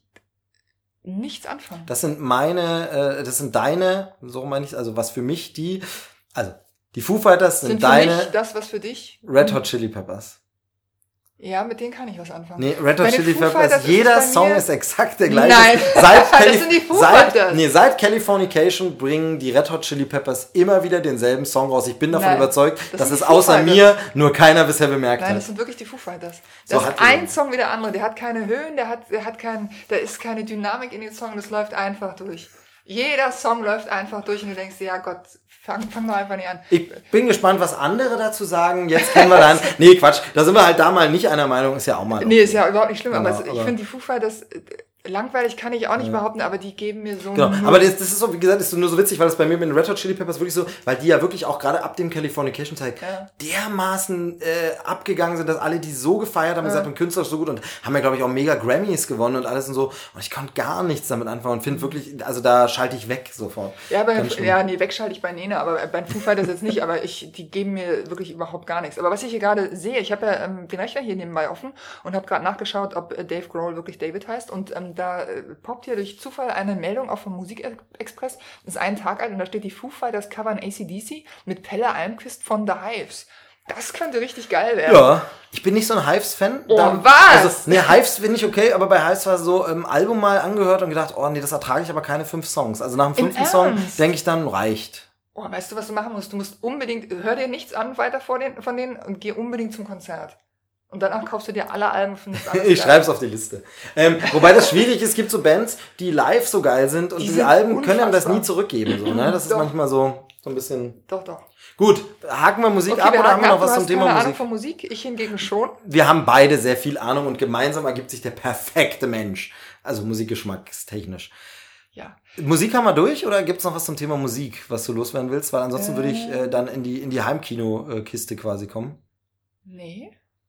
nichts anfangen. Das sind meine, äh, das sind deine, so meine ich, also was für mich die, also die Foo Fighters sind, Sind für deine mich das, was für dich? Red Hot Chili Peppers. Ja, mit denen kann ich was anfangen. Nee, Red Hot Bei den Chili Foo Peppers, Fighters ist jeder es bei Song mir- ist exakt der gleiche. Nein, seit das Cali- sind die Foo seit, Fighters. nee, seit Californication bringen die Red Hot Chili Peppers immer wieder denselben Song raus. Ich bin davon Nein, überzeugt, das dass sind es die Foo außer Fighters. mir nur keiner bisher bemerkt Nein, hat. das sind wirklich die Foo Fighters. So Das hat ist die ein dann. Song wie der andere. Der hat keine Höhen, der hat, der hat kein, da ist keine Dynamik in den Song, das läuft einfach durch. Jeder Song läuft einfach durch und du denkst dir, ja Gott, fang, fang mal einfach nicht an. Ich bin gespannt, was andere dazu sagen. Jetzt kennen wir dann. Nee, Quatsch. Da sind wir halt da mal nicht einer Meinung. Ist ja auch mal. Nee, ist ja überhaupt nicht schlimm, Genau, aber, es, ich aber- finde die Foo Fighters, äh, langweilig kann ich auch nicht behaupten, aber die geben mir so Genau, einen- aber das, das ist so, wie gesagt, ist so nur so witzig, weil das bei mir mit den Red Hot Chili Peppers wirklich so, weil die ja wirklich auch gerade ab dem Californication-Zeit Ja. dermaßen äh, abgegangen sind, dass alle die so gefeiert haben, ja. gesagt, und künstlerisch so gut und haben ja, glaube ich, auch mega Grammys gewonnen und alles und so. Und ich konnte gar nichts damit anfangen und finde wirklich, also da schalte ich weg sofort. Ja, bei, Ganz schlimm. ja, nee, wegschalte ich bei Nena, aber bei den Foo Fighters jetzt nicht, aber ich, die geben mir wirklich überhaupt gar nichts. Aber was ich hier gerade sehe, ich habe ja ähm, den Rechner hier nebenbei offen und habe gerade nachgeschaut, ob äh, Dave Grohl wirklich David heißt und ähm, da äh, poppt hier durch Zufall eine Meldung auf vom Musikexpress, das ist einen Tag alt und da steht, die Foo Fighters covern A C D C mit Pelle Almqvist von The Hives. Das könnte richtig geil werden. Ja, ich bin nicht so ein Hives-Fan. Oh, Da- was? Also, nee, Hives finde ich okay, aber bei Hives war so ähm, Album mal angehört und gedacht, oh nee, das ertrage ich aber keine fünf Songs. Also nach dem Im fünften Song Ernst? denke ich dann, reicht. Oh, weißt du, was du machen musst? Du musst unbedingt, hör dir nichts an weiter vor den, von denen und geh unbedingt zum Konzert. Und danach kaufst du dir alle Alben von das alles Ich geil. schreib's auf die Liste. Ähm, wobei das schwierig ist, es gibt so Bands, die live so geil sind und Die die, sind Alben können einem das unfassbar. nie zurückgeben. So, ne? Das ist Doch. manchmal so, so ein bisschen... Doch, doch. Gut, haken wir Musik Okay, ab wir oder haben haken wir noch ab, was du zum hast Thema keine Musik? Ahnung von Musik, ich hingegen schon. Wir haben beide sehr viel Ahnung und gemeinsam ergibt sich der perfekte Mensch. Also musikgeschmackstechnisch. Ja. Musik haben wir durch oder gibt's noch was zum Thema Musik, was du loswerden willst? Weil ansonsten Äh. würde ich äh, dann in die, in die Heimkino-Kiste quasi kommen. Nee.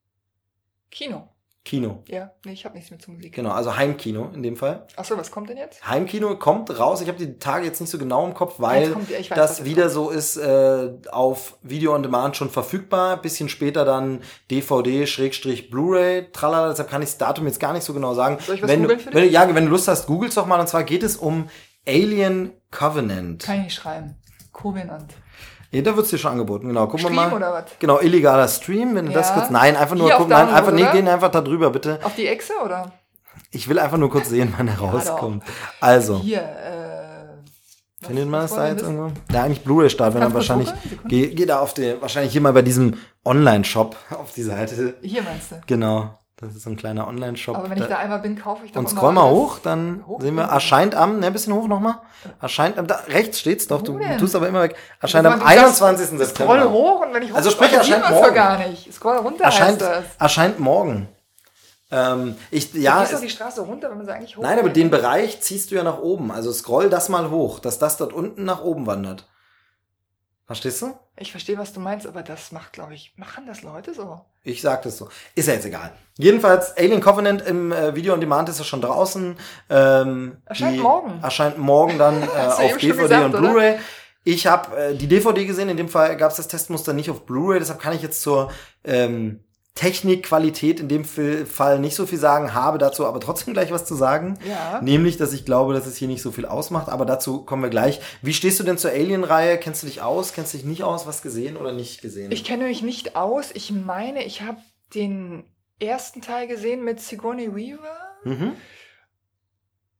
Kino. Kino. Ja, nee, ich habe nichts mehr zur Musik. Genau, also Heimkino in dem Fall. Achso, was kommt denn jetzt? Heimkino kommt raus. Ich habe die Tage jetzt nicht so genau im Kopf, weil Jetzt kommt- ich weiß, was das jetzt wieder kommt. so ist äh, auf Video on Demand schon verfügbar. Bisschen später dann D V D, Schrägstrich, Blu-ray, tralala. Deshalb kann ich das Datum jetzt gar nicht so genau sagen. Soll ich was wenn googeln du, für wenn, dich? du- Ja, wenn du Lust hast, googel's doch mal. Und zwar geht es um Alien Covenant. Kann ich nicht schreiben. Covenant. Ja, da wird's dir schon angeboten, genau. Gucken Stream wir mal. oder was? Genau, illegaler Stream, wenn du Ja. das kurz. Nein, einfach nur Hier auf gucken. Nein, Download, einfach, nee, oder? gehen einfach da drüber, bitte. Auf die Echse oder? Ich will einfach nur kurz sehen, wann er doch. rauskommt. Also. Hier, äh. was- Findet man was das da wollen jetzt wir wissen? irgendwo? Ja, eigentlich Blu-ray-Start, wenn er Kannst du wahrscheinlich, gucken? Sekunde. geh, geh da auf die, wahrscheinlich hier mal bei diesem Online-Shop auf die Seite. Hier meinst du? Genau. Das ist so ein kleiner Online-Shop. Aber wenn ich da einmal bin, kaufe ich doch Und immer scroll mal alles. hoch, dann Hoch? sehen wir, erscheint am, ne, ein bisschen hoch nochmal. Erscheint am, da, rechts steht's doch, du, Wo du denn? tust aber immer weg. Erscheint Wenn am du sagst, einundzwanzigsten Scroll September. hoch und wenn ich hoch Also sprich, sieht erscheint man's morgen. doch gar nicht. Scroll runter Erscheint, heißt das. erscheint morgen. Ähm, ich, Du ja, gehst doch es, die Straße runter, wenn man sie eigentlich hoch. nein, aber den Bereich ziehst du ja nach oben. Also scroll das mal hoch, dass das dort unten nach oben wandert. Verstehst du? Ich verstehe, was du meinst, aber das macht, glaube ich, machen das Leute so? Ich sag das so. Ist ja jetzt egal. Jedenfalls, Alien Covenant im äh, Video on Demand ist ja schon draußen. Ähm, Erscheint die morgen. Erscheint morgen dann äh, Hast du auf eben D schon V D gesagt, und oder? Blu-ray. Ich habe äh, die D V D gesehen. In dem Fall gab es das Testmuster nicht auf Blu-ray. Deshalb kann ich jetzt zur ähm, Technikqualität in dem Fall nicht so viel sagen, habe dazu aber trotzdem gleich was zu sagen. Ja. Nämlich, dass ich glaube, dass es hier nicht so viel ausmacht, aber dazu kommen wir gleich. Wie stehst du denn zur Alien-Reihe? Kennst du dich aus? Kennst du dich nicht aus? Was gesehen oder nicht gesehen? Ich kenne mich nicht aus. Ich meine, ich habe den ersten Teil gesehen mit Sigourney Weaver. mhm.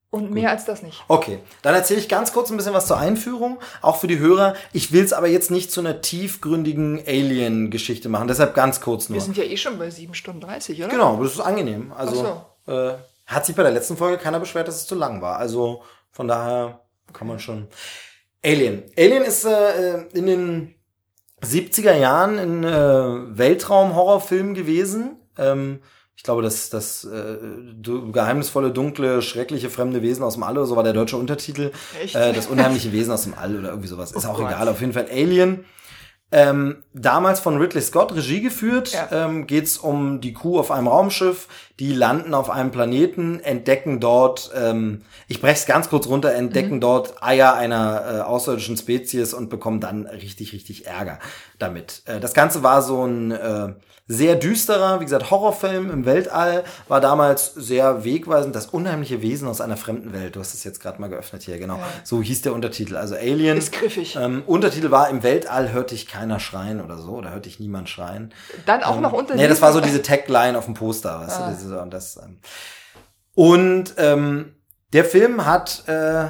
Und mehr als das nicht. Okay, dann erzähle ich ganz kurz ein bisschen was zur Einführung, auch für die Hörer. Ich will es aber jetzt nicht zu einer tiefgründigen Alien-Geschichte machen, deshalb ganz kurz nur. Wir sind ja eh schon bei sieben Stunden dreißig, oder? Genau, das ist angenehm. Also Ach äh, hat sich bei der letzten Folge keiner beschwert, dass es zu lang war. Also von daher kann man schon... Alien. Alien ist äh, in den siebziger Jahren ein äh, Weltraum-Horrorfilm gewesen. Ähm, ich glaube, das, das äh, du, geheimnisvolle, dunkle, schreckliche, fremde Wesen aus dem All, oder so war der deutsche Untertitel. Echt? Äh, das unheimliche Wesen aus dem All oder irgendwie sowas. Ist Oh auch Gott. egal, auf jeden Fall Alien. Ähm, damals von Ridley Scott Regie geführt, Ja. ähm, geht's um die Crew auf einem Raumschiff, die landen auf einem Planeten, entdecken dort, ähm, ich brech's ganz kurz runter, entdecken Mhm. dort Eier einer äh, außerirdischen Spezies und bekommen dann richtig, richtig Ärger damit. Äh, das Ganze war so ein äh, sehr düsterer, wie gesagt, Horrorfilm im Weltall, war damals sehr wegweisend, das unheimliche Wesen aus einer fremden Welt. Du hast es jetzt gerade mal geöffnet hier, genau. Ja. So hieß der Untertitel, also Alien. Ist griffig. Ähm, Untertitel war, im Weltall hörte ich keiner schreien oder so, oder hörte ich niemand schreien. Dann auch Ähm, noch unter Nee, das war so diese Tagline auf dem Poster, weißt Ah. du, diese, und das, ähm, und, ähm, der Film hat, äh,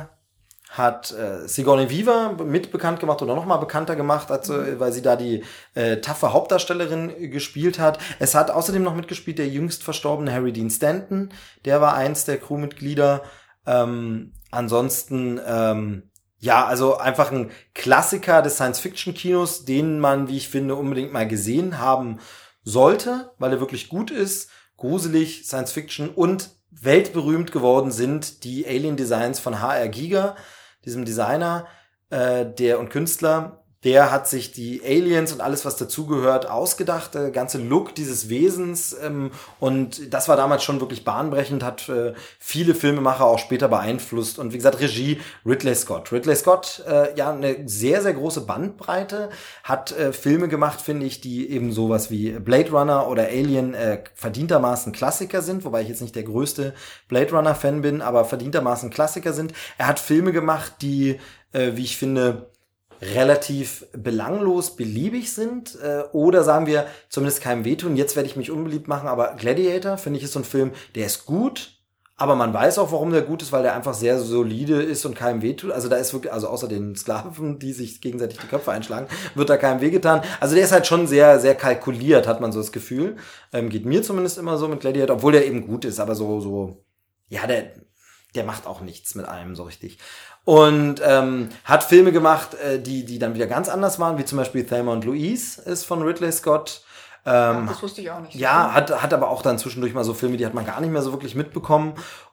hat äh, Sigourney Weaver mit bekannt gemacht oder noch mal bekannter gemacht, als, äh, weil sie da die äh, taffe Hauptdarstellerin äh, gespielt hat. Es hat außerdem noch mitgespielt der jüngst verstorbene Harry Dean Stanton, der war eins der Crewmitglieder. Ähm, ansonsten, ähm, ja, also einfach ein Klassiker des Science-Fiction-Kinos, den man, wie ich finde, unbedingt mal gesehen haben sollte, weil er wirklich gut ist, gruselig, Science-Fiction und weltberühmt geworden sind die Alien-Designs von H R. Giger, diesem Designer äh, der und Künstler. Der hat sich die Aliens und alles, was dazugehört, ausgedacht, der ganze Look dieses Wesens. Ähm, und das war damals schon wirklich bahnbrechend, hat äh, viele Filmemacher auch später beeinflusst. Und wie gesagt, Regie Ridley Scott. Ridley Scott, äh, ja, eine sehr, sehr große Bandbreite, hat äh, Filme gemacht, finde ich, die eben sowas wie Blade Runner oder Alien äh, verdientermaßen Klassiker sind, wobei ich jetzt nicht der größte Blade Runner-Fan bin, aber verdientermaßen Klassiker sind. Er hat Filme gemacht, die, äh, wie ich finde, relativ belanglos, beliebig sind äh, oder sagen wir zumindest keinem wehtun. Jetzt werde ich mich unbeliebt machen, aber Gladiator, finde ich, ist so ein Film, der ist gut, aber man weiß auch, warum der gut ist, weil der einfach sehr solide ist und keinem wehtut. Also da ist wirklich, also außer den Sklaven, die sich gegenseitig die Köpfe einschlagen, wird da keinem wehgetan. Also der ist halt schon sehr, sehr kalkuliert, hat man so das Gefühl. Ähm, geht mir zumindest immer so mit Gladiator, obwohl der eben gut ist, aber so, so, ja, der, der macht auch nichts mit einem so richtig. Und ähm, hat Filme gemacht, äh, die die dann wieder ganz anders waren, wie zum Beispiel Thelma und Louise ist von Ridley Scott. Ähm, Ach, das wusste ich auch nicht. ja, hat hat aber auch dann zwischendurch mal so Filme, die hat man gar nicht mehr so wirklich mitbekommen.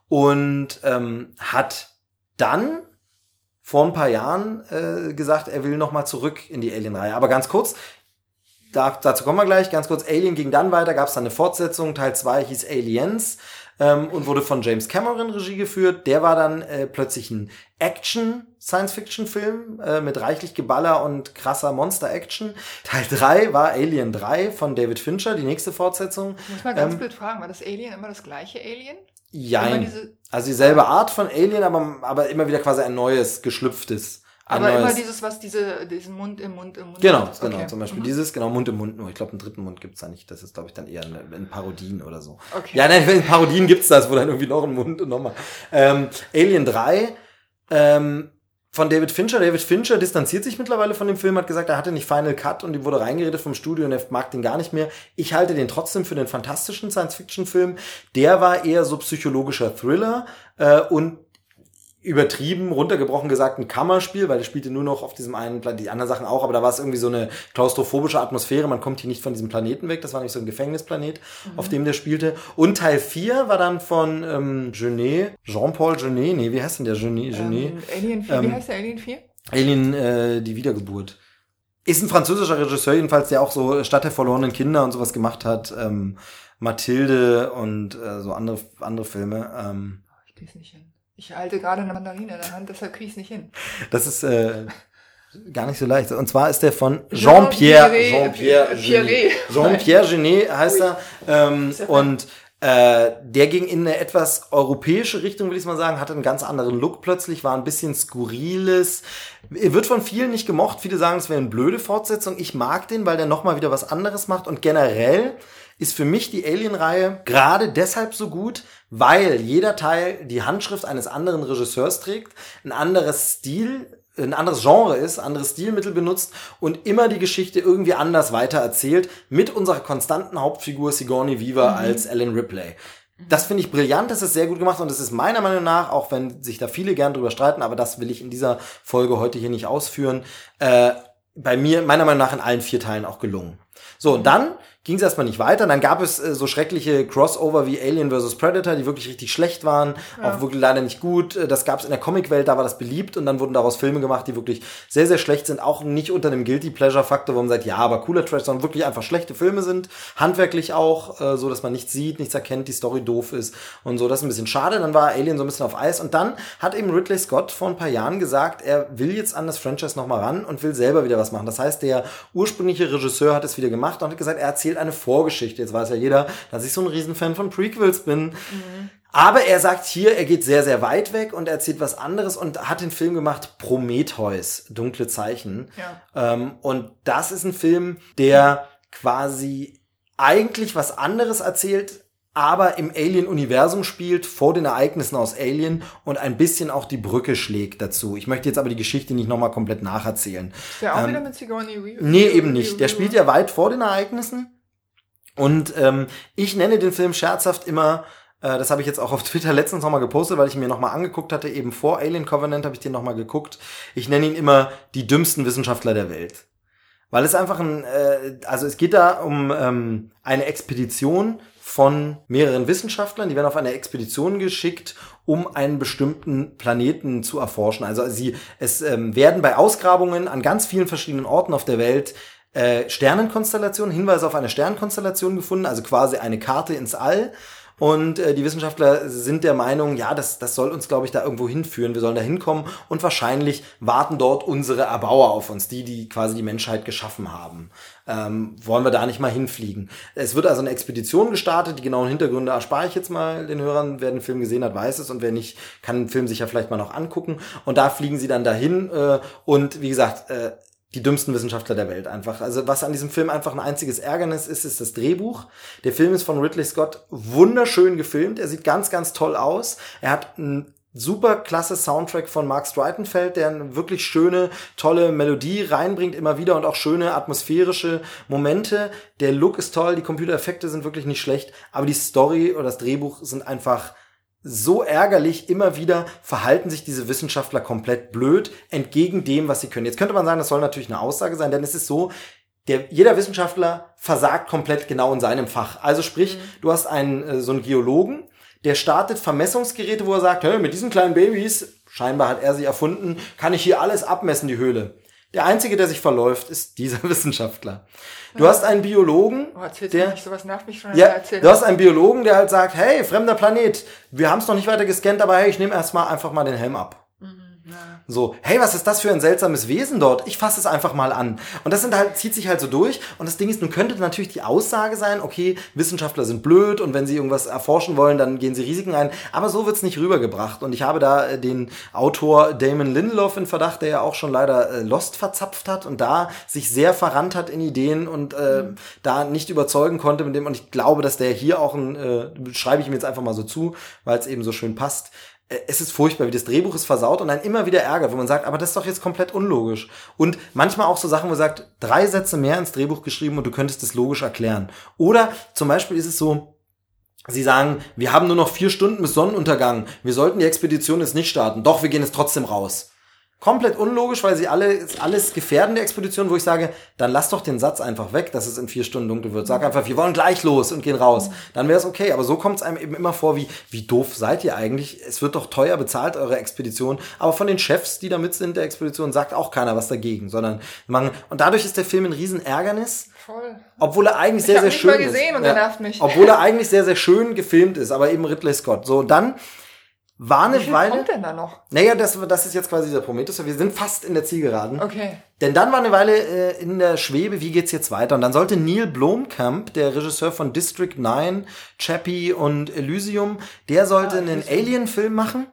Und ähm, hat dann vor ein paar Jahren äh, gesagt, er will noch mal zurück in die Alien-Reihe. Aber ganz kurz, da, dazu kommen wir gleich, ganz kurz, Alien ging dann weiter, gab es dann eine Fortsetzung, Teil zwei hieß Aliens. Ähm, und wurde von James Cameron Regie geführt. Der war dann äh, plötzlich ein Action-Science-Fiction-Film äh, mit reichlich Geballer und krasser Monster-Action. Teil drei war Alien drei von David Fincher, die nächste Fortsetzung. Ich muss mal ganz Ähm, blöd fragen, war das Alien immer das gleiche Alien? Immer Jein. diese- Also dieselbe Art von Alien, aber, aber immer wieder quasi ein neues, geschlüpftes. Ein Aber neues, immer dieses, was diese, diesen Mund im Mund im Mund. Genau, hat. genau. Okay. Zum Beispiel Mhm. dieses, genau, Mund im Mund nur. Ich glaube, einen dritten Mund gibt's da nicht. Das ist, glaube ich, dann eher in, in Parodien oder so. Okay. Ja, nein, in Parodien gibt's das, wo dann irgendwie noch ein Mund und nochmal. Ähm, Alien drei, ähm, von David Fincher. David Fincher distanziert sich mittlerweile von dem Film, hat gesagt, er hatte nicht Final Cut und die wurde reingeredet vom Studio und er mag den gar nicht mehr. Ich halte den trotzdem für den fantastischen Science-Fiction-Film. Der war eher so psychologischer Thriller äh, und übertrieben, runtergebrochen gesagt, ein Kammerspiel, weil der spielte nur noch auf diesem einen Planeten, die anderen Sachen auch, aber da war es irgendwie so eine klaustrophobische Atmosphäre, man kommt hier nicht von diesem Planeten weg, das war nicht so ein Gefängnisplanet, mhm. auf dem der spielte. Und Teil vier war dann von ähm, Genet, Jean-Paul Genet, nee, wie heißt denn der Genet? Genet? Ähm, Alien vier, Ähm, wie heißt der Alien vier? Alien, äh, die Wiedergeburt. Ist ein französischer Regisseur jedenfalls, der auch so Stadt der verlorenen Kinder und sowas gemacht hat, ähm, Mathilde und äh, so andere andere Filme. Ähm, Ich krieg's nicht hin. Ich halte gerade eine Mandarine in der Hand, deshalb krieg ich's nicht hin. Das ist äh, gar nicht so leicht. Und zwar ist der von Jean-Pierre Jean-Pierre Jean-Pierre Pierre. Genet. Jean-Pierre Genet heißt er. Ähm, Sehr und Äh, der ging in eine etwas europäische Richtung, will ich mal sagen, hatte einen ganz anderen Look plötzlich, war ein bisschen skurriles. Er wird von vielen nicht gemocht. Viele sagen, es wäre eine blöde Fortsetzung. Ich mag den, weil der nochmal wieder was anderes macht. Und generell ist für mich die Alien-Reihe gerade deshalb so gut, weil jeder Teil die Handschrift eines anderen Regisseurs trägt, ein anderes Stil, ein anderes Genre ist, anderes Stilmittel benutzt und immer die Geschichte irgendwie anders weitererzählt mit unserer konstanten Hauptfigur Sigourney Weaver mhm. als Ellen Ripley. Das finde ich brillant, das ist sehr gut gemacht und das ist meiner Meinung nach, auch wenn sich da viele gern drüber streiten, aber das will ich in dieser Folge heute hier nicht ausführen, äh, bei mir meiner Meinung nach in allen vier Teilen auch gelungen. So, und dann ging es erstmal nicht weiter. Dann gab es äh, so schreckliche Crossover wie Alien versus. Predator, die wirklich richtig schlecht waren, ja. auch wirklich leider nicht gut. Das gab es in der Comicwelt, da war das beliebt und dann wurden daraus Filme gemacht, die wirklich sehr, sehr schlecht sind. Auch nicht unter dem Guilty-Pleasure-Faktor, wo man sagt, ja, aber cooler Trash, sondern wirklich einfach schlechte Filme sind. Handwerklich auch, äh, so dass man nichts sieht, nichts erkennt, die Story doof ist und so. Das ist ein bisschen schade. Dann war Alien so ein bisschen auf Eis und dann hat eben Ridley Scott vor ein paar Jahren gesagt, er will jetzt an das Franchise nochmal ran und will selber wieder was machen. Das heißt, der ursprüngliche Regisseur hat es wieder gemacht und hat gesagt, er erzählt eine Vorgeschichte. Jetzt weiß ja jeder, dass ich so ein Riesenfan von Prequels bin. Mhm. Aber er sagt hier, er geht sehr, sehr weit weg und er erzählt was anderes und hat den Film gemacht Prometheus, Dunkle Zeichen. Ja. Ähm, und das ist ein Film, der quasi eigentlich was anderes erzählt, aber im Alien-Universum spielt, vor den Ereignissen aus Alien und ein bisschen auch die Brücke schlägt dazu. Ich möchte jetzt aber die Geschichte nicht nochmal komplett nacherzählen. Ist der auch ähm, wieder mit Sigourney Weaver? Nee, eben nicht. Der spielt ja weit vor den Ereignissen. Und ähm, ich nenne den Film scherzhaft immer, äh, das habe ich jetzt auch auf Twitter letztens nochmal gepostet, weil ich ihn mir nochmal angeguckt hatte, eben vor Alien Covenant habe ich den nochmal geguckt. Ich nenne ihn immer die dümmsten Wissenschaftler der Welt. Weil es einfach ein, äh, also es geht da um ähm, eine Expedition von mehreren Wissenschaftlern, die werden auf eine Expedition geschickt, um einen bestimmten Planeten zu erforschen. Also sie, es ähm, werden bei Ausgrabungen an ganz vielen verschiedenen Orten auf der Welt Äh, Sternenkonstellation, Hinweise auf eine Sternenkonstellation gefunden, also quasi eine Karte ins All. Und äh, die Wissenschaftler sind der Meinung, ja, das, das soll uns, glaube ich, da irgendwo hinführen. Wir sollen da hinkommen und wahrscheinlich warten dort unsere Erbauer auf uns, die, die quasi die Menschheit geschaffen haben. Ähm, wollen wir da nicht mal hinfliegen? Es wird also eine Expedition gestartet. Die genauen Hintergründe erspare ich jetzt mal den Hörern. Wer den Film gesehen hat, weiß es. Und wer nicht, kann den Film sich ja vielleicht mal noch angucken. Und da fliegen sie dann dahin. Äh, und wie gesagt, äh, die dümmsten Wissenschaftler der Welt einfach. Also was an diesem Film einfach ein einziges Ärgernis ist, ist das Drehbuch. Der Film ist von Ridley Scott wunderschön gefilmt. Er sieht ganz, ganz toll aus. Er hat einen super klasse Soundtrack von Mark Streitenfeld, der eine wirklich schöne, tolle Melodie reinbringt immer wieder und auch schöne atmosphärische Momente. Der Look ist toll, die Computereffekte sind wirklich nicht schlecht, aber die Story oder das Drehbuch sind einfach so ärgerlich, immer wieder verhalten sich diese Wissenschaftler komplett blöd, entgegen dem, was sie können. Jetzt könnte man sagen, das soll natürlich eine Aussage sein, denn es ist so, der, jeder Wissenschaftler versagt komplett genau in seinem Fach. Also sprich, mhm. du hast einen, äh, so einen Geologen, der startet Vermessungsgeräte, wo er sagt, hey, mit diesen kleinen Babys, scheinbar hat er sie erfunden, kann ich hier alles abmessen, die Höhle. Der Einzige, der sich verläuft, ist dieser Wissenschaftler. Du ja. hast einen Biologen, oh, der... Nicht, sowas nervt mich schon. Ja, du hast einen Biologen, der halt sagt, hey, fremder Planet, wir haben es noch nicht weiter gescannt, aber hey, ich nehme erstmal einfach mal den Helm ab. Ja. So, hey, was ist das für ein seltsames Wesen dort? Ich fasse es einfach mal an. Und das sind halt, zieht sich halt so durch. Und das Ding ist, nun könnte natürlich die Aussage sein, okay, Wissenschaftler sind blöd und wenn sie irgendwas erforschen wollen, dann gehen sie Risiken ein. Aber so wird's nicht rübergebracht. Und ich habe da den Autor Damon Lindelof in Verdacht, der ja auch schon leider Lost verzapft hat und da sich sehr verrannt hat in Ideen und äh, mhm. da nicht überzeugen konnte mit dem. Und ich glaube, dass der hier auch ein, äh, schreibe ich ihm jetzt einfach mal so zu, weil es eben so schön passt. Es ist furchtbar, wie das Drehbuch ist versaut und dann immer wieder ärgert, wo man sagt, aber das ist doch jetzt komplett unlogisch. Und manchmal auch so Sachen, wo man sagt, drei Sätze mehr ins Drehbuch geschrieben und du könntest das logisch erklären. Oder zum Beispiel ist es so, sie sagen, wir haben nur noch vier Stunden bis Sonnenuntergang. Wir sollten die Expedition jetzt nicht starten. Doch, wir gehen jetzt trotzdem raus. Komplett unlogisch, weil sie alle alles gefährden der Expedition, wo ich sage, dann lass doch den Satz einfach weg, dass es in vier Stunden dunkel wird. Sag einfach, wir wollen gleich los und gehen raus. Dann wäre es okay. Aber so kommt es einem eben immer vor, wie wie doof seid ihr eigentlich? Es wird doch teuer bezahlt, eure Expedition. Aber von den Chefs, die da mit sind der Expedition, sagt auch keiner was dagegen. sondern man, Und dadurch ist der Film ein Riesenärgernis. Voll. Obwohl er eigentlich sehr, sehr schön ist. Ich habe ihn mal gesehen und er nervt mich. Obwohl er eigentlich sehr, sehr schön gefilmt ist, aber eben Ridley Scott. So, dann... war eine Wie viel Weile. kommt denn da noch? Naja, das, das ist jetzt quasi der Prometheus. Wir sind fast in der Zielgeraden. Okay. Denn dann war eine Weile äh, in der Schwebe, wie geht's jetzt weiter? Und dann sollte Neil Blomkamp, der Regisseur von District neun, Chappie und Elysium, der sollte Ah, einen Elysium. Alien-Film machen.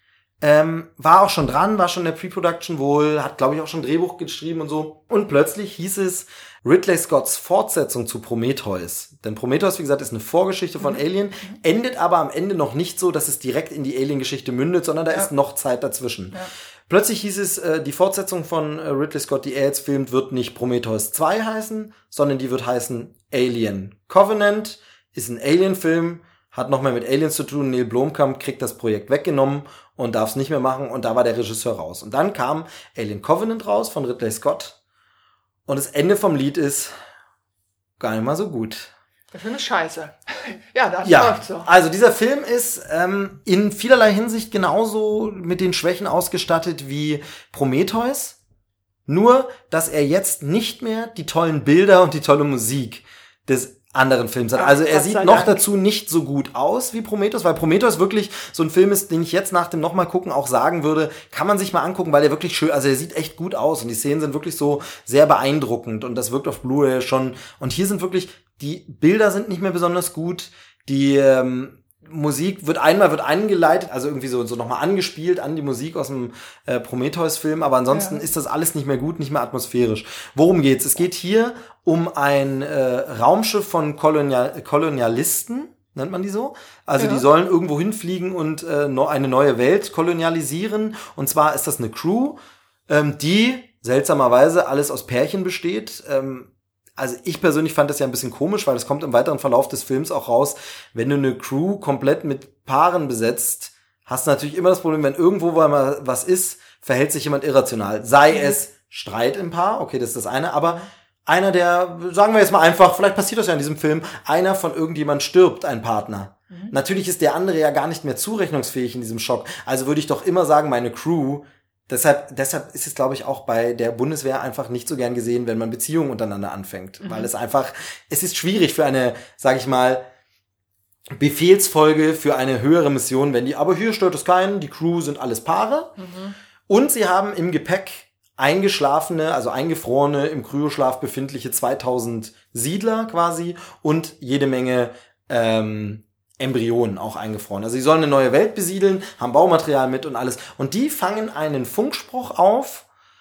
Ähm, war auch schon dran, war schon in der Pre-Production wohl, hat, glaube ich, auch schon ein Drehbuch geschrieben und so. Und plötzlich hieß es Ridley Scotts Fortsetzung zu Prometheus. Denn Prometheus, wie gesagt, ist eine Vorgeschichte von Alien, endet aber am Ende noch nicht so, dass es direkt in die Alien-Geschichte mündet, sondern da Ja. ist noch Zeit dazwischen. Ja. Plötzlich hieß es, äh, die Fortsetzung von äh, Ridley Scott, die er jetzt filmt, wird nicht Prometheus zwei heißen, sondern die wird heißen Alien Covenant, ist ein Alien-Film, hat noch mehr mit Aliens zu tun. Neil Blomkamp kriegt das Projekt weggenommen und darf es nicht mehr machen und da war der Regisseur raus. Und dann kam Alien Covenant raus von Ridley Scott und das Ende vom Lied ist gar nicht mal so gut. Der Film ist scheiße. Ja, das Ja, läuft so. also dieser Film ist ähm, in vielerlei Hinsicht genauso mit den Schwächen ausgestattet wie Prometheus. Nur, dass er jetzt nicht mehr die tollen Bilder und die tolle Musik des anderen Films hat. Ach, Also er Gott sieht sei noch Dank. dazu nicht so gut aus wie Prometheus, weil Prometheus wirklich so ein Film ist, den ich jetzt nach dem nochmal gucken auch sagen würde, kann man sich mal angucken, weil der wirklich schön, also er sieht echt gut aus und die Szenen sind wirklich so sehr beeindruckend und das wirkt auf Blu-ray schon. Und hier sind wirklich, die Bilder sind nicht mehr besonders gut, die ähm, Musik wird einmal wird eingeleitet, also irgendwie so so nochmal angespielt an die Musik aus dem äh, Prometheus-Film, aber ansonsten Ja. ist das alles nicht mehr gut, nicht mehr atmosphärisch. Worum geht's? Es geht hier um ein äh, Raumschiff von Kolonial Kolonialisten, nennt man die so? Also Ja. die sollen irgendwo hinfliegen und äh, no, eine neue Welt kolonialisieren. Und zwar ist das eine Crew, ähm, die seltsamerweise alles aus Pärchen besteht. Ähm, Also ich persönlich fand das ja ein bisschen komisch, weil es kommt im weiteren Verlauf des Films auch raus, wenn du eine Crew komplett mit Paaren besetzt, hast du natürlich immer das Problem, wenn irgendwo mal was ist, verhält sich jemand irrational. Sei Mhm. es Streit im Paar, okay, das ist das eine, aber einer der, sagen wir jetzt mal einfach, vielleicht passiert das ja in diesem Film, einer von irgendjemand stirbt, ein Partner. Mhm. Natürlich ist der andere ja gar nicht mehr zurechnungsfähig in diesem Schock. Also würde ich doch immer sagen, meine Crew. Deshalb, deshalb ist es, glaube ich, auch bei der Bundeswehr einfach nicht so gern gesehen, wenn man Beziehungen untereinander anfängt. Mhm. Weil es einfach, es ist schwierig für eine, sag ich mal, Befehlsfolge für eine höhere Mission, wenn die, aber hier stört es keinen, die Crew sind alles Paare. Mhm. Und sie haben im Gepäck eingeschlafene, also eingefrorene, im Kryoschlaf befindliche zweitausend Siedler quasi und jede Menge ähm, Embryonen auch eingefroren. Also sie sollen eine neue Welt besiedeln, haben Baumaterial mit und alles. Und die fangen einen Funkspruch auf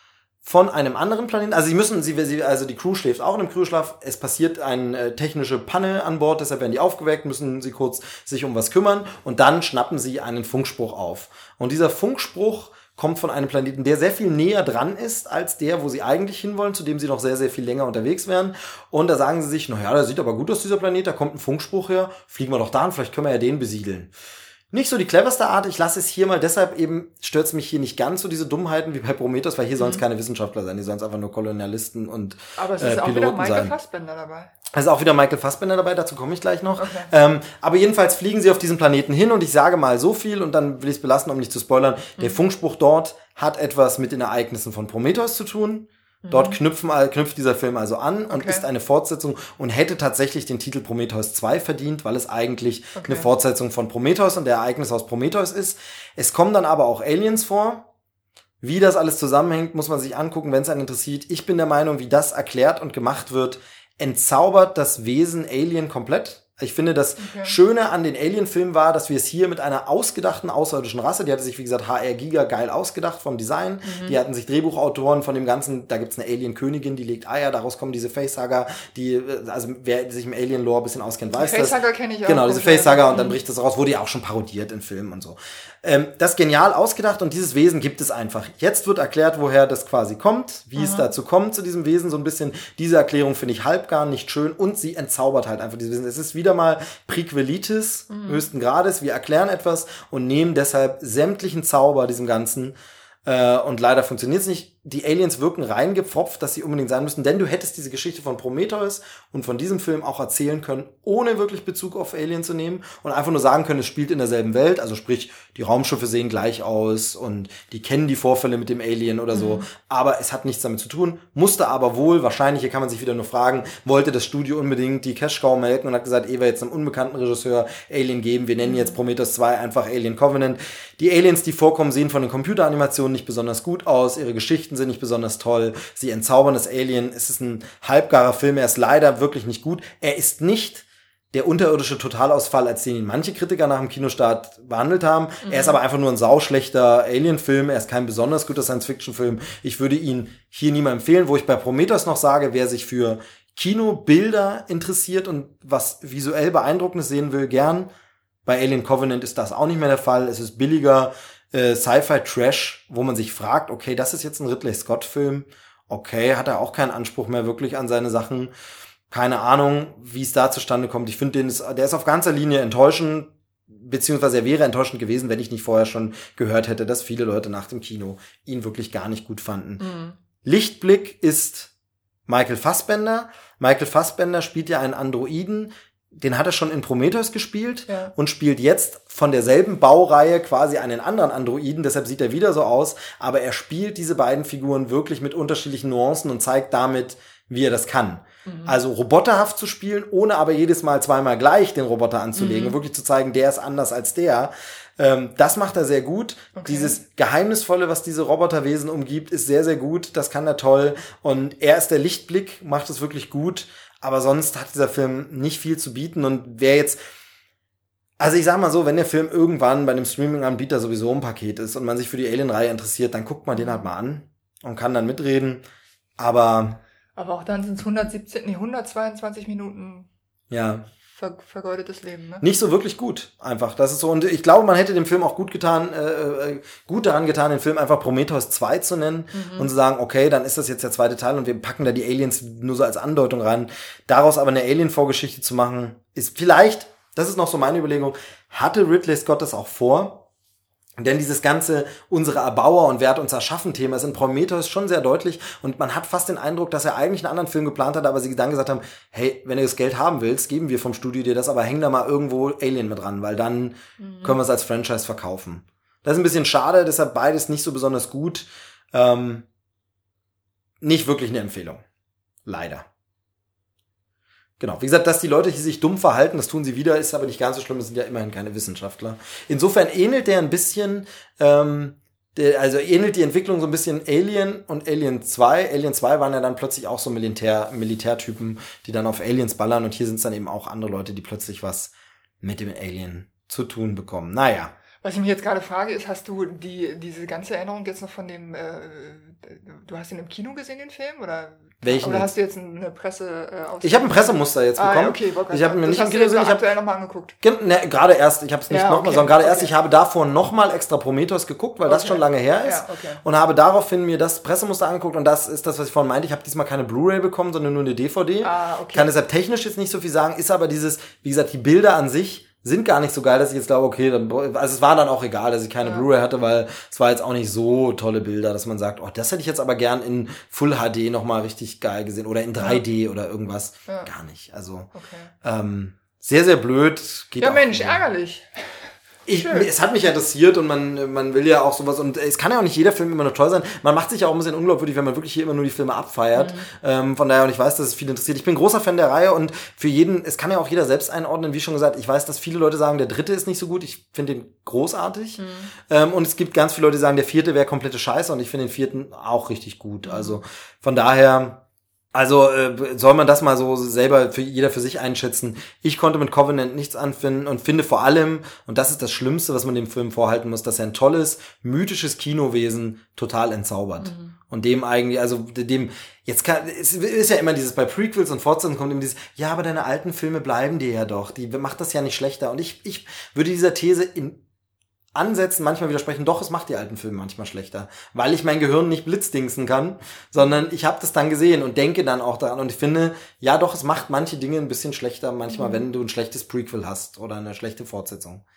von einem anderen Planeten. Also sie müssen, sie, sie also die Crew schläft auch in einem Kryoschlaf. Es passiert eine äh, technische Panne an Bord, deshalb werden die aufgeweckt, müssen sie kurz sich um was kümmern und dann schnappen sie einen Funkspruch auf. Und dieser Funkspruch kommt von einem Planeten, der sehr viel näher dran ist als der, wo sie eigentlich hinwollen, zu dem sie noch sehr, sehr viel länger unterwegs wären. Und da sagen sie sich, naja, der sieht aber gut aus, dieser Planet, da kommt ein Funkspruch her, fliegen wir doch da und vielleicht können wir ja den besiedeln. Nicht so die cleverste Art, ich lasse es hier mal, deshalb eben stört es mich hier nicht ganz so diese Dummheiten wie bei Prometheus, weil hier sollen es keine Wissenschaftler sein, die sollen es einfach nur Kolonialisten und Aber es äh, ist auch wieder Piloten Michael sein. Fassbender dabei. Es ist auch wieder Michael Fassbender dabei, dazu komme ich gleich noch. Okay. Ähm, aber jedenfalls fliegen sie auf diesen Planeten hin und ich sage mal so viel und dann will ich es belassen, um nicht zu spoilern. Der Funkspruch dort hat etwas mit den Ereignissen von Prometheus zu tun. Dort knüpfen, äh, knüpft dieser Film also an und Okay. ist eine Fortsetzung und hätte tatsächlich den Titel Prometheus zwei verdient, weil es eigentlich Okay. eine Fortsetzung von Prometheus und der Ereignis aus Prometheus ist. Es kommen dann aber auch Aliens vor. Wie das alles zusammenhängt, muss man sich angucken, wenn es einen interessiert. Ich bin der Meinung, wie das erklärt und gemacht wird, entzaubert das Wesen Alien komplett. Ich finde, das Okay. Schöne an den Alien-Filmen war, dass wir es hier mit einer ausgedachten außerirdischen Rasse, die hatte sich, wie gesagt, H R Giga geil ausgedacht vom Design. Mhm. Die hatten sich Drehbuchautoren von dem Ganzen, da gibt's eine Alien-Königin, die legt Eier, daraus kommen diese Facehugger, die, äh, also wer sich im Alien-Lore ein bisschen auskennt, weiß das. Facehugger kenne ich auch. Genau, diese komischerweise. Facehugger und dann Mhm. bricht das raus, wurde ja auch schon parodiert in Filmen und so. Ähm, das ist genial ausgedacht und dieses Wesen gibt es einfach. Jetzt wird erklärt, woher das quasi kommt, wie es dazu kommt zu diesem Wesen, so ein bisschen. Diese Erklärung finde ich halbgar nicht schön und sie entzaubert halt einfach dieses Wesen. Es ist wieder mal Prequelitis höchsten Grades. Wir erklären etwas und nehmen deshalb sämtlichen Zauber diesem Ganzen. Äh, und leider funktioniert es nicht. die Aliens wirken reingepfropft, dass sie unbedingt sein müssen, denn du hättest diese Geschichte von Prometheus und von diesem Film auch erzählen können, ohne wirklich Bezug auf Alien zu nehmen und einfach nur sagen können, es spielt in derselben Welt, also sprich, die Raumschiffe sehen gleich aus und die kennen die Vorfälle mit dem Alien oder so, mhm. aber es hat nichts damit zu tun, musste aber wohl, wahrscheinlich, hier kann man sich wieder nur fragen, wollte das Studio unbedingt die Cash-Cow melken und hat gesagt, ehe wir jetzt einem unbekannten Regisseur Alien geben, wir nennen jetzt Prometheus zwei einfach Alien Covenant. Die Aliens, die vorkommen, sehen von den Computeranimationen nicht besonders gut aus, ihre Geschichten sind nicht besonders toll, sie entzaubern das Alien, es ist ein halbgarer Film, er ist leider wirklich nicht gut, er ist nicht der unterirdische Totalausfall, als den ihn manche Kritiker nach dem Kinostart behandelt haben, mhm. er ist aber einfach nur ein sauschlechter Alien-Film, er ist kein besonders guter Science-Fiction-Film, ich würde ihn hier niemandem empfehlen, wo ich bei Prometheus noch sage, wer sich für Kinobilder interessiert und was visuell Beeindruckendes sehen will, gern. Bei Alien Covenant ist das auch nicht mehr der Fall, es ist billiger, Äh, Sci-Fi-Trash, wo man sich fragt, okay, das ist jetzt ein Ridley-Scott-Film, okay, hat er auch keinen Anspruch mehr wirklich an seine Sachen, keine Ahnung, wie es da zustande kommt. Ich finde, den ist, der ist auf ganzer Linie enttäuschend, beziehungsweise er wäre enttäuschend gewesen, wenn ich nicht vorher schon gehört hätte, dass viele Leute nach dem Kino ihn wirklich gar nicht gut fanden. Mhm. Lichtblick ist Michael Fassbender. Michael Fassbender spielt ja einen Androiden, den hat er schon in Prometheus gespielt ja. und spielt jetzt von derselben Baureihe quasi einen anderen Androiden, deshalb sieht er wieder so aus, aber er spielt diese beiden Figuren wirklich mit unterschiedlichen Nuancen und zeigt damit, wie er das kann. Mhm. Also roboterhaft zu spielen, ohne aber jedes Mal zweimal gleich den Roboter anzulegen mhm. und wirklich zu zeigen, der ist anders als der. Ähm, das macht er sehr gut. Okay. Dieses Geheimnisvolle, was diese Roboterwesen umgibt, ist sehr, sehr gut. Das kann er toll. Und er ist der Lichtblick, macht es wirklich gut. Aber sonst hat dieser Film nicht viel zu bieten und wer jetzt, also ich sag mal so, wenn der Film irgendwann bei einem Streaming-Anbieter sowieso ein Paket ist und man sich für die Alien-Reihe interessiert, dann guckt man den halt mal an und kann dann mitreden, aber... Aber auch dann sind es hundertsiebzehn, nee, hundertzweiundzwanzig Minuten ja. ver- vergeudetes Leben, ne? Nicht so wirklich gut, einfach. Das ist so, und ich glaube, man hätte dem Film auch gut getan, äh, gut daran getan, den Film einfach Prometheus zwei zu nennen mhm. und zu sagen, okay, dann ist das jetzt der zweite Teil und wir packen da die Aliens nur so als Andeutung rein. Daraus aber eine Alien-Vorgeschichte zu machen, ist vielleicht, das ist noch so meine Überlegung, hatte Ridley Scott das auch vor? Denn dieses ganze, unsere Erbauer und wer hat uns erschaffen Thema ist in Prometheus schon sehr deutlich und man hat fast den Eindruck, dass er eigentlich einen anderen Film geplant hat, aber sie dann gesagt haben, hey, wenn du das Geld haben willst, geben wir vom Studio dir das, aber häng da mal irgendwo Alien mit dran, weil dann mhm. können wir es als Franchise verkaufen. Das ist ein bisschen schade, deshalb beides nicht so besonders gut. Ähm, nicht wirklich eine Empfehlung. Leider. Genau, wie gesagt, dass die Leute hier sich dumm verhalten, das tun sie wieder, ist aber nicht ganz so schlimm, das sind ja immerhin keine Wissenschaftler. Insofern ähnelt der ein bisschen, ähm, der, also ähnelt die Entwicklung so ein bisschen Alien und Alien zwei. Alien zwei waren ja dann plötzlich auch so Militär, Militärtypen, die dann auf Aliens ballern und hier sind es dann eben auch andere Leute, die plötzlich was mit dem Alien zu tun bekommen. Naja. Was ich mich jetzt gerade frage, ist, hast du die diese ganze Erinnerung jetzt noch von dem, äh, du hast ihn im Kino gesehen, den Film, oder? Welchen? Oder hast du jetzt eine Presse äh, aus? Ich habe ein Pressemuster jetzt bekommen. Ah, okay, ich habe mir nicht im Kino gesehen, ich habe noch mal angeguckt. Ne, gerade erst, ich habe es nicht ja, nochmal, okay, sondern gerade okay. erst, ich habe davor nochmal extra Prometheus geguckt, weil okay. das schon lange her ist ja, okay. und habe daraufhin mir das Pressemuster angeguckt und das ist das, was ich vorhin meinte, ich habe diesmal keine Blu-ray bekommen, sondern nur eine D V D. Ah, okay. Kann deshalb technisch jetzt nicht so viel sagen, ist aber dieses, wie gesagt, die Bilder an sich sind gar nicht so geil, dass ich jetzt glaube, okay, dann, also es war dann auch egal, dass ich keine ja. Blu-ray hatte, weil es war jetzt auch nicht so tolle Bilder, dass man sagt, oh, das hätte ich jetzt aber gern in Full H D nochmal richtig geil gesehen oder in drei D ja. oder irgendwas. Ja. Gar nicht. Also okay. ähm, sehr, sehr blöd. Geht ja auch Mensch, nicht. Ärgerlich. Ich, es hat mich interessiert und man, man will ja auch sowas und es kann ja auch nicht jeder Film immer nur toll sein. Man macht sich ja auch ein bisschen unglaubwürdig, wenn man wirklich hier immer nur die Filme abfeiert. Mhm. Ähm, von daher, und ich weiß, dass es viele interessiert. Ich bin großer Fan der Reihe und für jeden, es kann ja auch jeder selbst einordnen, wie schon gesagt, ich weiß, dass viele Leute sagen, der dritte ist nicht so gut. Ich finde den großartig. Mhm. Ähm, und es gibt ganz viele Leute, die sagen, der vierte wäre komplette Scheiße und ich finde den vierten auch richtig gut. Also von daher... Also äh, soll man das mal so selber für jeder für sich einschätzen. Ich konnte mit Covenant nichts anfinden und finde vor allem, und das ist das Schlimmste, was man dem Film vorhalten muss, dass er ein tolles, mythisches Kinowesen total entzaubert. Mhm. Und dem eigentlich, also dem, jetzt kann, es ist ja immer dieses, bei Prequels und Fortsetzungen kommt immer dieses, ja, aber deine alten Filme bleiben dir ja doch, die macht das ja nicht schlechter. Und ich, ich würde dieser These in Ansätzen manchmal widersprechen, doch, es macht die alten Filme manchmal schlechter, weil ich mein Gehirn nicht blitzdingsen kann, sondern ich habe das dann gesehen und denke dann auch daran und ich finde, ja doch, es macht manche Dinge ein bisschen schlechter manchmal, mhm. wenn du ein schlechtes Prequel hast oder eine schlechte Fortsetzung.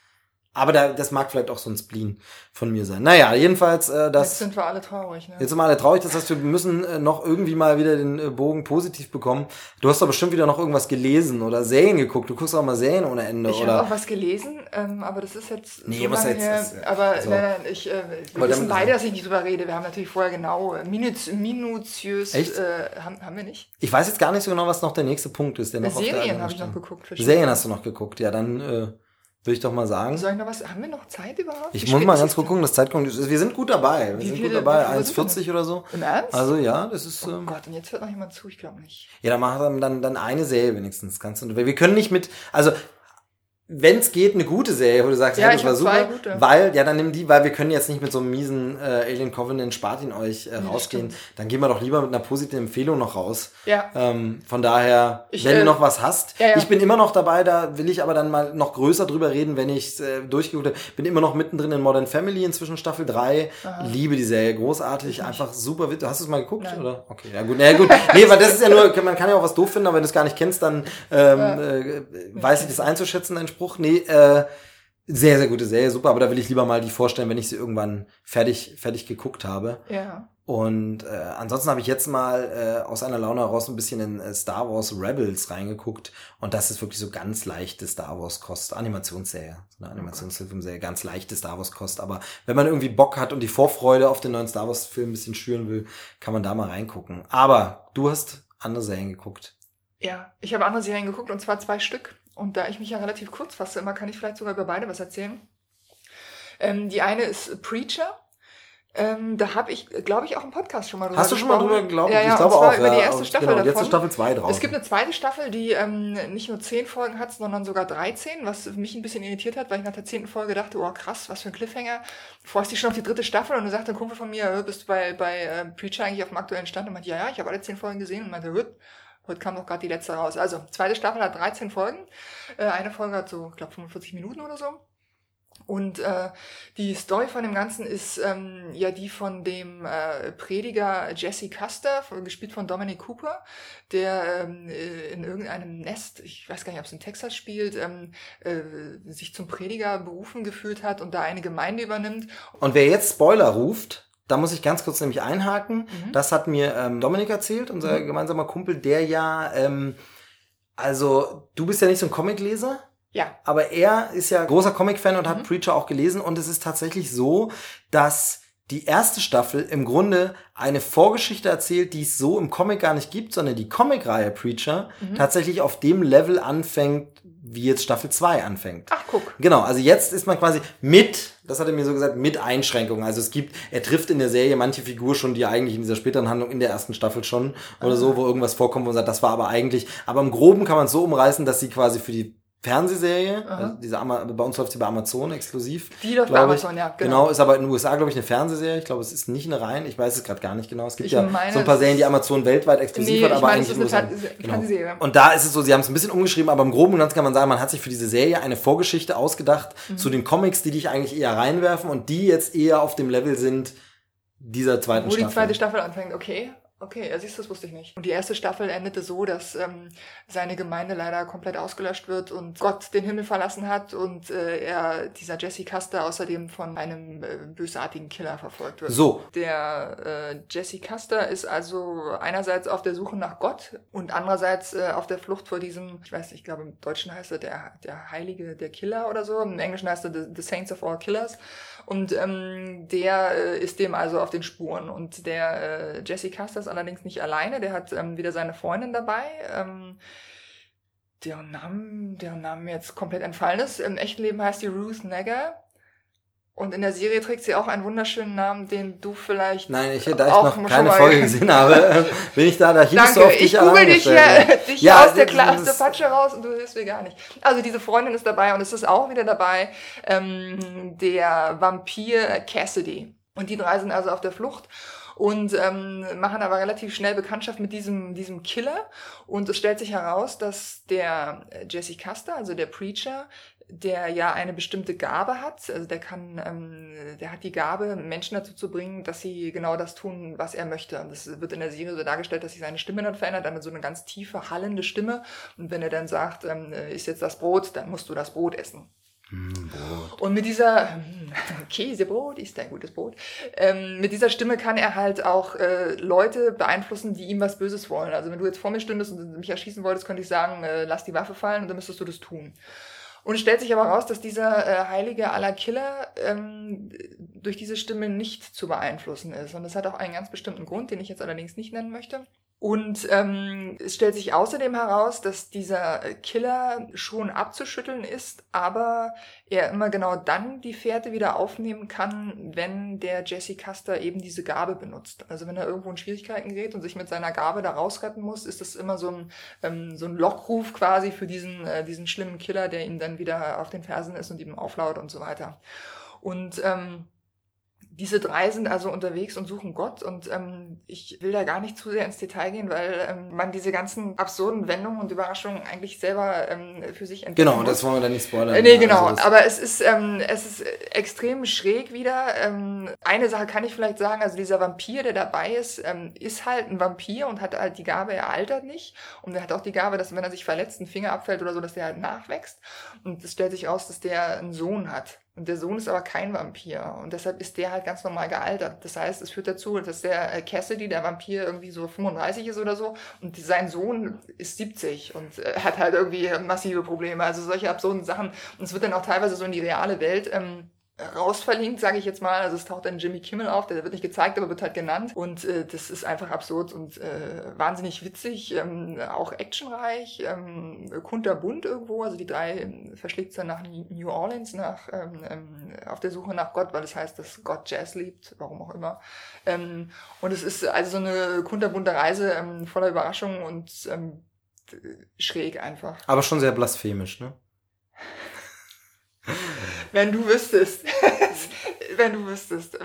Aber da, das mag vielleicht auch so ein Spleen von mir sein. Naja, jedenfalls, äh, das... Jetzt sind wir alle traurig, ne? Jetzt sind wir alle traurig, das heißt, wir müssen äh, noch irgendwie mal wieder den äh, Bogen positiv bekommen. Du hast doch bestimmt wieder noch irgendwas gelesen oder Serien geguckt. Du guckst auch mal Serien ohne Ende, ich oder? Ich habe auch was gelesen, ähm, aber das ist jetzt nee, so muss lange jetzt, her. das, aber also, nein, nein, ich, äh, wir aber wissen dann, beide, dass ich nicht drüber rede. Wir haben natürlich vorher genau, äh, minut, minutiös... Echt? Äh, haben, haben wir nicht? Ich weiß jetzt gar nicht so genau, was noch der nächste Punkt ist. Der noch Serien habe ich noch geguckt. Serien hast du noch geguckt, ja, dann... Äh, Würde ich doch mal sagen. Soll ich noch was? Haben wir noch Zeit überhaupt? Ich muss mal ganz kurz gucken, das Zeitpunkt. Wir sind gut dabei. Wir Wie sind viele, gut dabei. wie eins vierzig oder so. Im Ernst? Also ja, das ist. Oh ähm, Gott, und jetzt hört noch jemand zu, ich glaube nicht. Ja, dann mach dann, dann, dann eine Serie wenigstens. Kannst du, wir können nicht mit. Also, wenn es geht, eine gute Serie, wo du sagst, ja, hey, das ich war hab super. zwei gute. Weil, ja, dann nimm die, weil wir können jetzt nicht mit so einem miesen äh, Alien Covenant Spart in euch äh, Ja, rausgehen. stimmt. Dann gehen wir doch lieber mit einer positiven Empfehlung noch raus. Ja. Ähm, von daher, Ich, wenn äh, du noch was hast. ja, ja. Ich bin immer noch dabei, da will ich aber dann mal noch größer drüber reden, wenn ich äh, durchgeguckt habe. Bin immer noch mittendrin in Modern Family, inzwischen Staffel drei. Aha. Liebe die Serie, großartig, einfach super witzig. Hast du es mal geguckt, Nein. oder? Okay, ja gut. Na ja, gut. Nee, weil das ist ja nur, man kann ja auch was doof finden, aber wenn du es gar nicht kennst, dann ähm, äh, weiß ich das einzuschätzen, dein Spruch. Nee, äh, sehr, sehr gute Serie, super, aber da will ich lieber mal die vorstellen, wenn ich sie irgendwann fertig fertig geguckt habe. Ja. Und äh, ansonsten habe ich jetzt mal äh, aus einer Laune heraus ein bisschen in äh, Star Wars Rebels reingeguckt und das ist wirklich so ganz leichte Star Wars Kost, Animationsserie, so eine Animationsfilmserie, ganz leichte Star Wars Kost, aber wenn man irgendwie Bock hat und die Vorfreude auf den neuen Star Wars Film ein bisschen schüren will, kann man da mal reingucken. Aber du hast andere Serien geguckt. Ja, ich habe andere Serien geguckt und zwar zwei Stück. Und da ich mich ja relativ kurz fasse, immer kann ich vielleicht sogar über beide was erzählen. Ähm, die eine ist Preacher. Ähm, da habe ich, glaube ich, auch im Podcast schon mal drüber Hast du schon mal gesprochen. drüber geglaubt? Ja, ja, ich glaube und zwar auch. über ja, die erste Staffel genau, davon. Jetzt ist Staffel zwei draußen. Es gibt eine zweite Staffel, die ähm, nicht nur zehn Folgen hat, sondern sogar dreizehn, was mich ein bisschen irritiert hat, weil ich nach der zehnten Folge dachte, oh krass, was für ein Cliffhanger. Freust dich schon auf die dritte Staffel? Und dann sagte ein Kumpel von mir, bist du bei, bei äh, Preacher eigentlich auf dem aktuellen Stand? Und meinte, ja, ja, ich habe alle zehn Folgen gesehen. Und meinte, Hüt. Heute kam doch gerade die letzte raus. Also, zweite Staffel hat dreizehn Folgen. Äh, eine Folge hat so, ich glaube, fünfundvierzig Minuten oder so. Und äh, die Story von dem Ganzen ist ähm, ja die von dem äh, Prediger Jesse Custer, gespielt von Dominic Cooper, der ähm, in irgendeinem Nest, ich weiß gar nicht, ob es in Texas spielt, ähm, äh, sich zum Prediger berufen gefühlt hat und da eine Gemeinde übernimmt. Und wer jetzt Spoiler ruft, da muss ich ganz kurz nämlich einhaken. Mhm. Das hat mir ähm, Dominik erzählt, unser Mhm. gemeinsamer Kumpel, der ja, ähm, also du bist ja nicht so ein Comicleser, Ja. aber er ist ja großer Comic-Fan und hat Mhm. Preacher auch gelesen. Und es ist tatsächlich so, dass die erste Staffel im Grunde eine Vorgeschichte erzählt, die es so im Comic gar nicht gibt, sondern die Comicreihe Preacher Mhm. tatsächlich auf dem Level anfängt, wie jetzt Staffel zwei anfängt. Ach, guck. Genau, also jetzt ist man quasi mit, das hat er mir so gesagt, mit Einschränkungen. Also es gibt, er trifft in der Serie manche Figur schon, die eigentlich in dieser späteren Handlung in der ersten Staffel schon oder so, wo irgendwas vorkommt, wo man sagt, das war aber eigentlich, aber im Groben kann man es so umreißen, dass sie quasi für die Fernsehserie, Aha. also diese Ama- bei uns läuft sie bei Amazon exklusiv. Die läuft bei glaub ich. Amazon, ja, Genau. genau. Ist aber in den U S A, glaube ich, eine Fernsehserie. Ich glaube, es ist nicht eine Reihe. Ich weiß es gerade gar nicht genau. Es gibt Ich ja meine, so ein paar es Serien, die ist- Amazon weltweit exklusiv Nee, hat, ich aber meine, es eigentlich ist eine nur so- Fernseh- Fernsehserie. Und da ist es so, sie haben es ein bisschen umgeschrieben, aber im Groben und Ganzen kann man sagen, man hat sich für diese Serie eine Vorgeschichte ausgedacht Mhm. zu den Comics, die dich eigentlich eher reinwerfen und die jetzt eher auf dem Level sind dieser zweiten Wo die Staffel. zweite Staffel anfängt, okay. Okay, ja, siehst du, das wusste ich nicht. Und die erste Staffel endete so, dass ähm, seine Gemeinde leider komplett ausgelöscht wird und Gott den Himmel verlassen hat und äh, er, dieser Jesse Custer, außerdem von einem äh, bösartigen Killer verfolgt wird. So. Der äh, Jesse Custer ist also einerseits auf der Suche nach Gott und andererseits äh, auf der Flucht vor diesem, ich weiß nicht, ich glaube im Deutschen heißt er der, der Heilige, der Killer oder so, im Englischen heißt er The, The Saints of All Killers. Und ähm, der äh, ist dem also auf den Spuren. Und der äh, Jesse Custer ist allerdings nicht alleine, der hat ähm, wieder seine Freundin dabei, ähm, deren Namen, deren Namen mir jetzt komplett entfallen ist. Im echten Leben heißt die Ruth Negga. Und in der Serie trägt sie auch einen wunderschönen Namen, den du vielleicht Nein, ich, da ich auch noch schon keine mal- Folge gesehen habe, äh, bin ich da, da hielst du Danke, auf dich ich google allein dich, gestellt, hier, ja. dich Ja, aus der, das Kla aus der ist- Patsche raus und du hilfst mir gar nicht. Also diese Freundin ist dabei und es ist auch wieder dabei ähm, der Vampir Cassidy. Und die drei sind also auf der Flucht und ähm, machen aber relativ schnell Bekanntschaft mit diesem diesem Killer. Und es stellt sich heraus, dass der äh, Jesse Custer, also der Preacher, der ja eine bestimmte Gabe hat, also der kann, ähm, der hat die Gabe, Menschen dazu zu bringen, dass sie genau das tun, was er möchte. Und das wird in der Serie so dargestellt, dass sich seine Stimme dann verändert, dann so eine ganz tiefe, hallende Stimme. Und wenn er dann sagt, ähm, ist jetzt das Brot, dann musst du das Brot essen. Mm, und mit dieser Käsebrot ist ein gutes Brot. Ähm, mit dieser Stimme kann er halt auch äh, Leute beeinflussen, die ihm was Böses wollen. Also wenn du jetzt vor mir stündest und mich erschießen wolltest, könnte ich sagen, äh, lass die Waffe fallen und dann müsstest du das tun. Und es stellt sich aber raus, dass dieser äh, Heilige aller Killer ähm, durch diese Stimme nicht zu beeinflussen ist. Und das hat auch einen ganz bestimmten Grund, den ich jetzt allerdings nicht nennen möchte. Und ähm, es stellt sich außerdem heraus, dass dieser Killer schon abzuschütteln ist, aber er immer genau dann die Fährte wieder aufnehmen kann, wenn der Jesse Custer eben diese Gabe benutzt. Also wenn er irgendwo in Schwierigkeiten gerät und sich mit seiner Gabe da rausretten muss, ist das immer so ein ähm, so ein Lockruf quasi für diesen äh, diesen schlimmen Killer, der ihm dann wieder auf den Fersen ist und ihm auflaut und so weiter. Und ähm, diese drei sind also unterwegs und suchen Gott und ähm, ich will da gar nicht zu sehr ins Detail gehen, weil ähm, man diese ganzen absurden Wendungen und Überraschungen eigentlich selber ähm, für sich entdecken Genau, muss. das wollen wir dann nicht spoilern. Äh, nee, genau, Also aber es ist ähm, es ist extrem schräg wieder. Ähm, eine Sache kann ich vielleicht sagen, also dieser Vampir, der dabei ist, ähm, ist halt ein Vampir und hat halt die Gabe, er altert nicht und er hat auch die Gabe, dass wenn er sich verletzt, ein Finger abfällt oder so, dass der halt nachwächst und es stellt sich raus, dass der einen Sohn hat. Und der Sohn ist aber kein Vampir. Und deshalb ist der halt ganz normal gealtert. Das heißt, es führt dazu, dass der Cassidy, der Vampir, irgendwie so fünfunddreißig ist oder so. Und sein Sohn ist siebzig und äh, hat halt irgendwie massive Probleme. Also solche absurden Sachen. Und es wird dann auch teilweise so in die reale Welt ähm, rausverlinkt, sage ich jetzt mal. Also es taucht dann Jimmy Kimmel auf, der wird nicht gezeigt, aber wird halt genannt. Und äh, das ist einfach absurd und äh, wahnsinnig witzig, ähm, auch actionreich, ähm, kunterbunt irgendwo. Also die drei ähm, verschlägt es dann nach New Orleans, nach ähm, ähm, auf der Suche nach Gott, weil es heißt, dass Gott Jazz liebt, warum auch immer. Ähm, und es ist also so eine kunterbunte Reise ähm, voller Überraschungen und ähm, schräg einfach. Aber schon sehr blasphemisch, ne? Wenn du wüsstest. Wenn du wüsstest.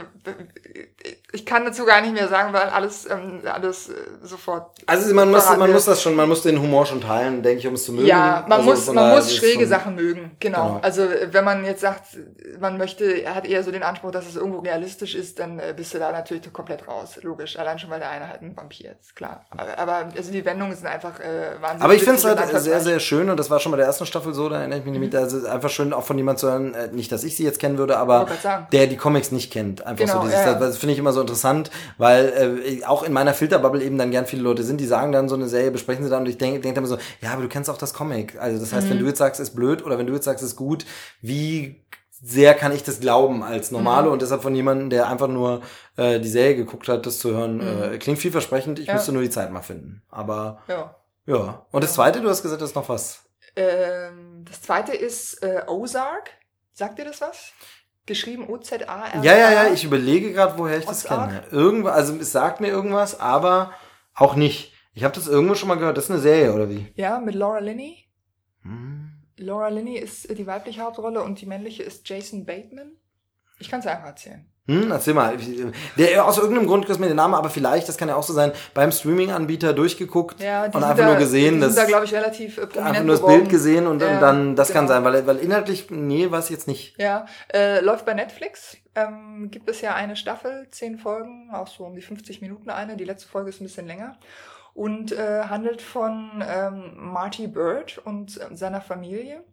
Ich kann dazu gar nicht mehr sagen, weil alles, ähm, alles äh, sofort. Also man muss, man muss das schon, man muss den Humor schon teilen, denke ich, um es zu mögen. Ja, man also muss, man daher, muss schräge Sachen mögen, genau. genau. Also wenn man jetzt sagt, man möchte, er hat eher so den Anspruch, dass es irgendwo realistisch ist, dann äh, bist du da natürlich komplett raus, logisch. Allein schon, weil der eine halt ein Vampir ist, klar. Aber, aber also die Wendungen sind einfach äh, wahnsinnig. Aber ich finde es witzig halt und sehr, sehr schön und das war schon bei der ersten Staffel so, da erinnere ich mich nämlich, Mhm. da ist es einfach schön, auch von jemandem zu hören, äh, nicht, dass ich sie jetzt kennen würde, Ich aber wollte grad sagen. der die Comics nicht kennt. Einfach Genau, so dieses, ja, ja. das finde ich immer so interessant, weil äh, auch in meiner Filterbubble eben dann gern viele Leute sind, die sagen dann so eine Serie, besprechen sie dann und ich denke denk dann immer so, ja, aber du kennst auch das Comic. Also das heißt, Mhm. wenn du jetzt sagst, ist blöd oder wenn du jetzt sagst, ist gut, wie sehr kann ich das glauben als Normale Mhm. und deshalb von jemandem, der einfach nur äh, die Serie geguckt hat, das zu hören, Mhm. äh, klingt vielversprechend, ich Ja. müsste nur die Zeit mal finden. Aber Ja. ja. Und das Zweite, du hast gesagt, das ist noch was. Ähm, das zweite ist äh, Ozark. Sagt dir das was? Geschrieben O Z A R. Ja, ja, ja, ich überlege gerade, woher ich das Ozark? kenne. Irgendwo, also es sagt mir irgendwas, aber auch nicht. Ich habe das irgendwo schon mal gehört. Das ist eine Serie, oder wie? Ja, mit Laura Linney. Hm. Laura Linney ist äh, die weibliche Hauptrolle und die männliche ist Jason Bateman. Ich kann es einfach erzählen. Hm, erzähl mal. Der, aus irgendeinem Grund kriegst du mir den Namen, aber vielleicht, das kann ja auch so sein, beim Streaming-Anbieter durchgeguckt Ja, die und sind einfach da, nur gesehen, die dass sind da, glaube ich, relativ äh, prominent einfach nur das beworben. Bild gesehen und, Ja, und dann, das kann genau. sein, weil, weil inhaltlich, nee, weiß ich jetzt nicht. Ja, äh, läuft bei Netflix. Ähm, gibt es ja eine Staffel, zehn Folgen, auch so um die fünfzig Minuten eine. Die letzte Folge ist ein bisschen länger. Und äh, handelt von ähm, Marty Byrde und äh, seiner Familie.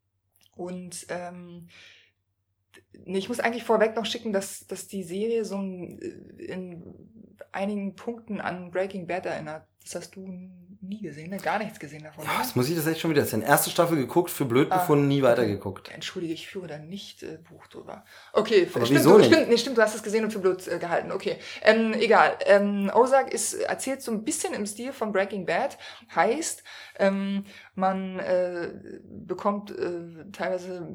Und ähm, nee, ich muss eigentlich vorweg noch schicken, dass, dass die Serie so ein, in einigen Punkten an Breaking Bad erinnert. Das hast du nie gesehen, ne? Gar nichts gesehen davon. Ja, oder? das muss ich das echt schon wieder erzählen. Erste Staffel geguckt, für blöd Ah, befunden, nie weitergeguckt. Entschuldige, ich führe da nicht äh, Buch drüber. Okay, Aber stimmt, wieso du, nicht? stimmt, nee, stimmt, du hast es gesehen und für blöd äh, gehalten. Okay, ähm, egal. Ähm, Ozark ist erzählt so ein bisschen im Stil von Breaking Bad. Heißt, ähm, man äh, bekommt äh, teilweise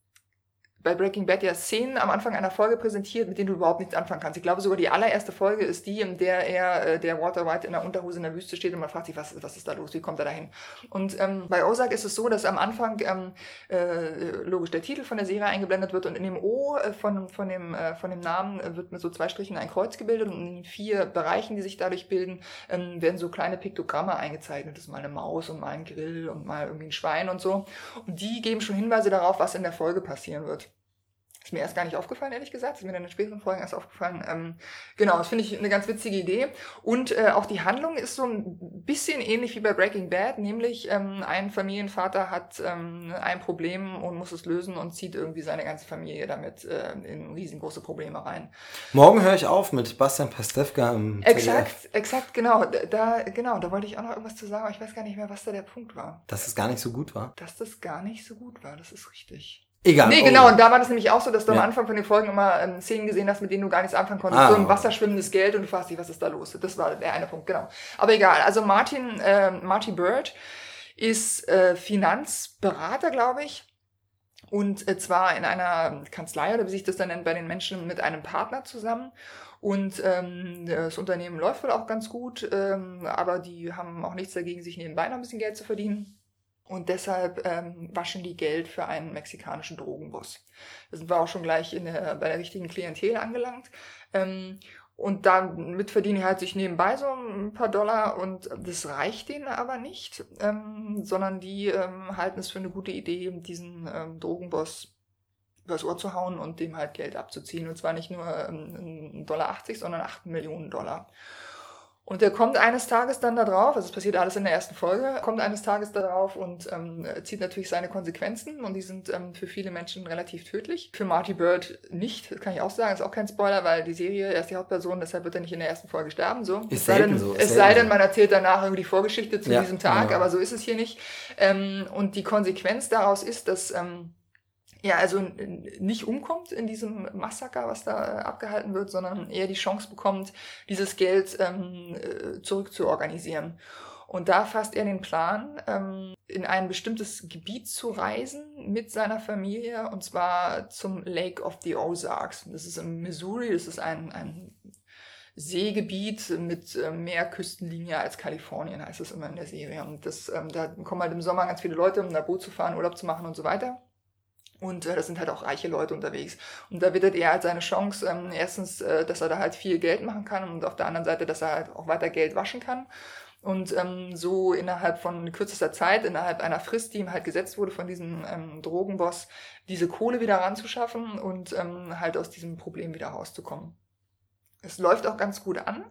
bei Breaking Bad ja Szenen am Anfang einer Folge präsentiert, mit denen du überhaupt nichts anfangen kannst. Ich glaube sogar die allererste Folge ist die, in der er, äh, der Walter White in der Unterhose in der Wüste steht und man fragt sich, was, was ist da los, wie kommt er dahin? Und ähm, bei Ozark ist es so, dass am Anfang ähm, äh, logisch der Titel von der Serie eingeblendet wird und in dem O äh, von, von, dem, äh, von dem Namen äh, wird mit so zwei Strichen ein Kreuz gebildet und in den vier Bereichen, die sich dadurch bilden, ähm, werden so kleine Piktogramme eingezeichnet. Das ist mal eine Maus und mal ein Grill und mal irgendwie ein Schwein und so. Und die geben schon Hinweise darauf, was in der Folge passieren wird. Ist mir erst gar nicht aufgefallen, ehrlich gesagt. Ist mir dann in späteren Folgen erst aufgefallen. Ähm, genau, das finde ich eine ganz witzige Idee. Und äh, auch die Handlung ist so ein bisschen ähnlich wie bei Breaking Bad, nämlich ähm, ein Familienvater hat ähm, ein Problem und muss es lösen und zieht irgendwie seine ganze Familie damit äh, in riesengroße Probleme rein. Morgen höre ich auf mit Bastian Pastewka im Exakt, Z D F. exakt, genau. Da, genau, da wollte ich auch noch irgendwas zu sagen, aber ich weiß gar nicht mehr, was da der Punkt war. Dass es gar nicht so gut war. Dass das gar nicht so gut war, das ist richtig. Egal. Nee, oh. genau, und da war das nämlich auch so, dass du Ja. am Anfang von den Folgen immer ähm, Szenen gesehen hast, mit denen du gar nichts anfangen konntest. Ah, so im okay. Wasser schwimmendes Geld und du fragst dich, was ist da los? Das war der eine Punkt, genau. Aber egal, also Martin, äh, Marty Bird ist äh, Finanzberater, glaube ich. Und äh, zwar in einer Kanzlei, oder wie sich das dann nennt, bei den Menschen mit einem Partner zusammen. Und ähm, das Unternehmen läuft wohl auch ganz gut, ähm, aber die haben auch nichts dagegen, sich nebenbei noch ein bisschen Geld zu verdienen. Und deshalb ähm, waschen die Geld für einen mexikanischen Drogenboss. Da sind wir auch schon gleich in der, bei der richtigen Klientel angelangt. Ähm, und damit verdienen die halt sich nebenbei so ein paar Dollar und das reicht denen aber nicht, ähm, sondern die ähm, halten es für eine gute Idee, diesen ähm, Drogenboss übers Ohr zu hauen und dem halt Geld abzuziehen. Und zwar nicht nur ähm, ein Dollar achtzig, sondern acht Millionen Dollar. Und er kommt eines Tages dann da drauf, also es passiert alles in der ersten Folge, kommt eines Tages da drauf und ähm, zieht natürlich seine Konsequenzen und die sind ähm, für viele Menschen relativ tödlich. Für Marty Bird nicht, das kann ich auch sagen, ist auch kein Spoiler, weil die Serie, er ist die Hauptperson, deshalb wird er nicht in der ersten Folge sterben. So. Ist es sei selten denn, so, ist es selten sei denn, so. man erzählt danach irgendwie die Vorgeschichte zu Ja, diesem Tag, genau. aber so ist es hier nicht. Ähm, und die Konsequenz daraus ist, dass ähm, ja, also nicht umkommt in diesem Massaker, was da äh, abgehalten wird, sondern eher die Chance bekommt, dieses Geld ähm, äh, zurückzuorganisieren. Und da fasst er den Plan, ähm, in ein bestimmtes Gebiet zu reisen mit seiner Familie, und zwar zum Lake of the Ozarks. Das ist im Missouri, das ist ein, ein Seegebiet mit äh, mehr Küstenlinie als Kalifornien, heißt es immer in der Serie. Und das, ähm, da kommen halt im Sommer ganz viele Leute, um da Boot zu fahren, Urlaub zu machen und so weiter. Und äh, das sind halt auch reiche Leute unterwegs. Und da wittert er halt seine Chance, ähm, erstens, äh, dass er da halt viel Geld machen kann und auf der anderen Seite, dass er halt auch weiter Geld waschen kann. Und ähm, so innerhalb von kürzester Zeit, innerhalb einer Frist, die ihm halt gesetzt wurde von diesem ähm, Drogenboss, diese Kohle wieder ranzuschaffen und ähm, halt aus diesem Problem wieder rauszukommen. Es läuft auch ganz gut an.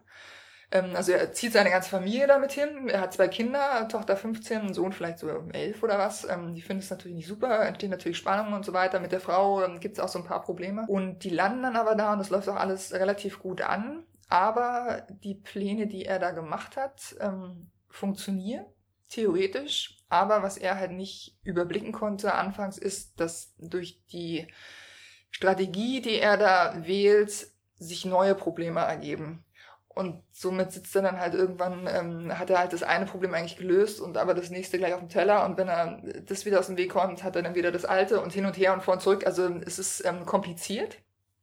Also er zieht seine ganze Familie damit hin. Er hat zwei Kinder, Tochter fünfzehn, ein Sohn vielleicht so elf oder was. Die finden es natürlich nicht super, entstehen natürlich Spannungen und so weiter. Mit der Frau gibt es auch so ein paar Probleme. Und die landen dann aber da und das läuft auch alles relativ gut an. Aber die Pläne, die er da gemacht hat, ähm, funktionieren, theoretisch. Aber was er halt nicht überblicken konnte anfangs ist, dass durch die Strategie, die er da wählt, sich neue Probleme ergeben. Und somit sitzt er dann halt irgendwann, ähm, hat er halt das eine Problem eigentlich gelöst und aber das nächste gleich auf dem Teller. Und wenn er das wieder aus dem Weg kommt, hat er dann wieder das alte und hin und her und vor und zurück. Also es ist ähm, kompliziert,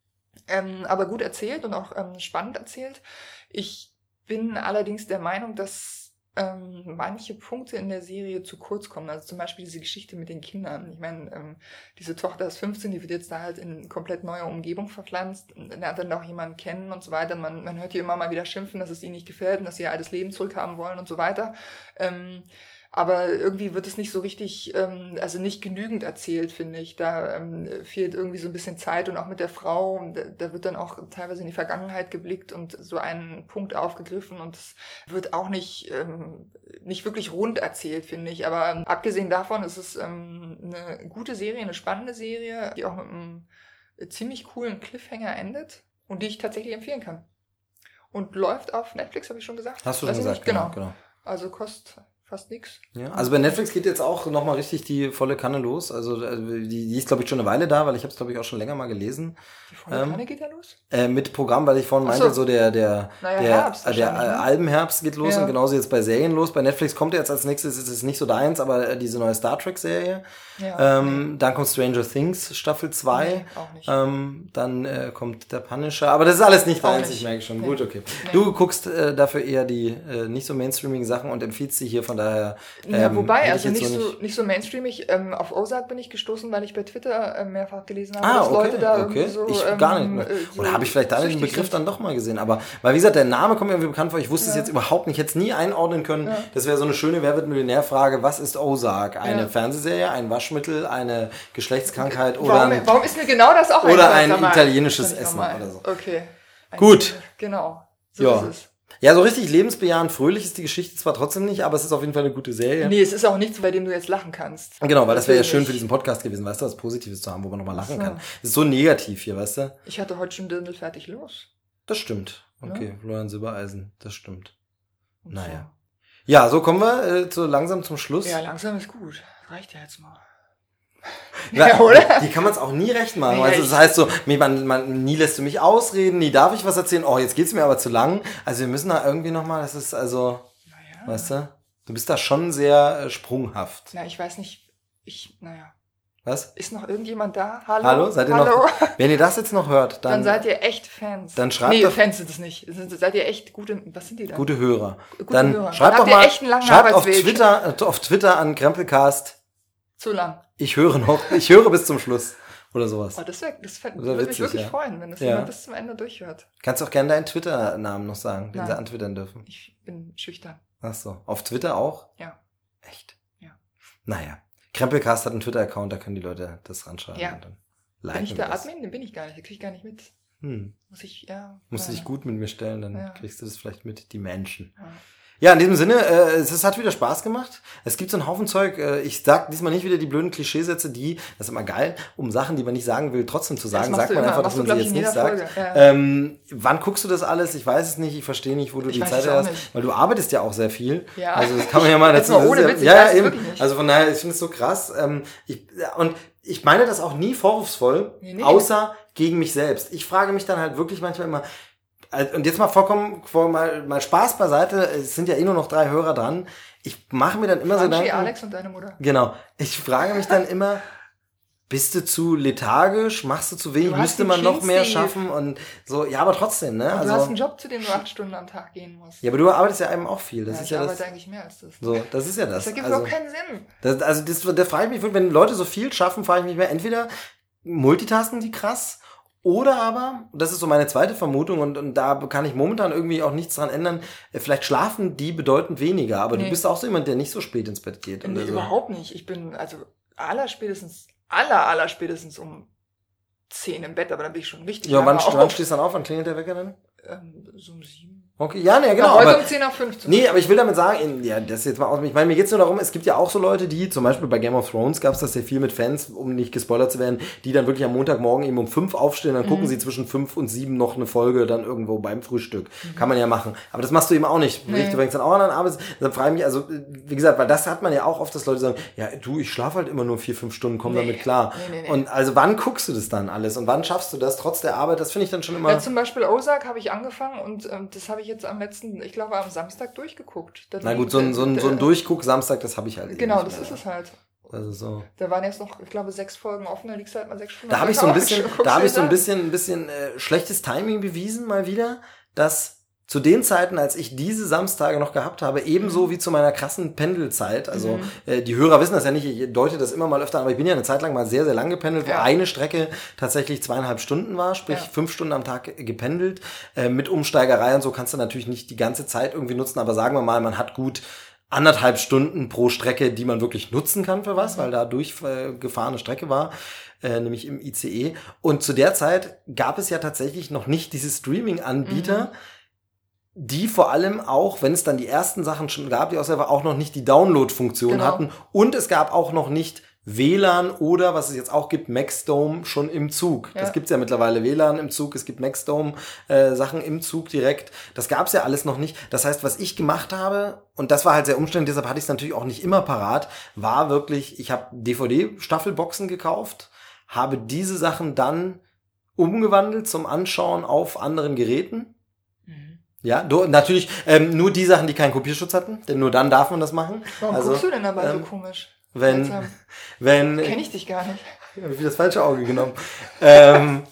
ähm, aber gut erzählt und auch ähm, spannend erzählt. Ich bin allerdings der Meinung, dass ähm, manche Punkte in der Serie zu kurz kommen. Also zum Beispiel diese Geschichte mit den Kindern. Ich meine, ähm, diese Tochter ist fünfzehn, die wird jetzt da halt in komplett neuer Umgebung verpflanzt, lernt dann auch jemanden kennen und so weiter. Man, man hört die immer mal wieder schimpfen, dass es ihnen nicht gefällt und dass sie ihr altes Leben zurückhaben wollen und so weiter. Ähm, aber irgendwie wird es nicht so richtig, ähm, also nicht genügend erzählt, finde ich. Da ähm, fehlt irgendwie so ein bisschen Zeit und auch mit der Frau, da, da wird dann auch teilweise in die Vergangenheit geblickt und so ein Punkt aufgegriffen und es wird auch nicht, ähm, nicht wirklich rund erzählt, finde ich. Aber ähm, abgesehen davon ist es ähm, eine gute Serie, eine spannende Serie, die auch mit einem ziemlich coolen Cliffhanger endet und die ich tatsächlich empfehlen kann. Und läuft auf Netflix, habe ich schon gesagt. Hast du Weiß schon ich gesagt, nicht? Genau. genau. Also kostet fast nichts. Ja, also bei Netflix geht jetzt auch nochmal richtig die volle Kanne los. Also die, die ist, glaube ich, schon eine Weile da, weil ich habe es, glaube ich, auch schon länger mal gelesen. Die volle Ähm, Kanne geht ja los? Äh, mit Programm, weil ich vorhin Ach meinte, so. so der, der, Naja, der, Herbst äh, der wahrscheinlich, äh, ne? Albenherbst geht los Ja. und genauso jetzt bei Serien los. Bei Netflix kommt jetzt als nächstes, ist es nicht so deins, aber äh, diese neue Star Trek-Serie. Ja, Ähm, dann kommt Stranger Things, Staffel zwei. Nee, auch nicht. Ähm, dann äh, kommt der Punisher. Aber das ist alles nicht Auch deins, nicht. ich merke schon. Nee. Gut, okay. Nee. Du guckst äh, dafür eher die äh, nicht so mainstreamigen Sachen und empfiehlst sie hier von daher. Ja, ähm, wobei, hätte ich also jetzt nicht so so, nicht so mainstreamig. Ähm, auf Ozark bin ich gestoßen, weil ich bei Twitter äh, mehrfach gelesen habe, Ah, dass okay, Leute da okay. irgendwie so. Ich ähm, gar nicht. äh, so Oder habe ich vielleicht da den süchtig Begriff sind. dann doch mal gesehen? Aber, weil wie gesagt, der Name kommt mir irgendwie bekannt vor. Ich wusste es Ja. jetzt überhaupt nicht. Ich hätte es nie einordnen können. Ja. Das wäre so eine schöne Wer wird Millionär-Frage. Was ist Ozark? Eine Ja. Fernsehserie, ein Waschmittel, eine Geschlechtskrankheit oder Warum, ein... warum ist mir genau das auch oder eingefallen? ein Sag mal, italienisches das ist Essen normal. oder so. Okay. Ein- Gut. Genau. So Ja. ist es. Ja, so richtig lebensbejahend, fröhlich ist die Geschichte zwar trotzdem nicht, aber es ist auf jeden Fall eine gute Serie. Nee, es ist auch nichts, bei dem du jetzt lachen kannst. Genau, weil das wäre ja Natürlich. schön für diesen Podcast gewesen, weißt du, was Positives zu haben, wo man nochmal lachen So. kann. Das ist so negativ hier, weißt du? Ich hatte heute schon Dirndl fertig los. Das stimmt. Okay, Florian Silbereisen, das stimmt. Und Naja. Ja, so kommen wir äh, so langsam zum Schluss. So. Ja, langsam ist gut. Reicht ja jetzt mal. Ja, Ja, oder? Die kann man es auch nie recht machen. Ja, also das ich- heißt so, man, man, nie lässt du mich ausreden, nie darf ich was erzählen. Oh, jetzt geht's mir aber zu lang. Also wir müssen da irgendwie nochmal, das ist also, Naja. weißt du, du bist da schon sehr äh, sprunghaft. Na, ich weiß nicht. Ich, naja. Was? Ist noch irgendjemand da? Hallo? Hallo? Seid ihr Hallo? noch? Wenn ihr das jetzt noch hört, Dann, dann, seid ihr echt Fans. dann schreibt Nee, doch- Fans sind es nicht. Sind- Seid ihr echt gute, was sind die dann? gute Hörer. Gute dann Hörer. schreibt Dann doch habt ihr mal, echt einen langen schreibt auf Arbeitsweg. Twitter, äh, auf Twitter an Krempelcast, Zu lang. ich höre noch, ich höre bis zum Schluss. Oder sowas. Oh, das wär, das wär, Das wär würde mich witzig, wirklich ja. freuen, wenn das Ja. jemand bis zum Ende durchhört. Kannst auch gerne deinen Twitter-Namen noch sagen, den Nein. sie antwittern dürfen. Ich bin schüchtern. Ach so. Auf Twitter auch? Ja. Echt? Ja. Naja. Krempelcast hat einen Twitter-Account, da können die Leute das ranschreiben. Ja. Und dann Bin liken ich wir der das. Admin? Den bin ich gar nicht. Den krieg ich gar nicht mit. Hm. Muss ich, ja. Musst du naja. dich gut mit mir stellen, dann Ja. kriegst du das vielleicht mit, die Menschen. Ja. Ja, in diesem Sinne, äh, es, es hat wieder Spaß gemacht. Es gibt so einen Haufen Zeug. Äh, ich sag diesmal nicht wieder die blöden Klischeesätze, die, das ist immer geil, um Sachen, die man nicht sagen will, trotzdem zu sagen. machst Sagt du man immer. einfach, dass Machst man du, sie glaub jetzt ich, in nicht jeder sagt. Folge. Ja. Ähm, wann guckst du das alles? Ich weiß es nicht. Ich verstehe nicht, wo du Ich die weiß Zeit es auch hast. nicht. Weil du arbeitest ja auch sehr viel. Ja. Also das kann man ja mal Jetzt dazu. mal ohne das ist Witz, ich ja, ja, weiß es eben. wirklich nicht. Also von daher, ich finde es so krass. Ähm, ich, ja, und ich meine das auch nie vorwurfsvoll, Nee, nee. außer gegen mich selbst. Ich frage mich dann halt wirklich manchmal immer, also, und jetzt mal vollkommen, vor- mal, mal Spaß beiseite, es sind ja eh nur noch drei Hörer dran. Ich mache mir dann immer so Franchi, Gedanken. Alex und deine Mutter. Genau. Ich frage mich dann immer, bist du zu lethargisch? Machst du zu wenig? Du hast Müsste einen man noch mehr Kind, Steve. schaffen? Und so, ja, aber trotzdem, ne? Und Also, du hast einen Job, zu dem du acht Stunden am Tag gehen musst. ja, aber du arbeitest ja eben auch viel. Das ja, ist ich ja arbeite das. eigentlich mehr als das. So, das ist ja das. Das ergibt also, überhaupt keinen Sinn. das, also das, da frage ich mich, wenn Leute so viel schaffen, frage ich mich mehr, entweder multitasken die krass oder aber, das ist so meine zweite Vermutung und, und da kann ich momentan irgendwie auch nichts dran ändern, äh, vielleicht schlafen die bedeutend weniger, aber Nee. du bist auch so jemand, der nicht so spät ins Bett geht. Nee, oder so. überhaupt nicht. Ich bin also aller spätestens, aller, aller spätestens um zehn im Bett, aber dann bin ich schon richtig Ja, lange wann, auf. wann stehst du dann auf? Wann klingelt der Wecker dann? Ähm, so um sieben. Okay, ja, nee, genau. Ja, heute aber, um zehn nach fünf. zum nee, Beispiel. aber ich will damit sagen, in- ja, das ist jetzt mal aus. Ich meine, mir geht's nur darum, es gibt ja auch so Leute, die, zum Beispiel bei Game of Thrones gab's das sehr viel mit Fans, um nicht gespoilert zu werden, die dann wirklich am Montagmorgen eben um fünf aufstehen, dann Mhm. gucken sie zwischen fünf und sieben noch eine Folge dann irgendwo beim Frühstück. Kann man ja machen. Aber das machst du eben auch nicht. Nee. Du fängst dann auch an, aber dann frage ich mich, also, wie gesagt, weil das hat man ja auch oft, dass Leute sagen, ja, du, ich schlafe halt immer nur vier, fünf Stunden, komm Nee. damit klar. Nee, nee, nee. Und also, wann guckst du das dann alles? Und wann schaffst du das trotz der Arbeit? Das finde ich dann schon immer. Ja, zum Beispiel Ozark habe ich angefangen und ähm, das habe ich jetzt am letzten, ich glaube am Samstag durchgeguckt. Da Na lief- gut, so ein, so ein, so ein äh, Durchguck-Samstag, das habe ich halt. eh Genau, nicht das mehr. ist es halt. Also so. Da waren jetzt noch, ich glaube, sechs Folgen offen, da liegst du halt mal sechs Stunden. Da auf habe der ich so ein Couch bisschen, und guckst da habe ich dir so ein an. bisschen, ein bisschen äh, schlechtes Timing bewiesen mal wieder, dass zu den Zeiten, als ich diese Samstage noch gehabt habe, ebenso wie zu meiner krassen Pendelzeit, also Mhm. äh, die Hörer wissen das ja nicht, ich deute das immer mal öfter an, aber ich bin ja eine Zeit lang mal sehr, sehr lang gependelt, wo Ja. eine Strecke tatsächlich zweieinhalb Stunden war, sprich Ja. fünf Stunden am Tag gependelt. Äh, mit Umsteigerei und so kannst du natürlich nicht die ganze Zeit irgendwie nutzen, aber sagen wir mal, man hat gut anderthalb Stunden pro Strecke, die man wirklich nutzen kann für was, weil da durchgefahrene Strecke war, äh, nämlich im I C E. Und zu der Zeit gab es ja tatsächlich noch nicht diese Streaming-Anbieter, die vor allem auch, wenn es dann die ersten Sachen schon gab, die auch selber auch noch nicht die Download-Funktion Genau. hatten. Und es gab auch noch nicht W L A N oder, was es jetzt auch gibt, Maxdome schon im Zug. Ja. Das gibt's ja mittlerweile, W L A N im Zug, es gibt Maxdome äh, Sachen im Zug direkt. Das gab's ja alles noch nicht. Das heißt, was ich gemacht habe, und das war halt sehr umständlich, deshalb hatte ich es natürlich auch nicht immer parat, war wirklich, ich habe D V D-Staffelboxen gekauft, habe diese Sachen dann umgewandelt zum Anschauen auf anderen Geräten. Mhm. Ja, du, natürlich ähm, nur die Sachen, die keinen Kopierschutz hatten, denn nur dann darf man das machen. Warum also, guckst du denn dabei ähm, so komisch? wenn, wenn, Kenne ich dich gar nicht. ich habe ich das falsche Auge genommen. ähm,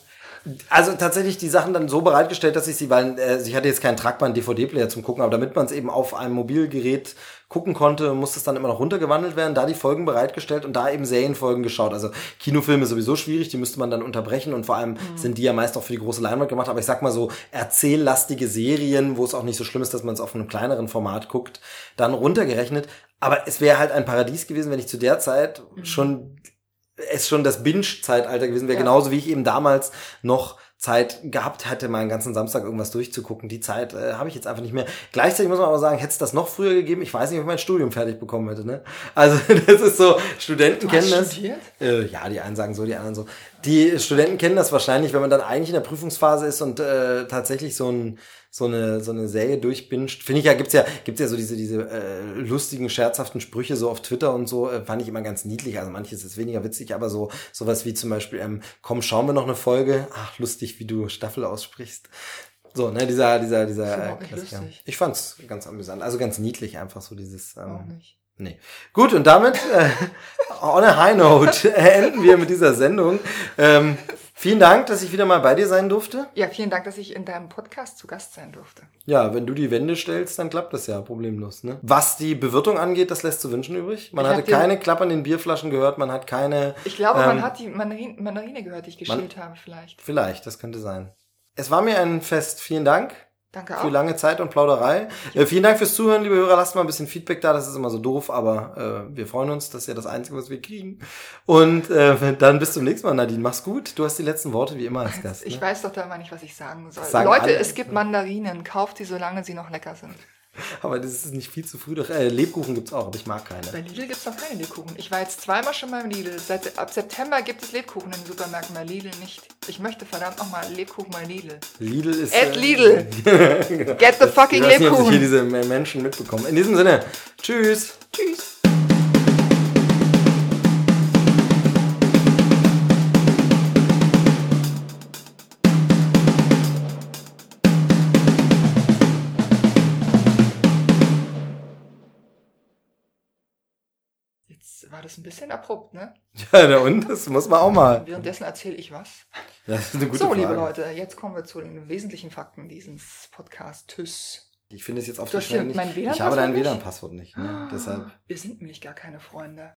Also tatsächlich die Sachen dann so bereitgestellt, dass ich sie, weil äh, ich hatte jetzt keinen tragbaren D V D-Player zum Gucken, aber damit man es eben auf einem Mobilgerät gucken konnte, musste es dann immer noch runtergewandelt werden, da die Folgen bereitgestellt und da eben Serienfolgen geschaut. Also Kinofilme sowieso schwierig, die müsste man dann unterbrechen und vor allem mhm. sind die ja meist auch für die große Leinwand gemacht, aber ich sag mal so erzähllastige Serien, wo es auch nicht so schlimm ist, dass man es auf einem kleineren Format guckt, dann runtergerechnet. Aber es wäre halt ein Paradies gewesen, wenn ich zu der Zeit mhm. schon es schon das Binge-Zeitalter gewesen wäre, ja. genauso wie ich eben damals noch Zeit gehabt hätte, mal einen ganzen Samstag irgendwas durchzugucken. Die Zeit äh, habe ich jetzt einfach nicht mehr. Gleichzeitig muss man aber sagen, hätte es das noch früher gegeben, ich weiß nicht, ob ich mein Studium fertig bekommen hätte. Ne? Also das ist so, Studenten du kennen hast das. Studiert? Äh, ja, die einen sagen so, die anderen so. Die Studenten kennen das wahrscheinlich, wenn man dann eigentlich in der Prüfungsphase ist und äh, tatsächlich so ein so eine so eine Serie durchbinscht. Finde ich ja, gibt's ja gibt's ja so diese diese äh, lustigen, scherzhaften Sprüche so auf Twitter und so, äh, fand ich immer ganz niedlich. Also manches ist weniger witzig, aber so sowas wie zum Beispiel, ähm, komm, schauen wir noch eine Folge. Ach, lustig, wie du Staffel aussprichst. So, ne, dieser dieser dieser. Äh, lustig. Ich fand's ganz amüsant, also ganz niedlich einfach so dieses. Ähm, Auch nicht. Nee. Gut, und damit äh, on a high note enden wir mit dieser Sendung. Ähm, vielen Dank, dass ich wieder mal bei dir sein durfte. Ja, vielen Dank, dass ich in deinem Podcast zu Gast sein durfte. Ja, wenn du die Wände stellst, dann klappt das ja problemlos. Ne? Was die Bewirtung angeht, das lässt zu wünschen übrig. Man Ich hatte hab den- keine klappern Bierflaschen gehört, man hat keine... Ich glaube, ähm, man hat die Mandarine, Mandarine gehört, die ich geschält habe, vielleicht. Vielleicht, das könnte sein. Es war mir ein Fest. Vielen Dank. Danke Für auch. lange Zeit und Plauderei. Äh, vielen Dank fürs Zuhören, liebe Hörer. Lasst mal ein bisschen Feedback da. Das ist immer so doof, aber äh, wir freuen uns. Das ist ja das Einzige, was wir kriegen. Und äh, dann bis zum nächsten Mal, Nadine. Mach's gut. Du hast die letzten Worte wie immer als Gast. Ich Ne? weiß doch da immer nicht, was ich sagen soll. Das sagen Leute, alle. es gibt Mandarinen. Kauft die, solange sie noch lecker sind. Aber das ist nicht viel zu früh. Doch, äh, Lebkuchen gibt's auch, aber ich mag keine. Bei Lidl gibt es noch keine Lebkuchen. Ich war jetzt zweimal schon beim Lidl. Seit, ab September gibt es Lebkuchen in den Supermärkten, bei Lidl nicht. Ich möchte verdammt nochmal Lebkuchen bei Lidl. Lidl ist... At äh, Lidl. Get the fucking Ich weiß nicht, ob sich hier Lebkuchen. diese Menschen mitbekommen. In diesem Sinne, tschüss. Tschüss. Jetzt war das ein bisschen abrupt, ne? Ja, na und? Das muss man auch mal. Währenddessen erzähle ich was. Das ist eine gute So, Frage. liebe Leute, jetzt kommen wir zu den wesentlichen Fakten dieses Podcasts. Ich finde es jetzt auf Du die hast hier Schnelle nicht. mein W L A N Ich habe dein Passwort W L A N-Passwort nicht. Ne? Deshalb. Wir sind nämlich gar keine Freunde.